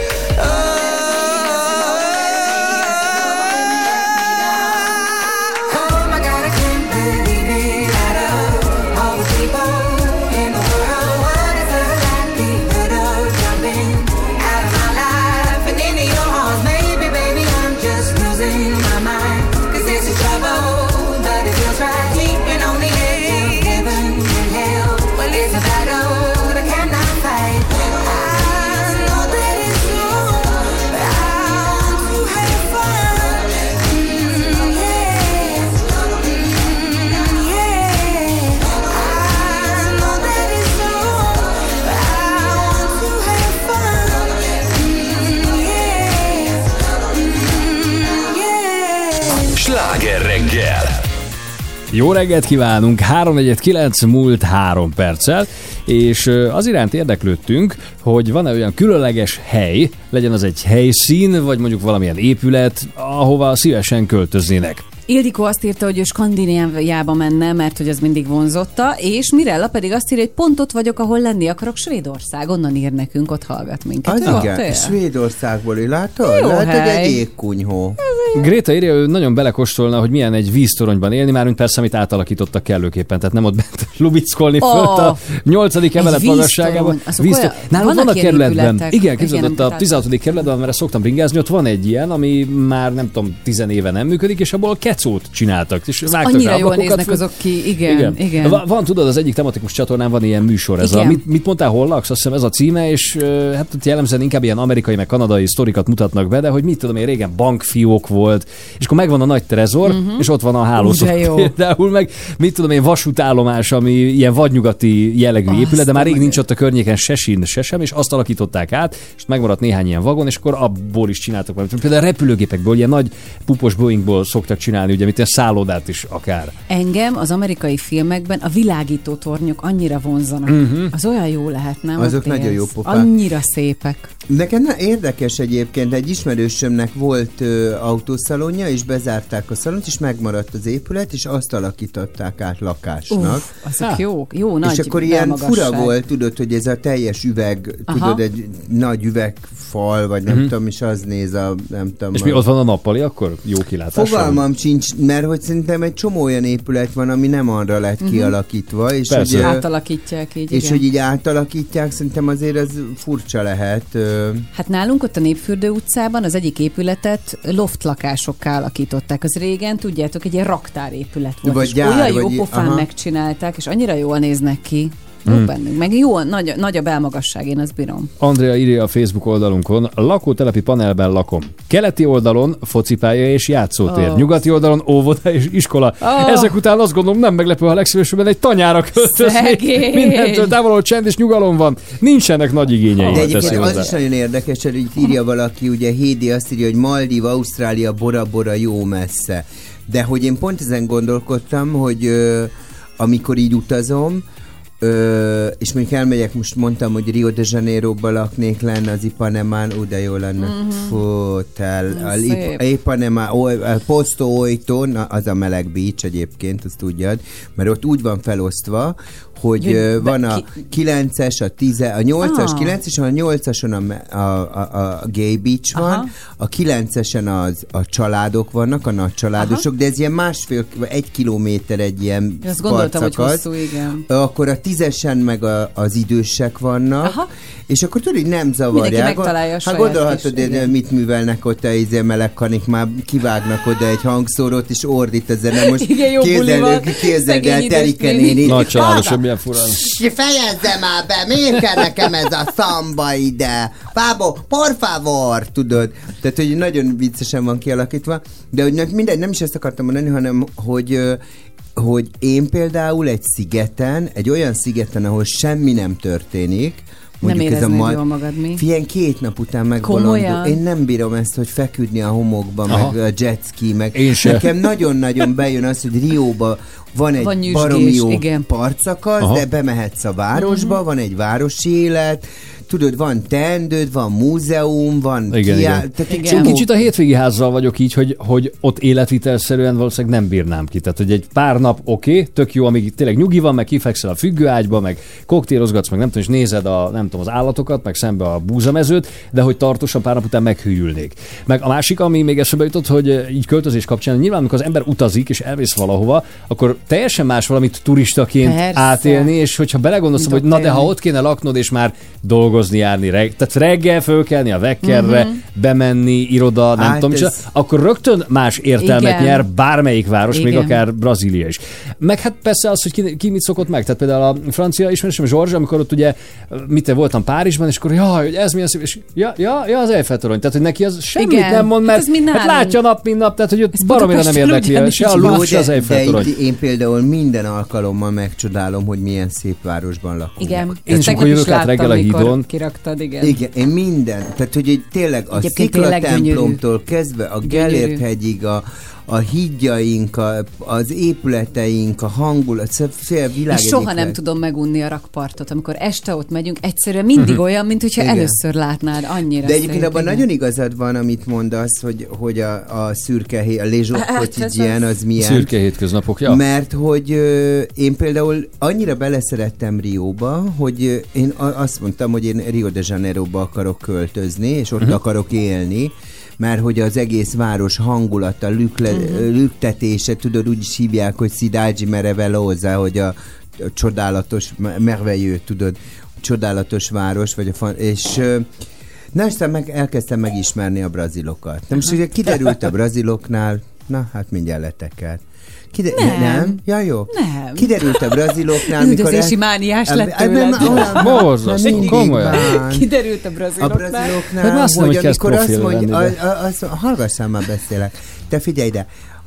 Oh my God, I can't believe it. Out of all the people in the world, what is the likelihood of jumping out of my life and into your arms? Maybe, baby, I'm just losing my mind. 'Cause this is trouble, but it feels right. Keeping on the edge of heaven and hell. Well, it's a battle that I cannot fight. I know that it's wrong, but I want to have fun. Yeah, yeah. I know that it's wrong, but I want to have fun. Yeah. Sláger reggel. Jó reggelt kívánunk, 3:49 múlt 3 perccel, és az iránt érdeklődtünk, hogy van-e olyan különleges hely, legyen az egy helyszín, vagy mondjuk valamilyen épület, ahova szívesen költöznének. Ildikó azt írta, hogy ő Skandináviába menne, mert hogy az mindig vonzotta, és Mirella pedig azt írja, hogy pont ott vagyok, ahol lenni akarok, Svédország. Onnan ír nekünk, ott hallgat minket. Az Ő ott igen, él. Svédországból látod? Jó Lehet, hogy hely. egy jégkunyhó. Gréta írja, ő nagyon belekóstolna, hogy milyen egy víztoronyban élni, mármint persze, amit átalakítottak kellőképpen, tehát nem ott bent lubickolni föl a 8. emelet magasságában. Nálunk vannak kerületben. Igen, képzeld, ott a 16. kerületben, mert szoktam ringázni, ott van egy ilyen, ami már nem tudom, 10 éve nem működik, és abból kecót csináltak. És annyira jól néznek azok ki, igen. Van, tudod, az egyik tematikus csatornán van ilyen műsor, ez igen. mit mondtál, hol laksz? Azt hiszem ez a címe, és hát jellemzően inkább ilyen amerikai, meg kanadai sztorikat mutatnak be, de hogy mit tudom én, régen bankfiók volt, és akkor megvan a nagy trezor, és ott van a hálózat például, meg mit tudom én, vasútállomás, ami ilyen vadnyugati jellegű épület, de már rég nincs ott a környéken se sín, se sem, és azt alakították át, és megmaradt néhány ilyen vagon, és akkor abból is csináltak valamit. Például a repülőgépekből, ilyen nagy pupos Boeingból szoktak csinálni csinálni, ugye, mint ilyen szállodát is akár. Engem az amerikai filmekben a világító tornyok annyira vonzanak. Az olyan jó lehet, nem? Azok Ott nagyon élsz. jó pofák. Annyira szépek. Nekem érdekes egyébként, egy ismerősömnek volt autószalonja, és bezárták a szalont, és megmaradt az épület, és azt alakították át lakásnak. Azok jó nagy és akkor ilyen belmagasság. fura volt, tudod, hogy ez a teljes üveg, tudod, egy nagy üvegfal, vagy nem tudom, és az néz a, nem tudom. És mi ott van a nappali, akkor jó kilátás? Fogalmam sincs, mert hogy szerintem egy csomó olyan épület van, ami nem arra lett kialakítva. És Persze. hogy, Átalakítják így, és igen. hogy így átalakítják, szerintem azért ez furcsa lehet. Hát nálunk ott a Népfürdő utcában az egyik épületet loftlakásokká alakították. Az régen, tudjátok, egy ilyen raktárépület volt. Vagy és gyár, olyan jó vagy- pofán aha. megcsinálták, és annyira jól néznek ki. Jó bennünk. Meg jó, nagy a belmagasság, én azt bírom. Andrea írja a Facebook oldalunkon, a lakótelepi panelben lakom. Keleti oldalon focipálya és játszótér. Nyugati oldalon óvoda és iskola. Ezek után azt gondolom nem meglepő, ha legszívesebben egy tanyára költözni. Szegény. Mindentől távolról csend és nyugalom van. Nincsenek nagy igényei. De egyébként teszi az hozzá. is nagyon érdekes, hogy itt írja valaki, ugye Hédi azt írja, hogy Maldív, Ausztrália, Bora Bora jó messze. De hogy én pont ezen gondolkodtam, hogy amikor így utazom, és mondjuk elmegyek, most mondtam, hogy Rio de Janeiroba laknék lenne az Ipanemán, de jó lenne. Ipanema, Posto Oito, az a meleg beach egyébként, azt tudjad, mert ott úgy van felosztva, hogy van a 9-es, a 10, a 8-as, 9-es, a 8-ason a gay beach van, a 9-esen a családok vannak, a nagy családosok, de ez ilyen 1,5-1 kilométer egy ilyen Azt gondoltam, hogy partszakasz. hosszú, igen. Akkor a 10-esen meg az idősek vannak, és akkor tudod, hogy nem zavarják. Mindenki megtalálja a Hát saját gondolhatod, kis, hogy igen. mit művelnek ott a melegkanik, már kivágnak oda egy hangszórót, és ordít ezzel. Nem most Igen, jó bulival, képzeld el, szegény Terike idős néni. néni. Nagy családos, milyen furán. Fejezze már be, miért kell nekem ez a szamba ide? Fábo, por favor, tudod. Tehát, hogy nagyon viccesen van kialakítva, de hogy mindegy, nem is ezt akartam mondani, hanem, hogy én például egy szigeten, egy olyan szigeten, ahol semmi nem történik, Nem ez a éreznéd jól magad, mi? Ilyen 2 nap után Komolyan? megbolondul. Én nem bírom ezt, hogy feküdni a homokba, meg a jetski, meg Én sem. nekem nagyon-nagyon bejön az, hogy Rióba van egy Van nyüzsgés, baromi jó igen. partszakasz, de bemehetsz a városba, van egy városi élet, tudod, van teendőd, van múzeum, van Igen. tehát egy Én csomó- kicsit a hétvégi házzal vagyok így, hogy ott életvitelszerűen valószínűleg nem bírnám ki. Tehát, hogy egy pár nap oké, tök jó, amíg tényleg nyugi van, meg kifekszel a függőágyba, meg koktélozgatsz, meg nem tudom, és nézed az állatokat, meg szembe a búzamezőt, de hogy tartósan pár nap után meghűlnék. Meg a másik, ami még eszembe jutott, hogy így költözés kapcsán, nyilván amikor az ember utazik és elvész valahova, akkor teljesen más valamit turistaként Persze. átélni, és hogyha belegondolsz, hogy na de ha ott kéne laknod, és már dolgozni, járni, tehát reggel fölkelni a vekkerre, bemenni, iroda, nem Hát tudom, ez- akkor rögtön más értelmet Igen. nyer bármelyik város, még Igen. akár Brazília is. Meg hát persze az, hogy ki mit szokott meg. Tehát például a francia ismerősöm, Zsorzsa, amikor ott ugye, voltam Párizsban, és akkor jaj, hogy ez milyen szép, és ja, az Eiffel-torony. Tehát, hogy neki az semmit Igen. nem mond, Hát mert ez mi nálunk. látja nap, mint nap, tehát, hogy őt Ez baromira nem Budapesten érdekli ugyanígy se a van. Louvre, se az de Eiffel-torony. itt én például minden alkalommal megcsodálom, hogy milyen szép városban lakunk. Igen. Én is, Tegnap amikor jövök át láttam, reggel a mikor hídon. Kiraktad, igen. Igen, én minden. Tehát, hogy egy tényleg a Egyébként Szikla tényleg gyönyörű. templomtól kezdve a Gyönyörű. Gellért-hegyig, a hídjaink, az épületeink, a hangulat, fél világ És soha egyik nem leg- tudom megunni a rakpartot. Amikor este ott megyünk, egyszerűen mindig olyan, mint hogyha Igen. először látnád. Annyira De egyébként szép, abban igen. nagyon igazad van, amit mondasz, hogy a szürke hé, a lézsok Hát, quotidien az milyen. Szürke hétköznapok, ja. Mert hogy én például annyira beleszerettem Rióba, hogy én azt mondtam, hogy én Rio de Janeiroba akarok költözni, és ott akarok élni, mert hogy az egész város hangulata, lüktetése, tudod, úgy is hívják, hogy Cidade Meravigliosa, hogy a csodálatos, merveilleux, tudod, csodálatos város, vagy és na, aztán elkezdtem megismerni a brazilokat. De most ugye kiderült a braziloknál, na, hát mindjárt letekert. Nem? Ja, jó. Nem. Kiderült a braziloknál, Üldözési mániás lett tőled. Borzasztó, komolyan. Kiderült a A braziloknál. Hát braziloknál, azt nem, hogy hogy kezd amikor azt profil mondja, lenni, hallgassál, már beszélek. Te figyelj ide,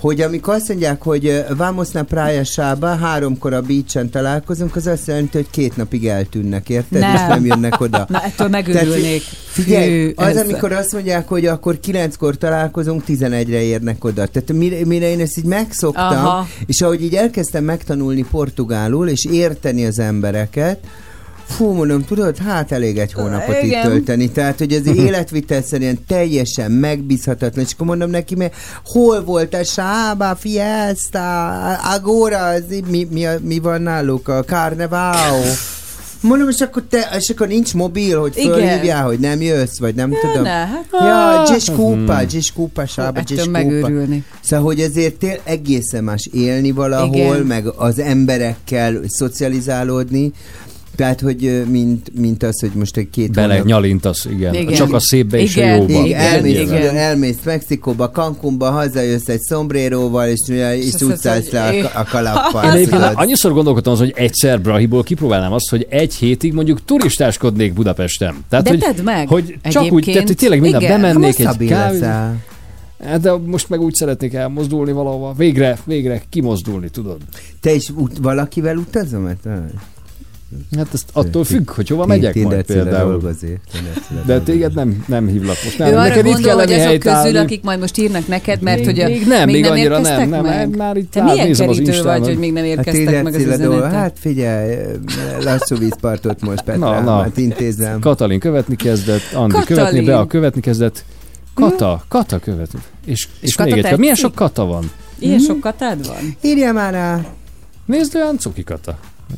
hogy amikor azt mondják, hogy vamos na praia sába, 3-kor a beachen találkozunk, az azt jelenti, hogy 2 napig eltűnnek, érted? Nem. És nem jönnek oda. Na, ettől megőrülnék. Figyelj, az, amikor azt mondják, hogy akkor 9-kor találkozunk, 11-re érnek oda. Tehát mire én ezt így megszoktam, Aha. és ahogy így elkezdtem megtanulni portugálul, és érteni az embereket, fú, mondom, tudod, hát elég egy hónapot itt tölteni. Tehát, hogy az életvitelszerűen teljesen megbízhatatlan. És akkor mondom neki, mert hol volt a sába, fiesta, agora, mi van náluk, a carnaval. Mondom, és akkor nincs mobil, hogy fölhívjál, hogy nem jössz, vagy nem tudom. Ja, desculpa, sába, ettől megőrülni. Szóval, hogy ezért egészen más élni valahol, igen, meg az emberekkel szocializálódni. Tehát, hogy mint az, hogy most egy 2 bele hónap... nyalintasz, igen. Csak a szépbe és a jóba. Igen. Elmész Mexikóba, Cancúnba, hazajössz egy szombréróval, és utcálsz le a kalappal. Én annyiszor gondolkodtam az, hogy egyszer Brahiból kipróbálnám azt, hogy 1 hétig mondjuk turistáskodnék Budapesten. Tehát, de tedd meg! Hogy csak úgy, tehát, hogy tényleg minden bemennék egy kávé. De most meg úgy szeretnék elmozdulni valahova. Végre kimozdulni, tudod. Te is valakivel utazom? Hát ezt attól függ, hogy hova megyek majd például. De téged nem hívlak most. Ő arra gondol, hogy azok közül, akik majd most írnak neked, mert hogy még nem érkeztek meg? Már itt te milyen kerítő vagy, hogy még nem érkeztek meg az üzenetek? Hát figyelj, lassú vízpartot most, Petrám, hát intézem. Katalin követni kezdett, Andi követni, Bea követni kezdett. Kata követni. És még egyszer, milyen sok Kata van? Ilyen sok Katád van? Írja már rá. Nézd, olyan cuki Kata.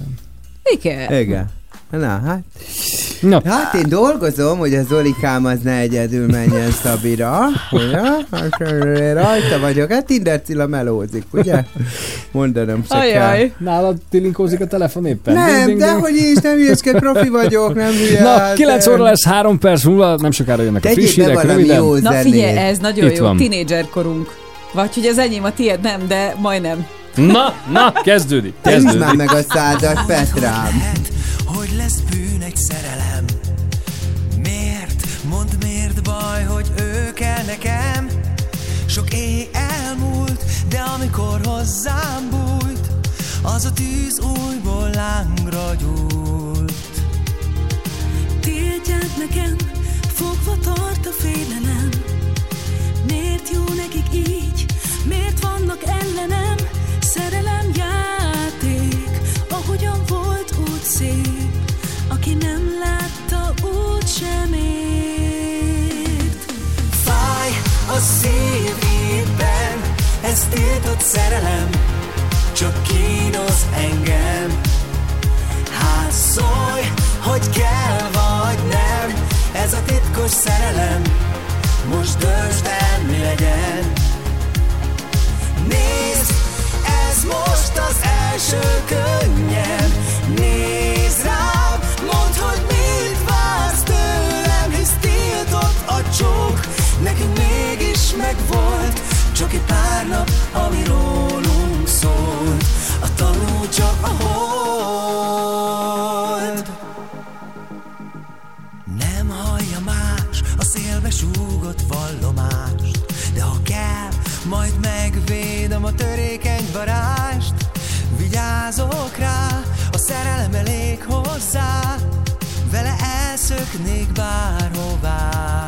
Igen. Na, hát. No. Hát én dolgozom, hogy a Zolikám az ne egyedül menjen Szabira. Ugye? Rajta vagyok. Hát Tinder Cilla melózik, ugye? Mondanom se kell. Nálad tilinkózik a telefon éppen. Nem, dehogy is, nem hülyeskedj, profi vagyok, nem hülye. Na, 9 óra lesz, 3 perc múlva, nem sokára jönnek a friss hírek, röviden. Na figyelj, ez nagyon itt jó, tinédzserkorunk. Vagy hogy az enyém, a tiéd nem, de majdnem. Na, kezdődik. Húzd már meg a szádat, Petrám. Hogy lesz bűn egy szerelem? Miért? Mondd, miért baj, hogy ő kell nekem? Sok éj elmúlt, de amikor hozzám bújt, az a tűz újból lángra gyújt. Tiltják nekem, fogva tart a félelem. Miért jó nekik így? Miért vannak ellenem? Szerelem játék, ahogyan volt úgy szép, aki nem látta úgy sem ért. Fáj a szívében, ez tiltott szerelem, csak kínoz engem. Hát szólj, hogy kell vagy nem, ez a titkos szerelem, most döntsd el, mi legyen. Nézd, ez most az első könnyem. Nézd rám, mondd, hogy mit vársz tőlem, hisz tiltott a csók, nekünk mégis megvolt, csak egy pár nap, ami rólunk szólt. A tanú csak a hold. Nem hallja más a szélbe súgott vallomást, de ha kell, majd megvédem a törékeny varást. Vigyázok rá, a szerelem elég hozzá, vele elszöknék bárhová.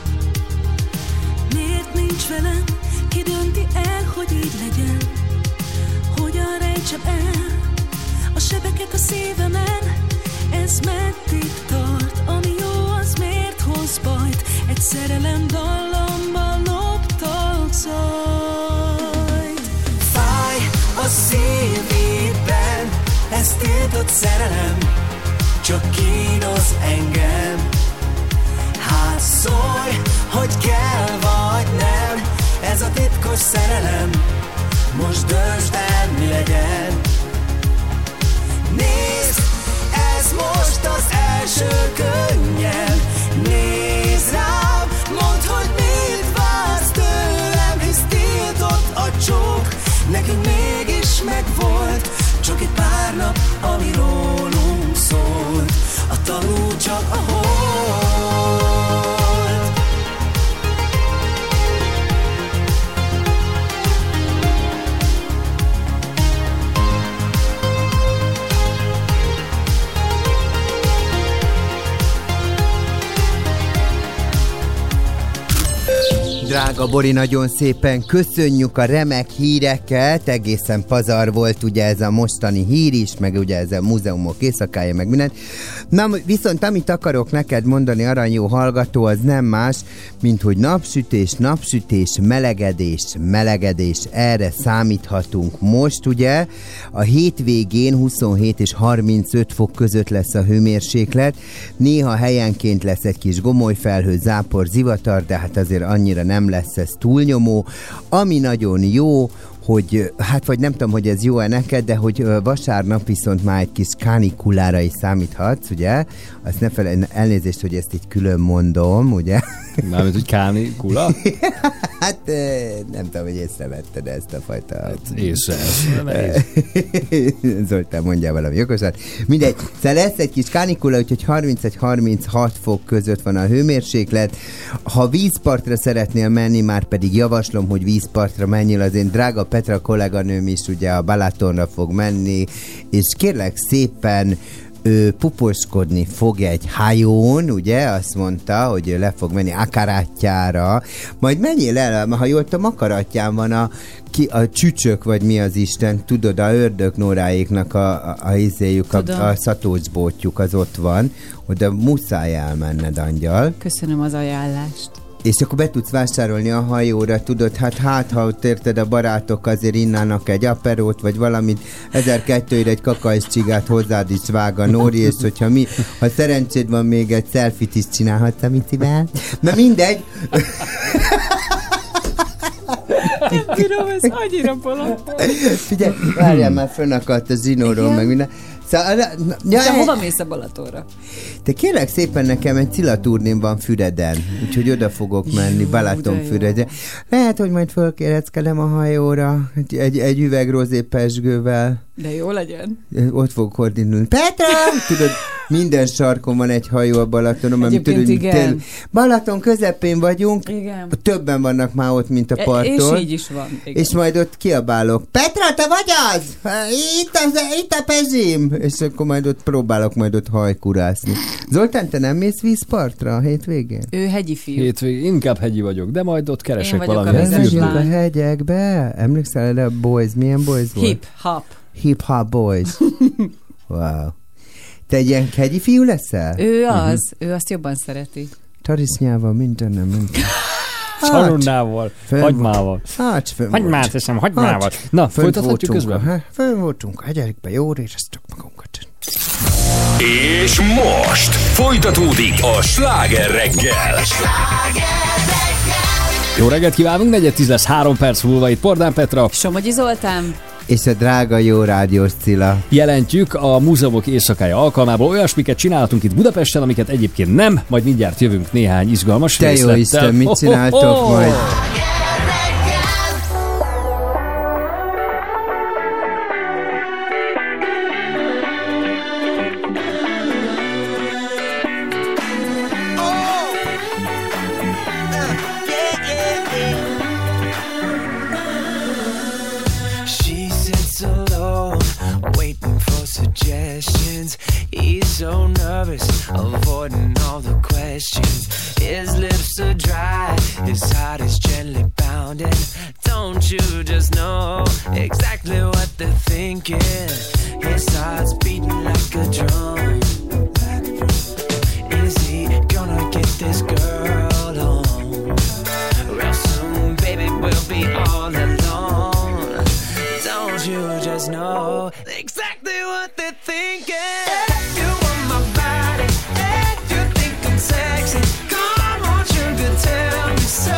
Miért nincs velem, ki dönti el, hogy így legyen? Hogyan rejtsem el a sebeket a szívemen? Ez meddig tart, ami jó, az miért hoz bajt? Egy szerelem dallamban loptak zajt. Fáj a szívében, ez tiltott szerelem, csak kínoz engem. Hát szólj, hogy kell vagy nem, ez a titkos szerelem, most döntsd el, mi legyen. Nézd, ez most az első könnyem. Nézd rám, mondd, hogy mit vársz tőlem, hisz tiltott a csók, nekünk mégis megvolt, csak egy pár nap, ami rólunk szólt. A tanú csak a hold. Gabori, nagyon szépen köszönjük a remek híreket, egészen pazar volt ugye ez a mostani hír is, meg ugye ez a múzeumok éjszakája, meg minden. Na, viszont amit akarok neked mondani, aranyó hallgató, az nem más, mint hogy napsütés, melegedés, erre számíthatunk. Most ugye a hétvégén 27 és 35 fok között lesz a hőmérséklet, néha helyenként lesz egy kis gomolyfelhő, zápor, zivatar, de hát azért annyira nem lesz ez túlnyomó. Ami nagyon jó, hogy, hát vagy nem tudom, hogy ez jó-e neked, de hogy vasárnap viszont már egy kis kánikulára is számíthatsz, ugye? Azt ne felejtsd, elnézést, hogy ezt így külön mondom, ugye? Mármint, hogy kánikula? Hát nem tudom, hogy észrevetted ezt a fajta... Hát észre. Zoltán, mondjál valami okosat. Mindegy, szóval lesz egy kis kánikula, úgyhogy 31-36 fok között van a hőmérséklet. Ha vízpartra szeretnél menni, már pedig javaslom, hogy vízpartra menjél, az én drága Petra kolléganőm is ugye a Balatonra fog menni, és kérlek szépen puposkodni fog egy hajón, ugye, azt mondta, hogy le fog menni Akaratjára, majd menjél el, ha jól tudom, Akaratján van a csücsök, vagy mi az Isten, tudod, a ördögnóráéknak a szatócsbótjuk az ott van, oda muszáj elmenned, angyal. Köszönöm az ajánlást. És akkor be tudsz vásárolni a hajóra, tudod, hát ha ott érted, a barátok azért innának egy aperót, vagy valamit, 1200-ért egy kakaiszcsigát hozzád is vág a Nóri, és hogyha ha szerencséd van, még egy selfie-t is csinálhatsz, Micivel. Na mindegy. Nem bírom, ez annyira bolond. Figyelj, várjál, már fönnakadt a zsinóról, meg minden. De hova mész a Balatonra? Te kérlek szépen, nekem egy cilaturném van Füreden, úgyhogy oda fogok menni, Balatonfüreden. Lehet, hogy majd fölkéreckedem a hajóra egy üveg rozé pezsgővel. De jó legyen. Ott fog koordinálni. Petra! Tudod, minden sarkon van egy hajó a Balatonon. Egyébként igen. Balaton közepén vagyunk. Igen. Többen vannak már ott, mint a parton. És így is van. Igen. És majd ott kiabálok. Petra, te vagy az? Itt a pezsim! És akkor majd ott próbálok hajkurászni. Zoltán, te nem mész vízpartra a hétvégén? Ő hegyi fiú. Hétvégén inkább hegyi vagyok, de majd ott keresek valami. Megyünk a hegyekbe. Emlékszel erre a boys? Milyen boys volt? Hip-hop boys. Wow. Te egy ilyen hegyi fiú leszel? Ő az. Ő azt jobban szereti. Tarisznyával, minden. Szaronnával, hagymával. Hagymát eszem, hagymával. Na, folytathatjuk közben? Fönn voltunk a hegyekbe, jól éreztük magunkat. És most folytatódik a Sláger reggel. Jó reggelt kívánunk, 4:10 lesz, 3 perc múlva itt Pordán Petra. Somogyi Zoltán. És a drága jó rádiós Cilla. Jelentjük a múzeumok éjszakája alkalmából olyasmiket csináltunk itt Budapesten, amiket egyébként nem, majd mindjárt jövünk néhány izgalmas részlettel. Te jó Isten, mit csináltok majd? He's so nervous, avoiding all the questions. His lips are dry, his heart is gently pounding. Don't you just know exactly what they're thinking? His heart's beating like a drum. Is he gonna get this girl on? Real soon, baby, we'll be all alone. Don't you just know exactly what they're thinking? Sexy, come on, sugar, tell me so.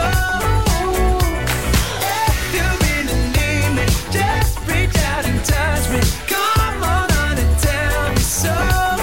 If you really need me, just reach out and touch me. Come on, honey, tell me so.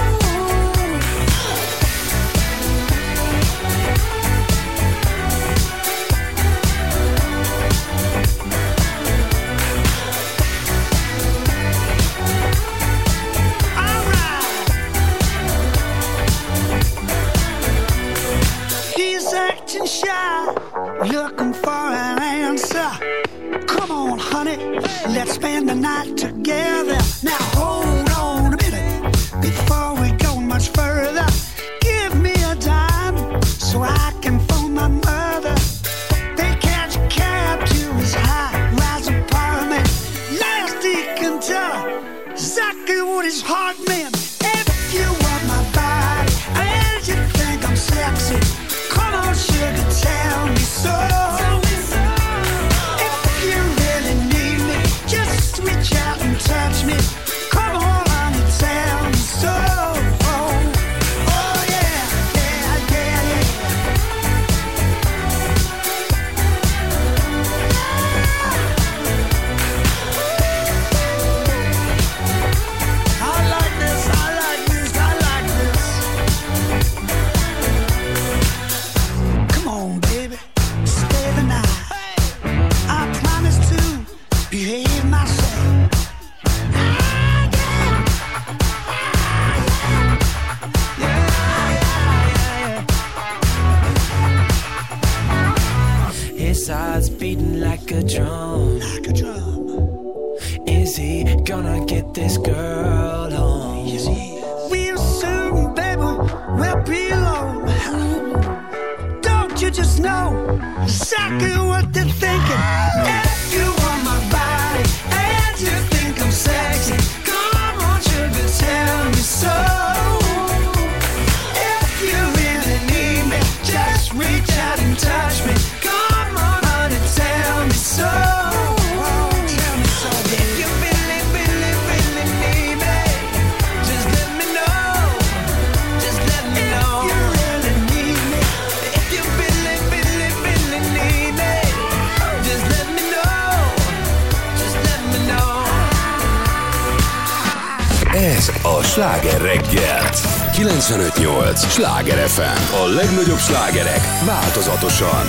Shy, looking for an answer. Come on, honey, let's spend the night together. Now hold on a minute before we go much further. Give me a dime so I can phone my mother. They catch and tell her exactly what his heart meant. If you want my body and you think I'm sexy, come on, sugar, tell me so. If you really need me, just reach out and touch me. Come on, honey, tell me so. His heart's beating like a drum. Is he gonna get this girl home? Yes, he is. Real soon, baby, we'll be alone. Don't you just know exactly what they're thinking? If you want my body and you think I'm sexy, come on, sugar, tell me so. If you really need me, just reach out and touch me. Come on, honey, tell me so. Tell me so, baby. If you really, really, really need me, just let me know. Just let me know. If you really need me, if you really, really, really need me, just let me know. Just let me know. Ez a Sláger reggel. 95.8 Sláger FM. A legnagyobb slágerek változatosan.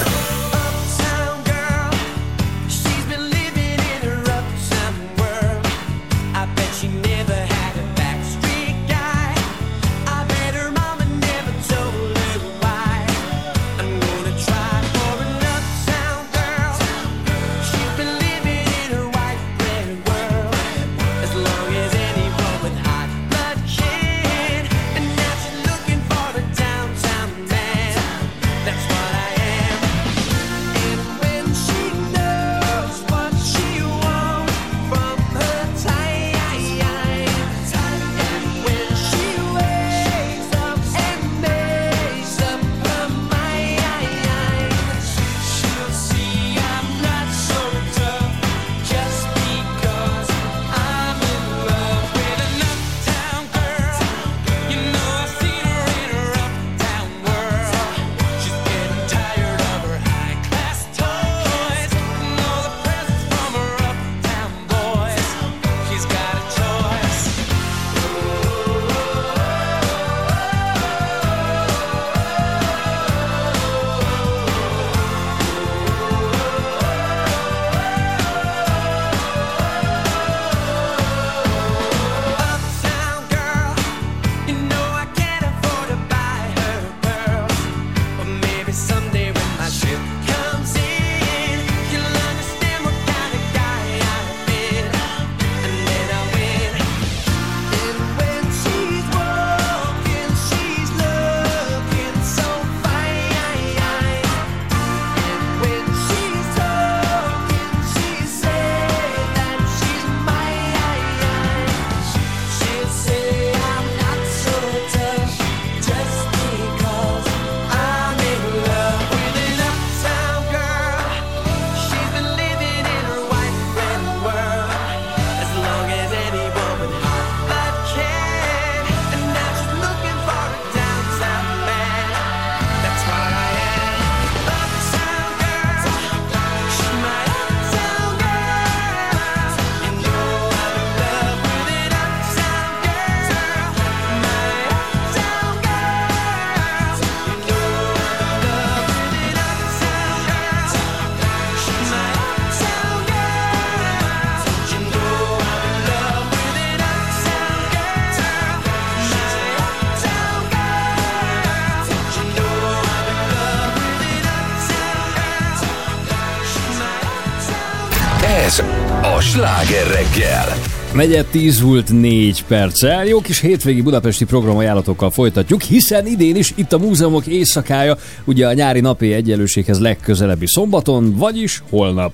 Ez a Sláger reggel. Negyed 10 volt 4 perccel. Jó kis hétvégi budapesti programajánlatokkal folytatjuk, hiszen idén is itt a múzeumok éjszakája, ugye a nyári napi egyenlőséghez legközelebbi szombaton, vagyis holnap.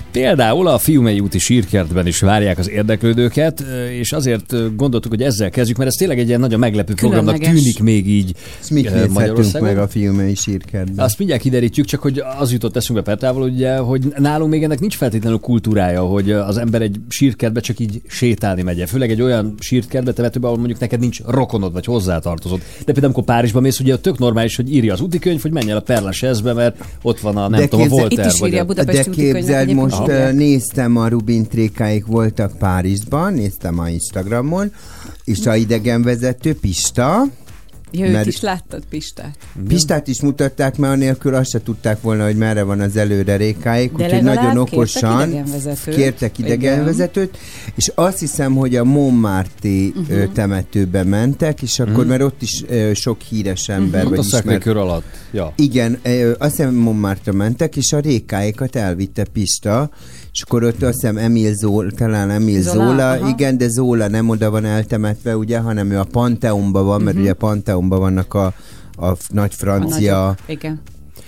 Például a Fiumei úti sírkertben is várják az érdeklődőket, és azért gondoltuk, hogy ezzel kezdjük, mert ez tényleg egy ilyen nagyon meglepő programnak tűnik még így mit nézhetünk Magyarországon. meg a Fiumei sírkertben? Azt mindjárt kiderítjük, csak hogy az jutott eszünkbe Petrával, ugye, hogy nálunk még ennek nincs feltétlenül kultúrája, hogy az ember egy sírkertbe csak így sétálni megye. Főleg egy olyan sírkertbe, temetőben, ahol mondjuk neked nincs rokonod vagy hozzátartozod. De például amikor Párizsba mész, ugye tök normális, hogy írja az útikönyv, hogy menj el a Père Lachaise-be, mert ott van a nem tudom, a Voltaire. Itt is írja a Budapesti útikönyvet. De most néztem, a Rubin trékáik voltak Párizsban, néztem a Instagramon, és a idegenvezető Pista. Őt is láttad, Pistát? Pistát is mutatták, mert anélkül azt se tudták volna, hogy merre van az előre rékáik, úgyhogy nagyon okosan kértek idegenvezetőt, és azt hiszem, hogy a Montmartre temetőbe mentek, és akkor, mert ott is sok híres ember, vagy ismert. Kör alatt. Ja. Igen, azt hiszem Montmartre mentek, és a rékáikat elvitte Pista, és akkor ott azt hiszem Emile Zola, igen, de Zola nem oda van eltemetve, ugye, hanem ő a Pantheonban van, mert ugye a Pantheonban vannak a nagy francia... Igen.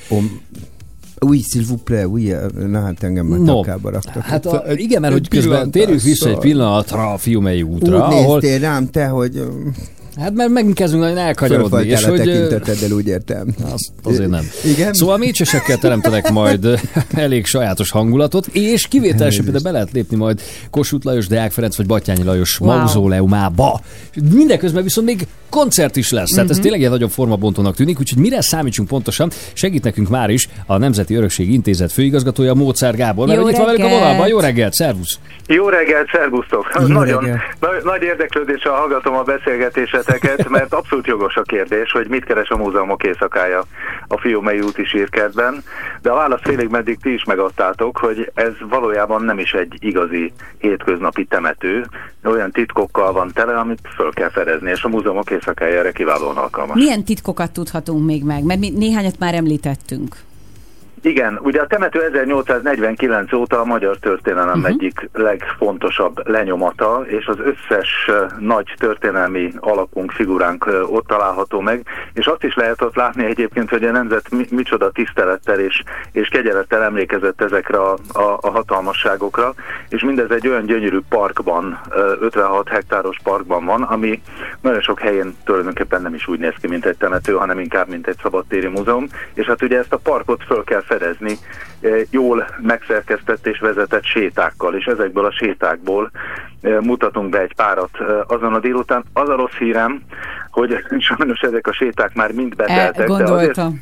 Oui, s'il vous plaît, oui, na hát engem már takába raktak. Hát igen, mert hogy közben térjünk vissza egy pillanatra a Fiumei útra, úgy néztél rám te, hogy... Hát mert megint kezdünk nagyon elkanyarodni. És hogy tekinteteddel, úgy értem. Azért nem. Igen? Szóval mécsesekkel teremtenek majd elég sajátos hangulatot, és kivételesen például be lehet lépni majd Kossuth Lajos, Deák Ferenc vagy Batthyány Lajos mauzóleumába. Mindeközben viszont még koncert is lesz. Tehát ez tényleg egy nagyobb formabontónak tűnik, úgyhogy mire számítsunk pontosan, segít nekünk már is a Nemzeti Örökség Intézet főigazgatója, Móczer Gábor. Mert itt van velük a vonalban. Jó reggelt, szervusz! Jó reggelt, szervusztok! Nagyon nagy érdeklődéssel hallgatom a beszélgetéseteket, mert abszolút jogos a kérdés, hogy mit keres a múzeumok éjszakája a Fiumei úti sírkertben, de a választ félig meddig ti is megadtátok, hogy ez valójában nem is egy igazi hétköznapi temető, olyan titkokkal van tele, amit föl kell fedezni, és a múzeumok éjszakája erre kiválóan alkalmas. Milyen titkokat tudhatunk még meg? Mert mi néhányat már említettünk. Igen, ugye a temető 1849 óta a magyar történelem egyik legfontosabb lenyomata, és az összes nagy történelmi alakunk, figuránk ott található meg, és azt is lehet ott látni egyébként, hogy a nemzet micsoda tisztelettel és kegyelettel emlékezett ezekre a hatalmasságokra, és mindez egy olyan gyönyörű parkban, 56 hektáros parkban van, ami nagyon sok helyén tulajdonképpen nem is úgy néz ki, mint egy temető, hanem inkább, mint egy szabadtéri múzeum, és hát ugye ezt a parkot föl kell fedezni jól megszerkesztett és vezetett sétákkal, és ezekből a sétákból mutatunk be egy párat azon a délután. Az a rossz hírem, hogy sajnos ezek a séták már mind beteltek, de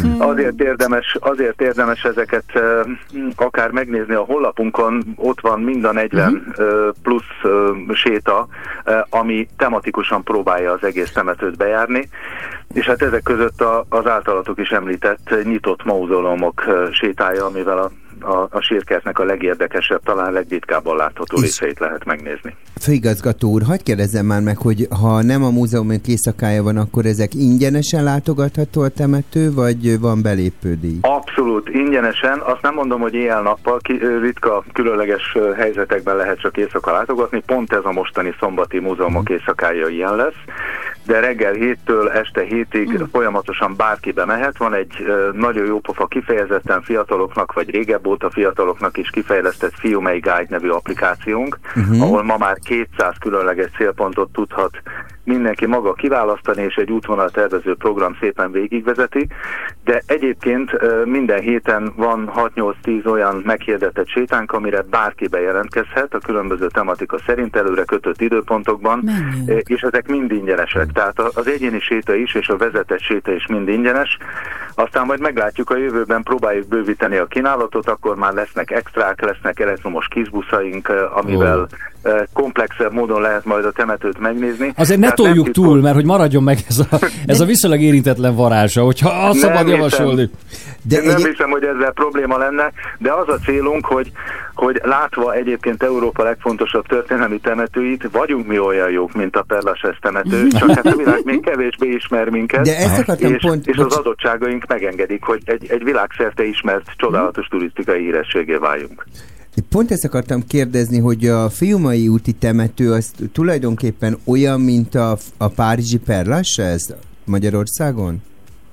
azért érdemes ezeket akár megnézni a honlapunkon, ott van mind a 40 plusz séta, ami tematikusan próbálja az egész temetőt bejárni, és hát ezek között az általatok is említett nyitott mauzóleumok sétája, amivel a sírkertnek a legérdekesebb, talán legritkábban látható részeit lehet megnézni. Főigazgató úr, hadd kérdezzem már meg, hogy ha nem a múzeumok éjszakája van, akkor ezek ingyenesen látogatható a temető, vagy van belépődíj? Abszolút ingyenesen. Azt nem mondom, hogy éjjel-nappal, ritka, különleges helyzetekben lehet csak éjszaka látogatni. Pont ez a mostani szombati múzeumok éjszakája ilyen lesz. De reggel 7-től este 7-ig folyamatosan bárki bemehet. Van egy nagyon jópofa kifejezetten fiataloknak, vagy régebb óta fiataloknak is kifejlesztett Fiumei Guide nevű applikációnk, ahol ma már 200 különleges célpontot tudhat mindenki maga kiválasztani, és egy útvonaltervező program szépen végigvezeti, de egyébként minden héten van 6-8-10 olyan meghirdetett sétánk, amire bárki bejelentkezhet a különböző tematika szerint előre kötött időpontokban, és ezek mind ingyenesek. Tehát az egyéni séta is, és a vezetett séta is mind ingyenes. Aztán majd meglátjuk a jövőben, próbáljuk bővíteni a kínálatot, akkor már lesznek extrák, lesznek elektromos kisbuszaink, amivel komplexebb módon lehet majd a temetőt megnézni. Azért ne toljuk túl, mert hogy maradjon meg ez a viszonylag érintetlen varázsa, hogyha azt szabad javasolni. Nem hiszem, hogy ezzel probléma lenne, de az a célunk, hogy látva egyébként Európa legfontosabb történelmi temetőit, vagyunk mi olyan jók, mint a Père Lachaise temető, csak hát a világ még kevésbé ismer minket, és az adottságaink megengedik, hogy egy világszerte ismert, csodálatos turisztikai hírességé váljunk. Pont ezt akartam kérdezni, hogy a Fiumei úti temető az tulajdonképpen olyan, mint a párizsi Père Lachaise Magyarországon?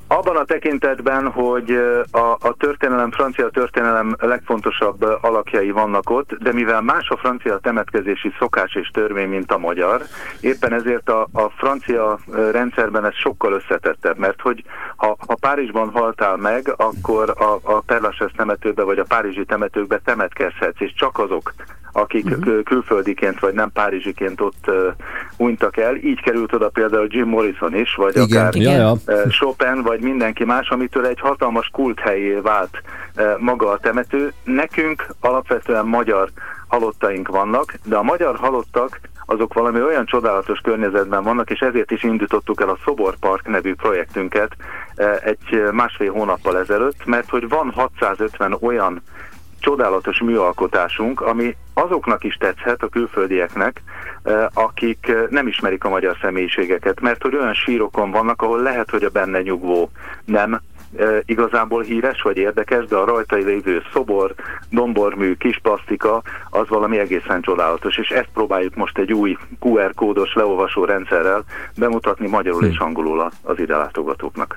Abban a tekintetben, hogy a történelem, francia történelem legfontosabb alakjai vannak ott, de mivel más a francia temetkezési szokás és törvény, mint a magyar, éppen ezért a francia rendszerben ez sokkal összetettebb, mert hogy ha Párizsban haltál meg, akkor a Père Lachaise temetőbe vagy a párizsi temetőkbe temetkezhetsz, és csak azok, akik külföldiként vagy nem párizsiként ott hunytak el. Így került oda például Jim Morrison is, vagy akár Chopin, vagy mindenki más, amitől egy hatalmas kulthelyé vált maga a temető. Nekünk alapvetően magyar halottaink vannak, de a magyar halottak azok valami olyan csodálatos környezetben vannak, és ezért is indítottuk el a Szoborpark nevű projektünket egy másfél hónappal ezelőtt, mert hogy van 650 olyan csodálatos műalkotásunk, ami azoknak is tetszhet, a külföldieknek, akik nem ismerik a magyar személyiségeket, mert hogy olyan sírokon vannak, ahol lehet, hogy a benne nyugvó nem igazából híres vagy érdekes, de a rajta lévő szobor, dombormű, kis plasztika, az valami egészen csodálatos, és ezt próbáljuk most egy új QR kódos leolvasó rendszerrel bemutatni magyarul és angolul az ide látogatóknak.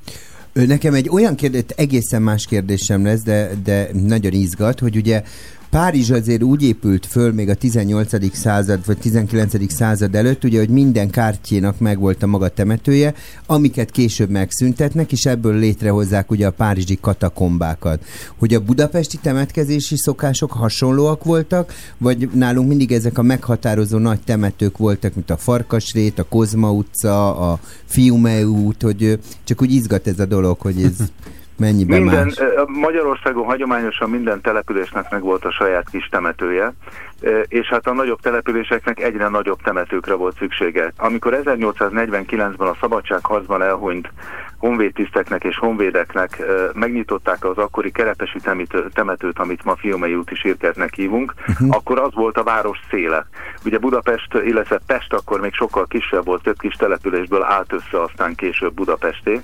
Nekem egy olyan kérdés, egészen más kérdésem lesz, de nagyon izgat, hogy ugye Párizs azért úgy épült föl még a 18. század vagy 19. század előtt, ugye, hogy minden kártyénak megvolt a maga temetője, amiket később megszüntetnek, és ebből létrehozzák ugye a párizsi katakombákat. Hogy a budapesti temetkezési szokások hasonlóak voltak, vagy nálunk mindig ezek a meghatározó nagy temetők voltak, mint a Farkasrét, a Kozma utca, a Fiume út, hogy csak úgy izgat ez a dolog, hogy ez mennyiben más? Magyarországon hagyományosan minden településnek meg volt a saját kis temetője, és hát a nagyobb településeknek egyre nagyobb temetőkre volt szüksége. Amikor 1849-ben a szabadságharcban elhunyt honvédtiszteknek és honvédeknek megnyitották az akkori kerepesi temetőt, amit ma Fiumei úti sírkertnek hívunk, akkor az volt a város széle. Ugye Budapest, illetve Pest akkor még sokkal kisebb volt, több kis településből állt össze aztán később Budapesté,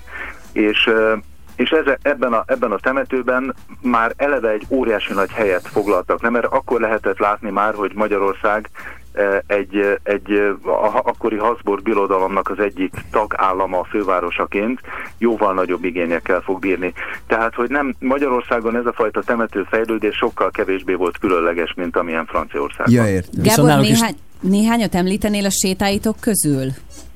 és ebben a temetőben már eleve egy óriási nagy helyet foglaltak, nem? Mert akkor lehetett látni már, hogy Magyarország a akkori Habsburg birodalomnak az egyik tagállama, a fővárosaként jóval nagyobb igényekkel fog bírni. Tehát, hogy nem Magyarországon ez a fajta temetőfejlődés sokkal kevésbé volt különleges, mint amilyen Franciaországban. Ja, értem. Gábor, néhányat említenél a sétáitok közül?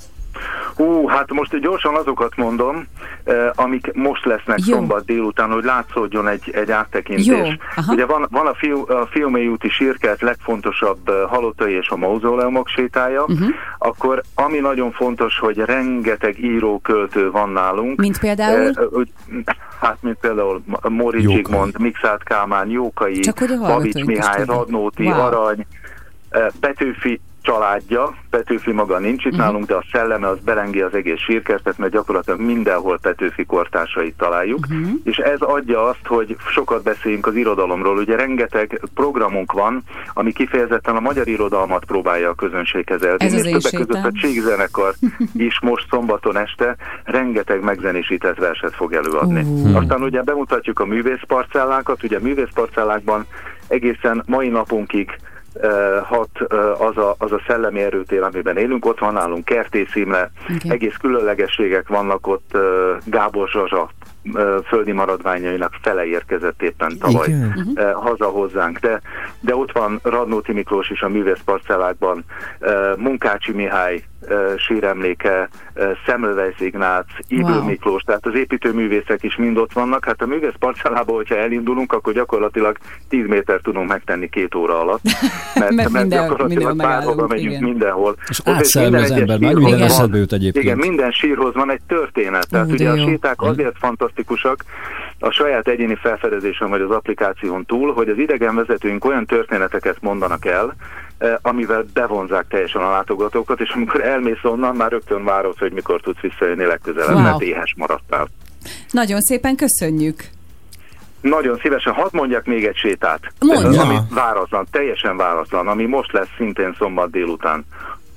Hát most gyorsan azokat mondom, amik most lesznek szombat délután, hogy látszódjon egy áttekintés. Ugye van a Fiumei úti sírkert legfontosabb halottai és a mauzóleumok sétája, akkor ami nagyon fontos, hogy rengeteg író-költő van nálunk. Mint például? Mint például Móricz Zsigmond, Mikszáth Kálmán, Jókai, Babics Mihály, Radnóti, Arany, Petőfi családja, Petőfi maga nincs itt nálunk, de a szelleme az belengi az egész sírkertet, mert gyakorlatilag mindenhol Petőfi kortársait találjuk, és ez adja azt, hogy sokat beszéljünk az irodalomról. Ugye rengeteg programunk van, ami kifejezetten a magyar irodalmat próbálja a közönséghez elvinni, és többek között a Csíkzenekar is most szombaton este rengeteg megzenésített verset fog előadni. Aztán ugye bemutatjuk a művészparcellákat, ugye a művészparcellákban egészen mai napunkig hat az a szellemi erőtér, amiben élünk. Ott van nálunk Kertész Imre, egész különlegességek vannak ott, Gábor Zsazsa földi maradványainak fele érkezett éppen tavaly haza hozzánk. De ott van Radnóti Miklós is a művészparcellákban, Munkácsi Mihály síremléke, Semmelweis Ignác, Ybl Miklós, tehát az építőművészek is mind ott vannak. Hát a művészparcellába, hogyha elindulunk, akkor gyakorlatilag 10 méter tudunk megtenni 2 óra alatt. Mert gyakorlatilag bárhova megyünk, mindenhol. És átszelve az ember, már minden eszedbe jut egyébként. Igen, minden sírhoz van egy történet. Tehát ugye a séták azért fantasztikusak a saját egyéni felfedezésen vagy az applikáción túl, hogy az idegenvezetőink olyan történeteket mondanak el, amivel bevonzák teljesen a látogatókat, és amikor elmész onnan, már rögtön várod, hogy mikor tudsz visszajönni legközelebb, mert éhes maradtál. Nagyon szépen köszönjük! Nagyon szívesen, hadd mondjak még egy sétát. Ami váratlan, teljesen váratlan, ami most lesz szintén szombat délután.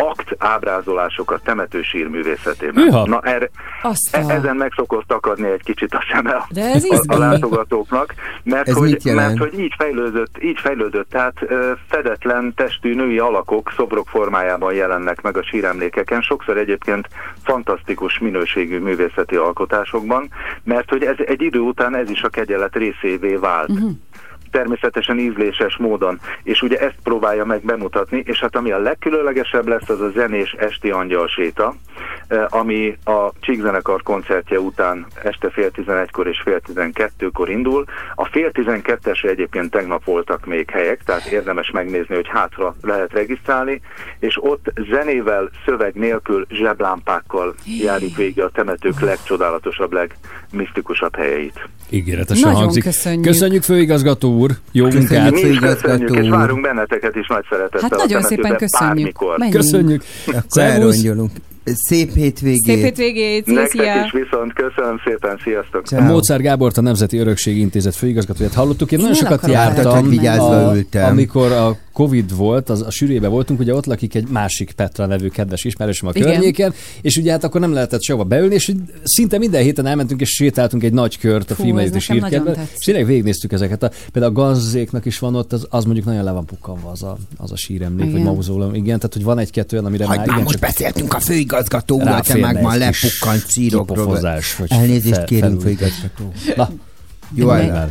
akt ábrázolásokat temetősír művészetében. Hűha. Na ezen meg szokott akadni egy kicsit a szeme a látogatóknak, mert hogy így fejlődött, tehát fedetlen testű női alakok szobrok formájában jelennek meg a síremlékeken, sokszor egyébként fantasztikus minőségű művészeti alkotásokban, mert hogy ez egy idő után ez is a kegyelet részévé vált. Természetesen ízléses módon, és ugye ezt próbálja meg bemutatni, és hát ami a legkülönlegesebb lesz, az a zenés esti angyalséta, ami a Csíkzenekar koncertje után este 10:30 és 11:30 indul. A 11:30-esre egyébként tegnap voltak még helyek, tehát érdemes megnézni, hogy hátra lehet regisztrálni, és ott zenével, szöveg nélkül, zseblámpákkal járjuk végig a temetők legcsodálatosabb, legmisztikusabb helyeit. Ígéretesen Nagyon hangzik. Köszönjük, főigazgató úr! Jó munkát! Köszönjük, és várunk benneteket is nagy szeretettel. Hát nagyon szépen köszönjük. Köszönjük! Akkor elrongyolunk. Szép hétvégét! Szép hétvégét! Nektek is viszont, köszönöm szépen, sziasztok! A Mozart Gábort, a Nemzeti Örökségi Intézet főigazgatóját hallottuk. Én nagyon sokat jártam, amikor a Covid volt, a sűrűjében voltunk, ugye ott lakik egy másik Petra nevű kedves ismerősöm a környéken, és ugye hát akkor nem lehetett sehova beülni, és szinte minden héten elmentünk és sétáltunk egy nagy kört a Filmezeti Sírkertben, és tényleg végignéztük ezeket. Például a Gazzéknak is van ott, az mondjuk nagyon le van pukkanva az a síremlék, vagy mauzóleum. Igen, tehát hogy van egy-kettő olyan, amire már most beszéltünk a főigazgató úrral, te meg már lepukkant szírokról. Elnézést kérünk, főigazgató. Na, jó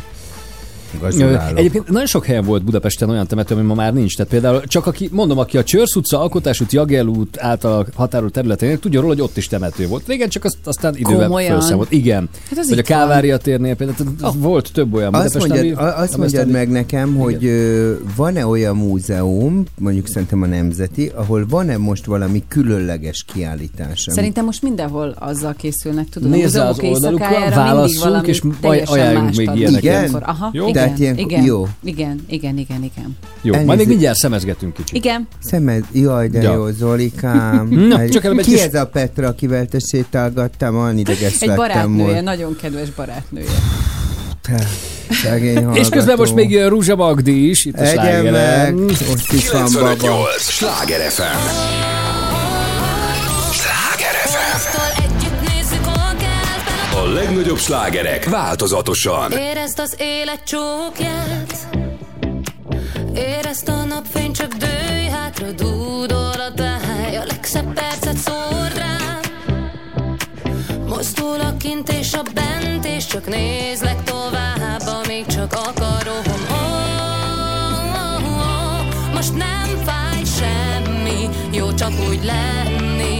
Egyébként nagyon sok helyen volt Budapesten olyan temető, ami ma már nincs. Tehát például csak aki a Csörsz utca, Alkotás út, Jagell út által határolt területén tudja róla, hogy ott is temető volt. Régen csak aztán idővel felszámolt. Igen. Hát vagy a Kávária térnél például volt több olyan Budapesten. Azt mondjad meg nekem, hogy van-e olyan múzeum, mondjuk szerintem a Nemzeti, ahol van-e most valami különleges kiállítás? Szerintem most mindenhol azzal készülnek, tudod. Nézze az oldalukra, válasszunk, és ajánljunk még ilyeneket. Igen. Jó. Igen. Jó, majd még mindjárt szemezgetünk kicsit. Igen. Jaj, de jó, Zolikám. Na, csak ki ez a Petra, akivel te sétálgattam? Olyan ideges lettem. Egy barátnője, nagyon kedves barátnője. És közben most még jön Rúzsa Magdi is, itt a Slágeren. Most is van baba. Sláger FM. Sláger FM. A legnagyobb slágerek változatosan. Érezd az élet csókját, érezd a napfény, csak dőj hátra, dúdol a táj, a legszebb percet szórd rám. Mozdul a kint és a bent, és csak nézlek tovább, amíg csak akarom. Most nem fáj semmi, jó csak úgy lenni.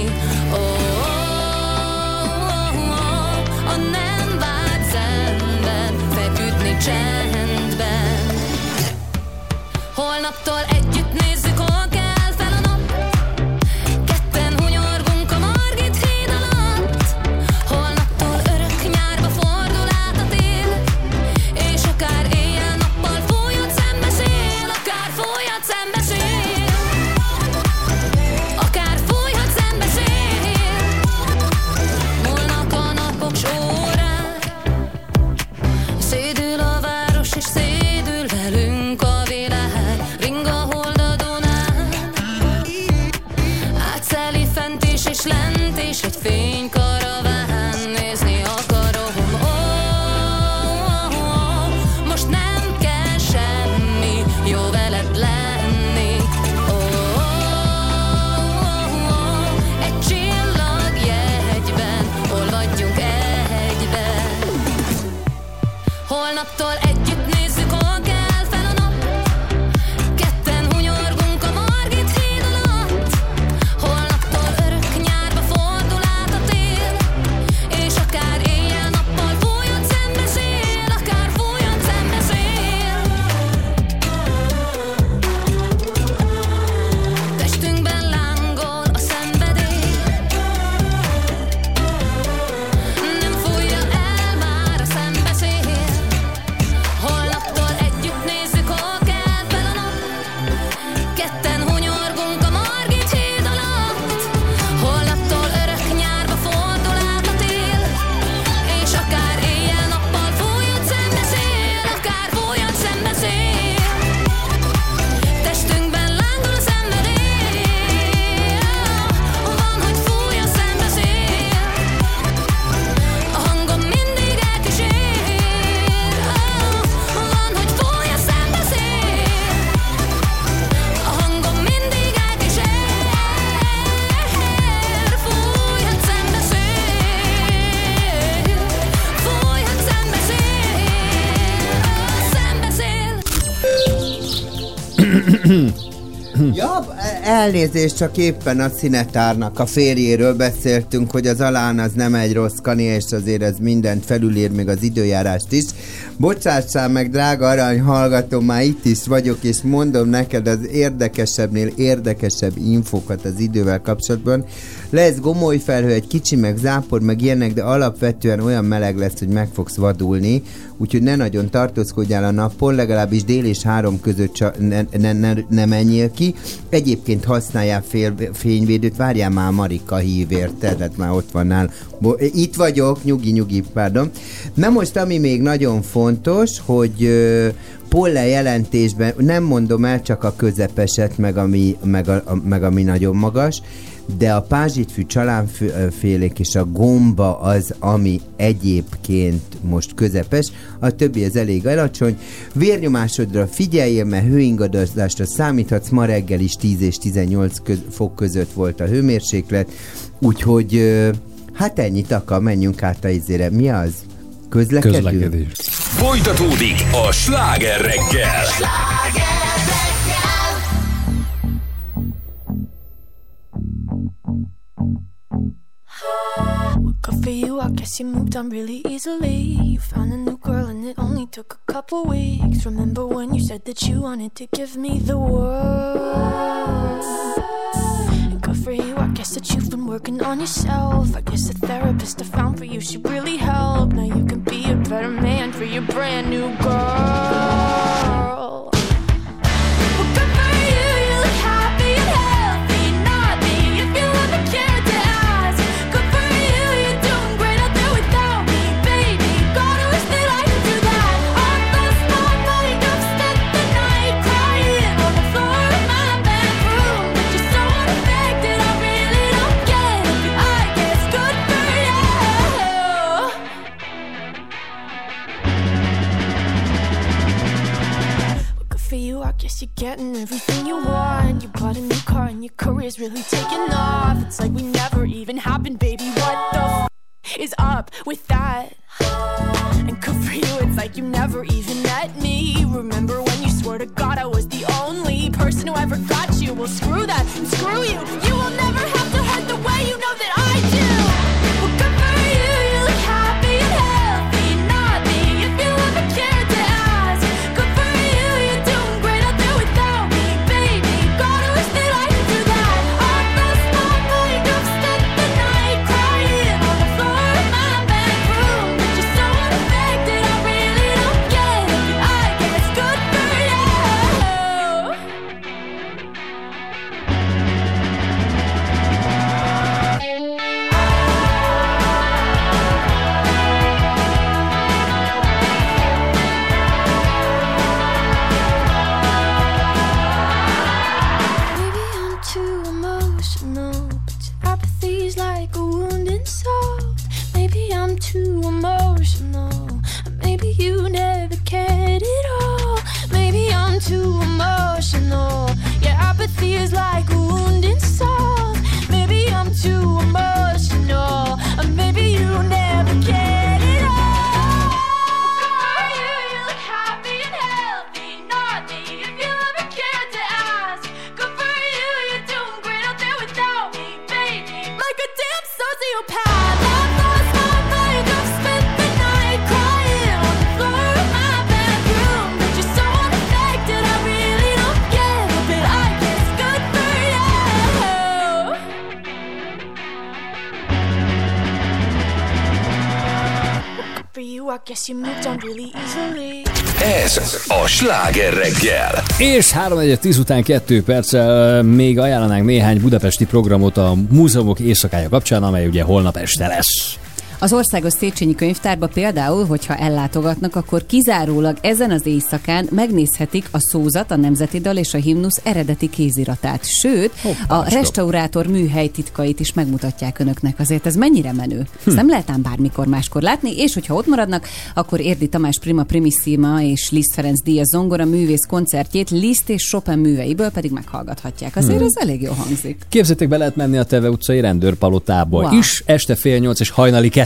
A nem várt szemben, feküdni csendben. Holnaptól együtt nézzük, hol kell fel a nap. Ketten hunyorgunk a Margit híd alatt. Holnaptól örök nyárba fordul át a tél, és akár éjjel-nappal fújhat szembeszél, akár fújhat szembeszél, akár fújhat szembeszél. Múlnak a napok során, szédül a város és szédül velünk a világ. Ring a hold a Dunán, átszeli fent is és lent, és egy fénykaraván nézni akarom. Most nem kell semmi, jó veled lenni. Egy csillagjegyben olvadjunk egyben. Holnaptól együtt nézzük, hol kell fel a nap. Ketten hunyorgunk a Margit híd alatt. Holnaptól örök nyárba fordul át a elnézést, csak éppen a Szinetárnak a férjéről beszéltünk, hogy az Alán az nem egy rossz kani, és azért ez mindent felülír, még az időjárást is. Bocsássál meg, drága arany hallgató, már itt is vagyok, és mondom neked az érdekesebbnél érdekesebb infokat az idővel kapcsolatban. Lesz gomoly felhő, egy kicsi, meg zápor, meg ilyenek, de alapvetően olyan meleg lesz, hogy meg fogsz vadulni, úgyhogy ne nagyon tartózkodjál a napon, legalábbis dél és 3 között ne menjél ki. Egyébként használjál fényvédőt, várjál már, Marika hív, érted? Tehát már ott van nál. Itt vagyok, nyugi, pardon. Na most, ami még nagyon fontos, hogy pollen jelentésben nem mondom el csak a közepeset, meg ami nagyon magas, de a pázsitfű, csalánfélék és a gomba az, ami egyébként most közepes, a többi az elég alacsony. Vérnyomásodra figyeljél, mert hőingadozásra számíthatsz, ma reggel is 10 és 18 fok között volt a hőmérséklet, úgyhogy hát ennyit akar, menjünk át a izére. Mi az? Közlekedés. Folytatódik a Sláger reggel. Good for you, I guess you moved on really easily. You found a new girl and it only took a couple weeks. Remember when you said that you wanted to give me the world? Good for you, I guess that you've been working on yourself. I guess the therapist I found for you should really help. Now you can be a better man for your brand new girl. Well, good for you, you look happy and healthy. Not me, if you ever cared to ask. Good for you, you're doing great out there without me, baby. Gotta wish that I could do that. I lost my mind, I've spent the night crying on the floor of my bedroom. But you're so unaffected, I really don't get it. But I guess good for you. Well, good for you, I guess you're getting everything you want. You bought a new car and your career's really taking off. It's like we never even happened, baby. What the is up with that? And good for you, it's like you never even met me. Remember when you swore to God I was the only person who ever got you? Well, screw that and screw you. You will never have to hurt the way you know that I do. Well, good for you, you look happy and healthy. Not me, if you ever cared to ask. Good for you, you're doing great out there without me, baby. Gotta wish that I could do that. I lost my mind, I've spent the night crying on the floor of my bedroom. But you're so unaffected, I really don't get it. But I guess good for you. Maybe I'm too emotional, but your apathy's like a wounded soul. Maybe I'm too emotional, maybe you never cared at all. Maybe I'm too emotional, your apathy is like a wounded soul. Maybe I'm too emotional, maybe you never cared at all. You look happy and healthy, not me, if you ever cared to ask. Good for you, you're doing great out there without me, baby. Like a damn sociopath, I've lost my mind, I've spent the night crying on the floor of my bedroom. But you're so unaffected, I really don't get it. But I guess good for you. Good for you, I guess you moved on really easily. Ez a Sláger reggel. És 3:10 után 2 perccel még ajánlanánk néhány budapesti programot a múzeumok éjszakája kapcsán, amely ugye holnap este lesz. Az Országos Széchenyi Könyvtárba például, hogyha ellátogatnak, akkor kizárólag ezen az éjszakán megnézhetik a szózat, a nemzeti dal és a himnusz eredeti kéziratát. Sőt, a restaurátor műhely titkait is megmutatják önöknek. Azért ez mennyire menő. Ezt nem lehet ám bármikor máskor látni, és hogyha ott maradnak, akkor Érdi Tamás Prima Primissima és Liszt Ferenc Díjas zongora művész koncertjét Liszt és Chopin műveiből pedig meghallgathatják. Azért ez elég jól hangzik. Képzeljétek be, lehet menni a Teve utcai rendőrpalotába Wow. is, este 7:30 és hajnali 2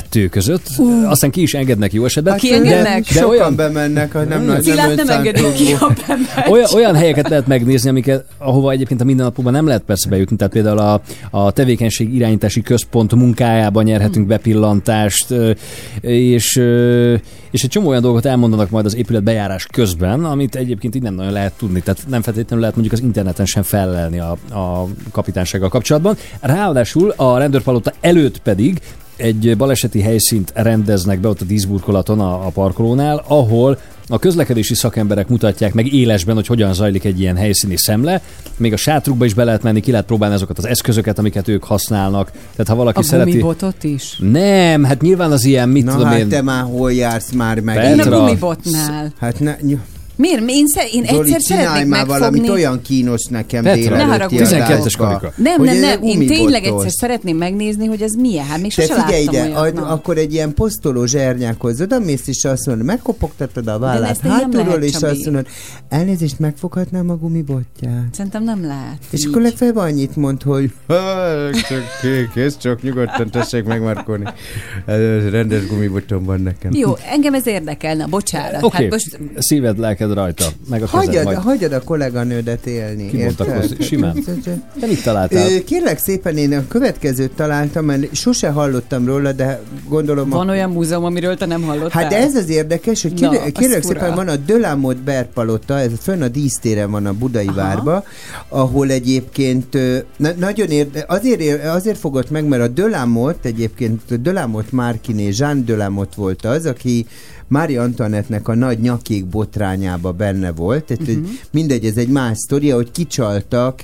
kettő között. Aztán ki is engednek jó esetben. Hát kiengednek? De Sokan olyan, bemennek, ha nem Szilárd nem engedik ki, ha bemegy. olyan helyeket lehet megnézni, ahova egyébként a mindennapokban nem lehet persze bejutni. Tehát például a tevékenység irányítási központ munkájában nyerhetünk bepillantást, és egy csomó olyan dolgot elmondanak majd az épület bejárás közben, amit egyébként így nem nagyon lehet tudni. Tehát nem feltétlenül lehet mondjuk az interneten sem fellelni a kapitánysággal kapcsolatban. Ráadásul a rendőrpalota előtt pedig egy baleseti helyszínt rendeznek be ott a díszburkolaton a parkolónál, ahol a közlekedési szakemberek mutatják meg élesben, hogy hogyan zajlik egy ilyen helyszíni szemle. Még a sátrukba is be lehet menni, ki lehet próbálni azokat az eszközöket, amiket ők használnak. Tehát ha valaki szereti... gumibotot is? Nem, hát nyilván az ilyen, mit tudom én... te már hol jársz már meg? Én a gumibotnál. Hát ne... Miért? Én egyszer szeretnék megfogni... valamit olyan kínos nekem Petra, ne haragudj, 12-es karika. Nem, én tényleg egyszer szeretném megnézni, hogy ez milyen. Hát még sose láttam olyat. Akkor egy ilyen posztoló zsernyákhoz odamész, és azt mondod, megkopogtatod a vállát hátulról, és azt mondod, elnézést, megfoghatnám a gumibotját. Szerintem nem lehet. És akkor legfeljebb annyit mond, hogy kész, csak nyugodtan tessék megmarkolni. Rendes gumibotom van nekem. Jó, engem ez érdekelne, bocsánat. Oké, hát most... szíved, lelked rajta, meg a kezed majd. Hagyjad a kolléganődet élni. Kibontakozni, simán. Te mit találtál? Kérlek szépen, én a következőt találtam, mert sose hallottam róla, de gondolom... Van olyan múzeum, amiről te nem hallottál? Hát de ez az érdekes, hogy kérlek szépen van a De la Motte Berpalota, ez fönn a dísztéren van a Budai várba, ahol egyébként nagyon azért fogott meg, mert a De la Motte egyébként, De la Motte Marquiné, Jeanne De la Motte volt az, aki Mária Antoinette-nek a nagy nyakék botrányába benne volt. Tehát, mindegy, ez egy más sztoria, hogy kicsaltak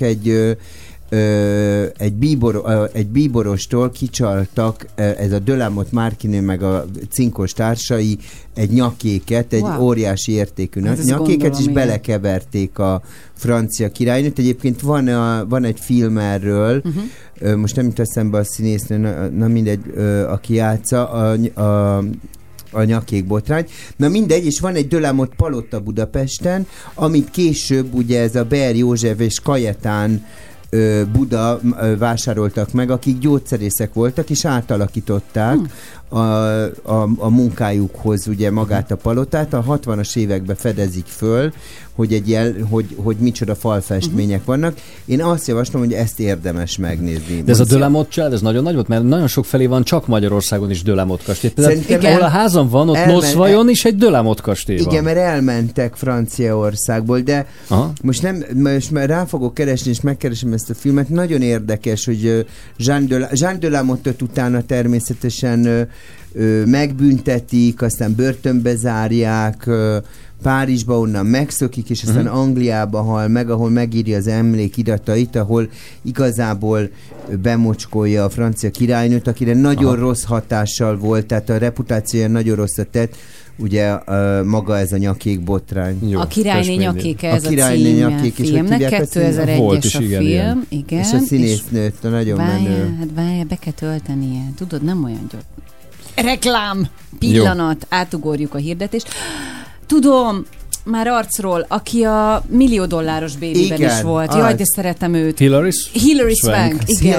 egy bíborostól kicsaltak, ez a De la Motte Marquiné meg a cinkos társai egy nyakéket, egy óriási értékű nyakéket, és belekeverték a francia királynőt. Egyébként van egy film erről, most nem jut eszembe a színésznő, na mindegy, aki játsza, a nyakék botrány. Na mindegy, és van egy De la Motte Palota Budapesten, amit később ugye ez a Ber József és Kajetán Buda vásároltak meg, akik gyógyszerészek voltak, és átalakították a munkájukhoz ugye magát a palotát. A 60-as években fedezik föl, hogy micsoda falfestmények vannak. Én azt javaslom, hogy ezt érdemes megnézni. De ez a De la Motte család, ez nagyon nagy volt, mert nagyon sok felé van csak Magyarországon is De la Motte kastély. Például, ahol a házam van, ott Moszkvajon is egy De la Motte kastély van. Igen, mert elmentek Franciaországból, de most már rá fogok keresni, és megkeresem ezt a filmet. Nagyon érdekes, hogy Jeanne de la Motte utána természetesen megbüntetik, aztán börtönbe zárják, Párizsba onnan megszökik, és aztán Angliába hal meg, ahol megírja az emlékiratait, ahol igazából bemocskolja a francia királynőt, akire nagyon rossz hatással volt, tehát a reputációja nagyon rosszat tett, ugye maga ez a nyakék botrány. Jó, a királyné nyakéke, ez a címe filmnek, 2001-es a film. Igen. És a színésznőt, nagyon menő. Hát várjál, be kell töltenie. Tudod, nem olyan gyors. Reklám! Pillanat, átugorjuk a hirdetést. Tudom, már arcról, aki a $1 millió Babyben is volt. Jaj, de szeretem őt. Hilary Swank.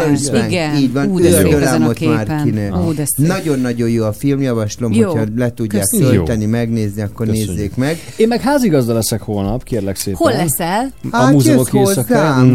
Igen. Így van, de szép ezen a képen. Nagyon-nagyon jó a film, javaslom, hogyha le tudják tölteni, megnézni, akkor nézzék meg. Én meg házigazda leszek holnap, kérlek szépen. Hol leszel? A múzeumok éjszakáján.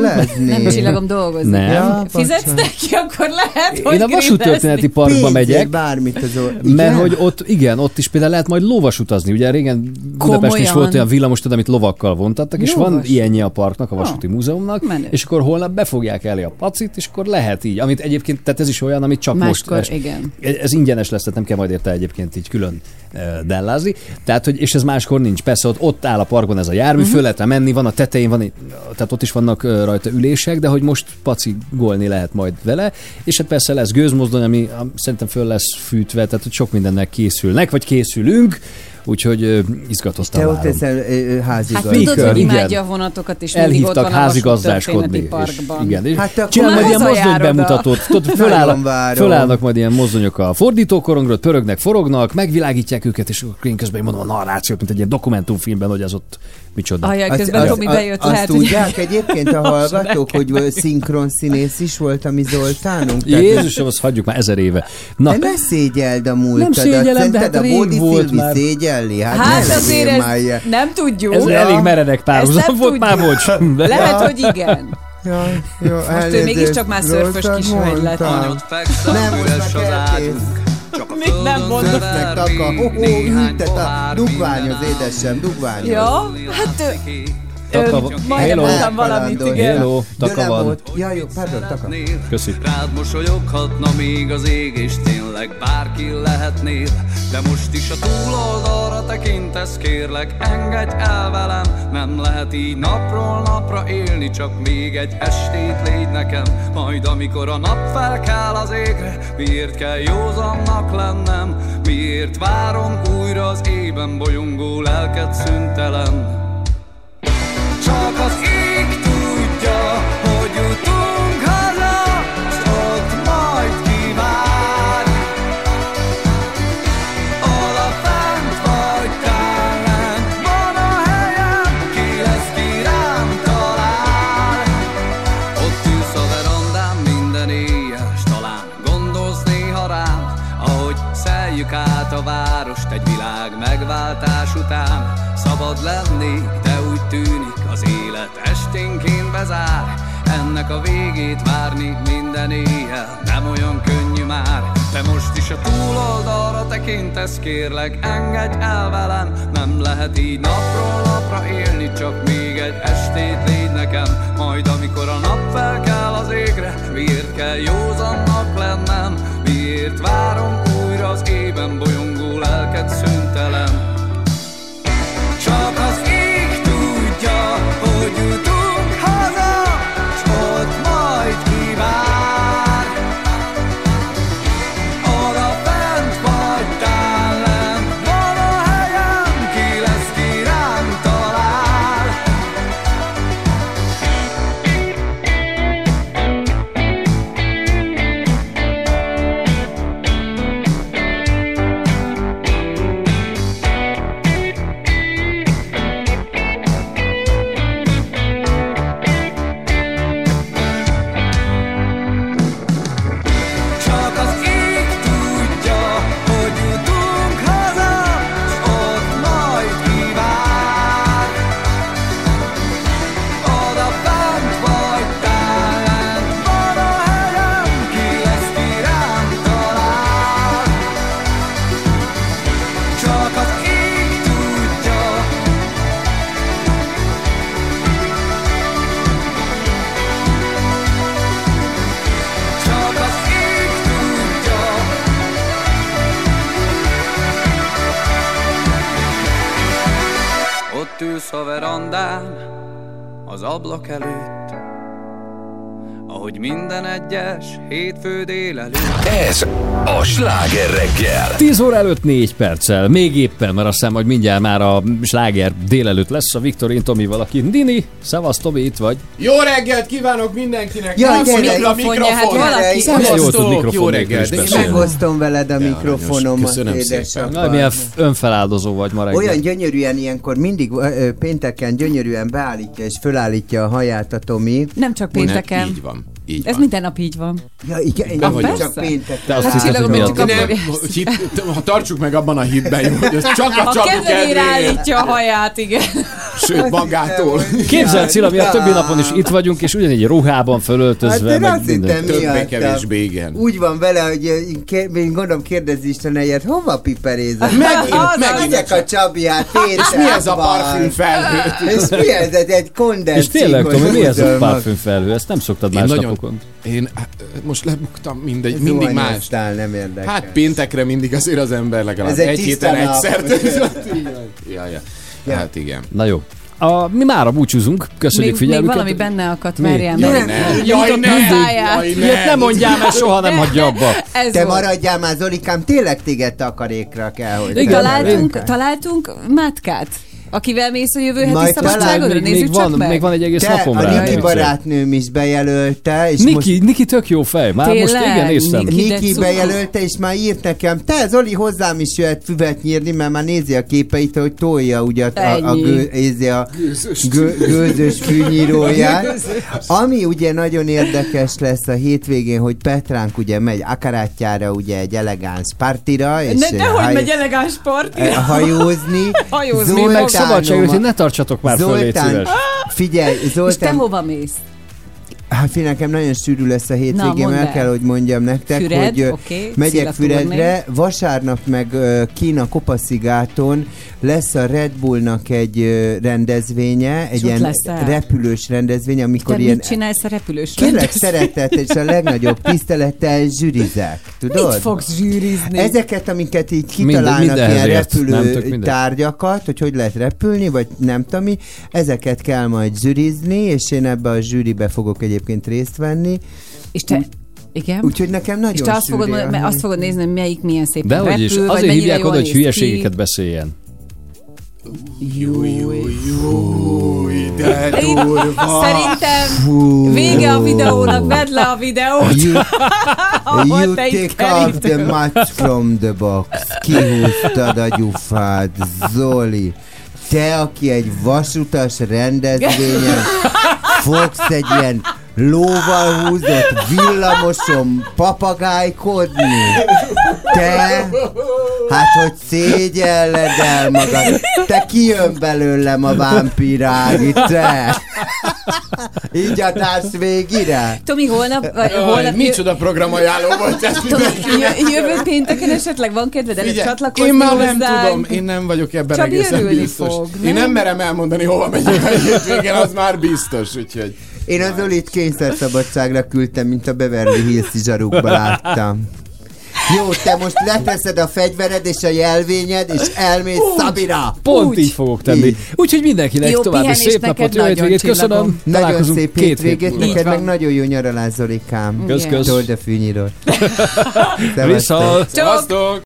Nem csillagom dolgozni. Nem. Fizetsz neki, akkor lehet, hogy én a vasúttörténeti parkba megyek. Bármit mert hogy ott is például lehet majd lovasutazni. Ugye régen Budapesten is volt olyan villamostad, amit lovakkal vontattak, és van ilyenje a parknak, a vasúti múzeumnak, és akkor holnap befogják elé a pacit, és akkor lehet így. Amit egyébként, tehát ez is olyan, amit csak máskor, most... Igen. Ez ingyenes lesz, tehát nem kell majd érte egyébként így külön dellázni. Tehát, hogy, és ez máskor nincs. Persze ott áll a parkban ez a jármű, föl lehet menni, van a tetején, tehát ott is vannak rajta ülések, de hogy most pacigolni lehet majd vele, és hát persze lesz gőzmozdony, ami szerintem föl lesz fűtve, tehát hogy sok mindennek készülnek, vagy készülünk. Úgyhogy izgatottan várom. Te ott leszel házigazda. Hát tudod, hogy imádja a vonatokat, és mindig ott van a vasúttörténeti parkban. Igen, hát csinál majd ilyen mozdony bemutatót. Fölállnak majd ilyen mozdonyok a fordítókorongról, pörögnek, forognak, megvilágítják őket, és én közben mondom a narrációt, mint egy ilyen dokumentumfilmben, hogy az ott Micsoda? Ajaj, közben Tomi bejött, azt lehet, tudják egyébként a hallgatók, hogy szinkron színész is volt a mi Zoltánunk? Jézusom, azt hagyjuk már 1000 éve. Na, de ne szégyeld a múltadat. Nem szégyellem, de hát a rég Bódi volt Szilvi már. szégyelli? Hát azért ez nem tudjuk. Ez elég meredek párhuzam volt már, bocs. Lehet, hogy igen. Jaj, jó, most ő mégiscsak már szörfös kishölgy lett. Nem, most már Még nem mondott. Szörfnek taka. Üntet a dugványoz, édesem, dugványoz. Ja, hát majdnem Hello. mondtam valamit, igen. Hello, taka van. Ja, jó, pardon, taka. Köszi. Rád mosolyoghatna még az ég, és tényleg bárki lehetnél. De most is a túloldalra tekintesz, kérlek, engedj el velem. Nem lehet így napról napra élni, csak még egy estét légy nekem. Majd amikor a nap felkel az égre, miért kell józannak lennem? Miért várom újra az ében bolyongó lelket szüntelen? Csak az ég tudja, hogy jutunk haza, s ott majd kivár. Oda fent vagy tán, van a helyem, ki lesz, ki rám talál. Ott ülsz a verandán minden éjjel, s talán gondolsz néha rám, ahogy szeljük át a várost egy világ megváltás után. Szabad lennék, de úgy tűnik, az élet esténként bezár. Ennek a végét várni minden éjjel nem olyan könnyű már. Te most is a túloldalra tekintesz, kérlek, engedj el velem. Nem lehet így napról napra élni, csak még egy estét légy nekem. Majd amikor a nap felkel az égre, miért kell józannak lennem? Miért várom újra az ében bolyongó lelket szüntelen? Csak az ég tudja, hogy jutunk haza, s ott majd kivár. Oda fent vagy tán lent, van a helyem, ki lesz, ki rám talál. Csak az ég tudja, hogy jutunk haza, s ott majd kivár. Oda bent vagy tán lent, van a helyem, ki lesz, ki rám talál. Csak az ég tudja. Csak az ég tudja. Ott ülsz a verandán, az ablak előtt, ahogy minden egyes hétfő délelőtt. Ez a Sláger reggel. 10 óra előtt 4 perccel, még éppen, mert azt hiszem, hogy mindjárt már a sláger délelőtt lesz a Viktorin Tomival, aki Dini, szavasz Tomi, itt vagy. Jó reggelt kívánok mindenkinek! Ja, Nyomsz gyere, a mikrofon! Jól tud mikrofon Jó nélkül reggelt! is De beszélni. Megosztom veled a mikrofonomat, köszönöm édesapám. Na, milyen önfeláldozó vagy ma reggel. Olyan gyönyörűen ilyenkor mindig pénteken gyönyörűen beállítja és fölállítja a haját a Tomi. Nem csak pénteken. Így van. Így Ez van. minden nap így van. Ja, igen, Ahogy csak persze. pénteken. Te azt Hát hiszed, hogy csillagok, miatt? akkor- Ha tartsuk meg abban a hitben, jó, hogy ez csak a A Csabi kedvedére kedvéért. állítja a haját, igen. Sőt, magától. Képzeld, Cilla, mi a többi napon is itt vagyunk, és ugyanígy ruhában fölöltözve, Hát én meg azt hittem, minden. Többé-kevésbé igen. Úgy van vele, hogy én gondolom kérdezi Isten helyett, hova piperézek? Megint. Vigyek a Csabiját, És mi ez a parfüm felhő? És mi ez? Ez egy kondens És tényleg, csíkos Tomi, mi ez a húzalmak. parfümfelhő? Ezt nem szoktad Én más nagyon- napokon. Én most lebuktam, mindegy, mindig más. Zuhanyoztál, nem érdekel. Hát péntekre mindig azért az ember legalább Ez egy egy tiszta héten nap. egyszer. Ja. Hát igen. Na jó. Mi mára búcsúzunk. Köszönjük Még figyelmüket. valami benne akadt, Mi? Merjem. Jaj, ne. Jaj, ne. Jaj, ne. Ilyet nem mondjál, mert soha nem hagyja abba. Ez Te volt. maradjál már, Zolikám, tényleg téged takarékra kell, hogy... Igen. Találtunk mátkát? Akivel mész a jövő heti Majd szabadságodra? talán Nézzük csak meg. Még van egy egész Te, napom a rá. Niki barátnőm is bejelölte. És Niki tök jó fej. Már Tényleg? most igen, néztem. Niki bejelölte, és már írt nekem, te Zoli hozzám is jöhet füvet nyírni, mert már nézi a képeit, hogy tolja ugye a gőzös fűnyíróját. Ami ugye nagyon érdekes lesz a hétvégén, hogy Petránk ugye megy Akarátjára, ugye egy elegáns partira, és Nehogy megy elegáns partira. hajózni. Hajózni. Mi meg szabadságot, hogy ne tartsatok már föl, légy szíves. Figyelj, Zoltán. És te hova mész? Hát figyelj, nekem nagyon sűrű lesz a hétvégén, mondd el el. kell, hogy mondjam nektek, Füred, hogy oké, megyek Szilaturné. Füredre, vasárnap meg Kína Kopaszigáton lesz a Red Bullnak egy rendezvénye, egy ott ilyen leszel? repülős rendezvény, amikor Te ilyen... mit csinálsz a repülős Kérlek rendezvény? szeretet és a legnagyobb tisztelettel zsűrizek, tudod? Mit fogsz zsűrizni? Ezeket, amiket így kitalálnak, mindenhez ilyen ért, nem tök repülő minden. tárgyakat, hogy lehet repülni, vagy nem tudom mi, ezeket kell majd zsűrizni, és én ebbe a zsűribe fogok egyébként részt venni. És te... Igen? Úgyhogy nekem nagyon és te azt fogod, sűrű a mert azt fogod nézni, hogy melyik milyen szépen Dehogy repül, is, vagy azért mennyire hívják jól oda, hogy néz hülyeségeket ki. beszéljen. Júj, de durva. Szerintem vége a videónak, vedd le a videót. You take off the match from the box. Kihúztad a gyufát, Zoli. Te, aki egy vasutas rendezvényen fogsz egy ilyen lóval húzott villamoson papagájkodni. Te, hát hogy szégyelled el magad. Te kijön belőlem a vámpírági, te. Így adás végére. Tomi, holnap Micsoda programajánló volt ez mindenkinek. jövő pénteken esetleg van kedved előtt csatlakozni Én már nem hozzánk? tudom, én nem vagyok ebben Csabi egészen örülni biztos. fog, Én nem? nem merem elmondani, hova megyek a hétvégén, az már biztos, úgyhogy... Én az Zolit kényszerszabadságra küldtem, mint a Beverly Hills-i zsarukba láttam. Jó, te most leteszed a fegyvered és a jelvényed, és elmész Szabira. Pont így fogok tenni. Úgyhogy mindenkinek Jó további pihenést szép neked, napot, jó nagyon hétvégét, köszönöm. csillagom. Nagyon Találkozunk szép 2 hétvégét, hét múlva. neked meg nagyon jó nyaralás, Zolikám. Kösz. Told a fűnyírót. Viszont. Szevasztok!